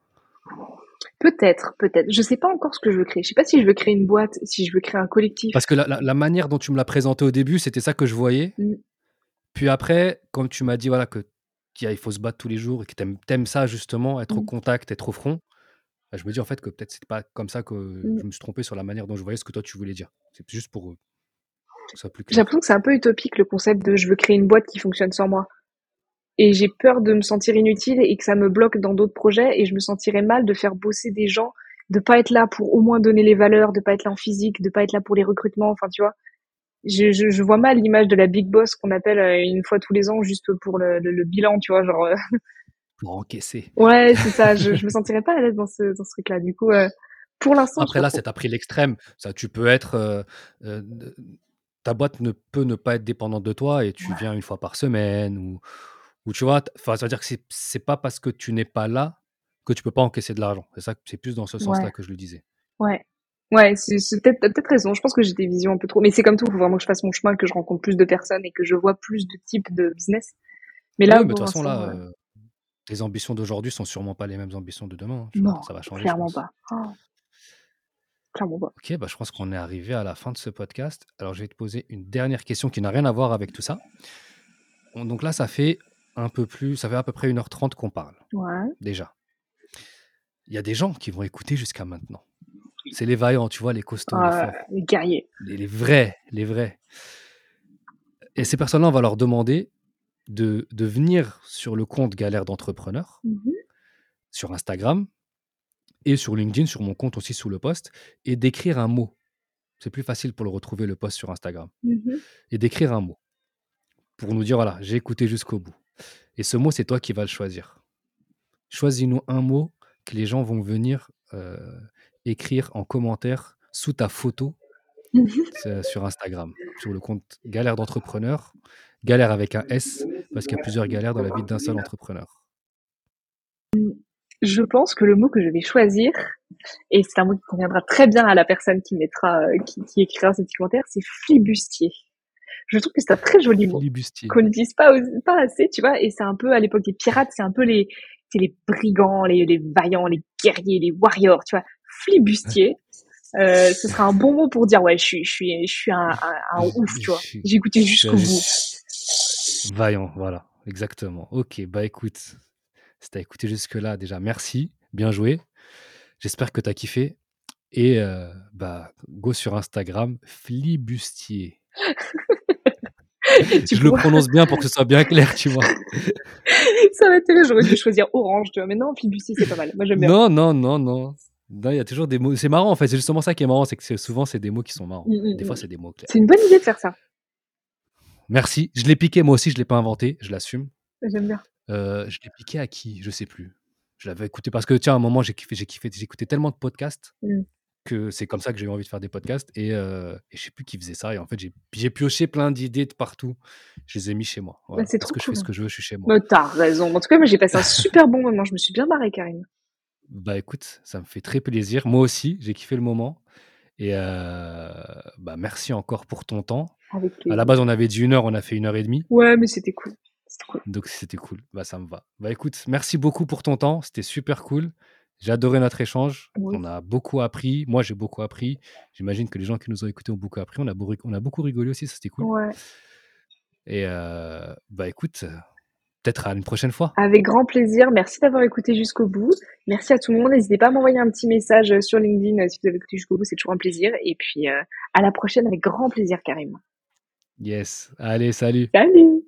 Peut-être, peut-être. Je sais pas encore ce que je veux créer. Je sais pas si je veux créer une boîte, si je veux créer un collectif. Parce que la, la- la manière dont tu me l'as présenté au début, c'était ça que je voyais. Mm, Puis après, quand tu m'as dit voilà que qu'il y a- il faut se battre tous les jours et que t'aimes, t'aimes ça justement, être au mm, contact, être au front, bah, je me dis en fait que peut-être c'est pas comme ça que mm. je me suis trompé sur la manière dont je voyais ce que toi tu voulais dire. C'est juste pour euh, que ce soit plus J'ai clair. l'impression que c'est un peu utopique le concept de je veux créer une boîte qui fonctionne sans moi. Et j'ai peur de me sentir inutile et que ça me bloque dans d'autres projets et je me sentirais mal de faire bosser des gens, de pas être là pour au moins donner les valeurs, de pas être là en physique, de pas être là pour les recrutements, enfin tu vois. Je, je, je vois mal l'image de la big boss qu'on appelle euh, une fois tous les ans juste pour le, le, le bilan, tu vois, genre euh, Pour encaisser. ouais, c'est ça, je, je me sentirais pas à l'aise dans ce dans ce truc-là. Du coup, euh, Pour l'instant, j'ai Après pas là, trop. c'est t'as pris l'extrême. Ça, tu peux être, euh, euh, de- ta boîte ne peut ne pas être dépendante de toi et tu Ouais, viens une fois par semaine ou, ou tu vois, t- enfin, ça veut dire que c'est c'est pas parce que tu n'es pas là que tu peux pas encaisser de l'argent. C'est ça, c'est plus dans ce ouais, sens-là que je le disais. ouais. Ouais, c'est c'est peut-être t'as peut-être raison. Je pense que j'ai des visions un peu trop. Mais c'est comme tout, il faut vraiment que je fasse mon chemin, que je rencontre plus de personnes et que je vois plus de types de business. Mais là, Oui, mais de toute pour façon, l'instant, là, euh, euh, tes ambitions d'aujourd'hui sont sûrement pas les mêmes ambitions de demain, hein, tu vois. non, Ça va changer, je clairement pense. pas. Oh, clairement pas. Ok, bah, je pense qu'on est arrivé à la fin de ce podcast. Alors, je vais te poser une dernière question qui n'a rien à voir avec tout ça. On- donc là, ça fait un peu plus, ça fait à peu près une heure trente qu'on parle, Ouais. déjà. Il y a des gens qui vont écouter jusqu'à maintenant. C'est les vaillants, tu vois, les costauds, les Euh, forts, les guerriers. les, les vrais, les vrais. Et ces personnes-là, on va leur demander de, de venir sur le compte Galère d'entrepreneur, Mhm, sur Instagram et sur LinkedIn, sur mon compte aussi sous le post, et d'écrire un mot. C'est plus facile pour le retrouver, le post sur Instagram. mhm. Et d'écrire un mot pour nous dire, voilà, j'ai écouté jusqu'au bout. Et ce mot, c'est toi qui vas le choisir. Choisis-nous un mot que les gens vont venir euh, écrire en commentaire sous ta photo euh, sur Instagram, sur le compte Galère d'entrepreneur. Galère avec un S, parce qu'il y a plusieurs galères dans la vie d'un seul entrepreneur. Je pense que le mot que je vais choisir, et c'est un mot qui conviendra très bien à la personne qui mettra, euh, qui, qui écrira ce petit commentaire, c'est flibustier. Je trouve que c'est un très joli mot Flibustier. qu'on n'utilise pas, aux- pas assez, tu vois. Et c'est un peu à l'époque des pirates, c'est un peu les, c'est les brigands, les, les vaillants, les guerriers, les warriors, tu vois. Flibustier, euh, ce sera un bon mot pour dire ouais, je suis, je suis, je suis un, un, un Je, ouf, tu je vois. suis J'ai écouté je suis jusqu'au bout. agile. Vaillant, voilà, exactement. Ok, bah écoute, si t'as écouté jusque-là, déjà, merci, bien joué. J'espère que t'as kiffé. Et euh, bah, go sur Instagram, Flibustier. Tu Je le pourras, prononce bien pour que ce soit bien clair, tu vois. ça va être, j'aurais dû choisir orange, tu vois. Mais non, flibustier, c'est pas mal. Moi, j'aime bien. Non, non, non, non. Non, il y a toujours des mots. C'est marrant, en fait. C'est justement ça qui est marrant, c'est que c'est- souvent, c'est des mots qui sont marrants. Mm, mm, Des mm. fois, c'est des mots clairs. C'est une bonne idée de faire ça. Merci. Je l'ai piqué, moi aussi, je l'ai pas inventé. Je l'assume. J'aime bien. Euh, je l'ai piqué à qui? Je sais plus. Je l'avais écouté parce que, tiens, à un moment, j'ai kiffé, j'ai kiffé, j'ai écouté tellement de podcasts Mm. que c'est comme ça que j'ai eu envie de faire des podcasts. Et, euh, et je sais plus qui faisait ça. Et en fait, j'ai j'ai pioché plein d'idées de partout. Je les ai mis chez moi. Bah, Voilà. c'est Parce trop que je fais ce cool. que je veux, je suis chez moi. Bah, t'as raison. En tout cas, moi, j'ai passé un super bon moment. Je me suis bien marrée, Karine. Bah écoute, ça me fait très plaisir. Moi aussi, j'ai kiffé le moment. Et euh, bah merci encore pour ton temps. Avec À la plaisir. base, on avait dit une heure, on a fait une heure et demie. Ouais, mais c'était cool. C'était cool. Donc c'était cool. Bah ça me va. Bah écoute, merci beaucoup pour ton temps. C'était super cool. J'ai adoré notre échange. Oui. On a beaucoup appris. Moi, j'ai beaucoup appris. J'imagine que les gens qui nous ont écoutés ont beaucoup appris. On a, beau- on a beaucoup rigolé aussi, ça c'était cool. Ouais. Et euh, bah écoute, euh, peut-être à une prochaine fois. Avec grand plaisir. Merci d'avoir écouté jusqu'au bout. Merci à tout le monde. N'hésitez pas à m'envoyer un petit message sur LinkedIn euh, si vous avez écouté jusqu'au bout. C'est toujours un plaisir. Et puis, euh, à la prochaine avec grand plaisir, Karim. Yes. Allez, salut. Salut!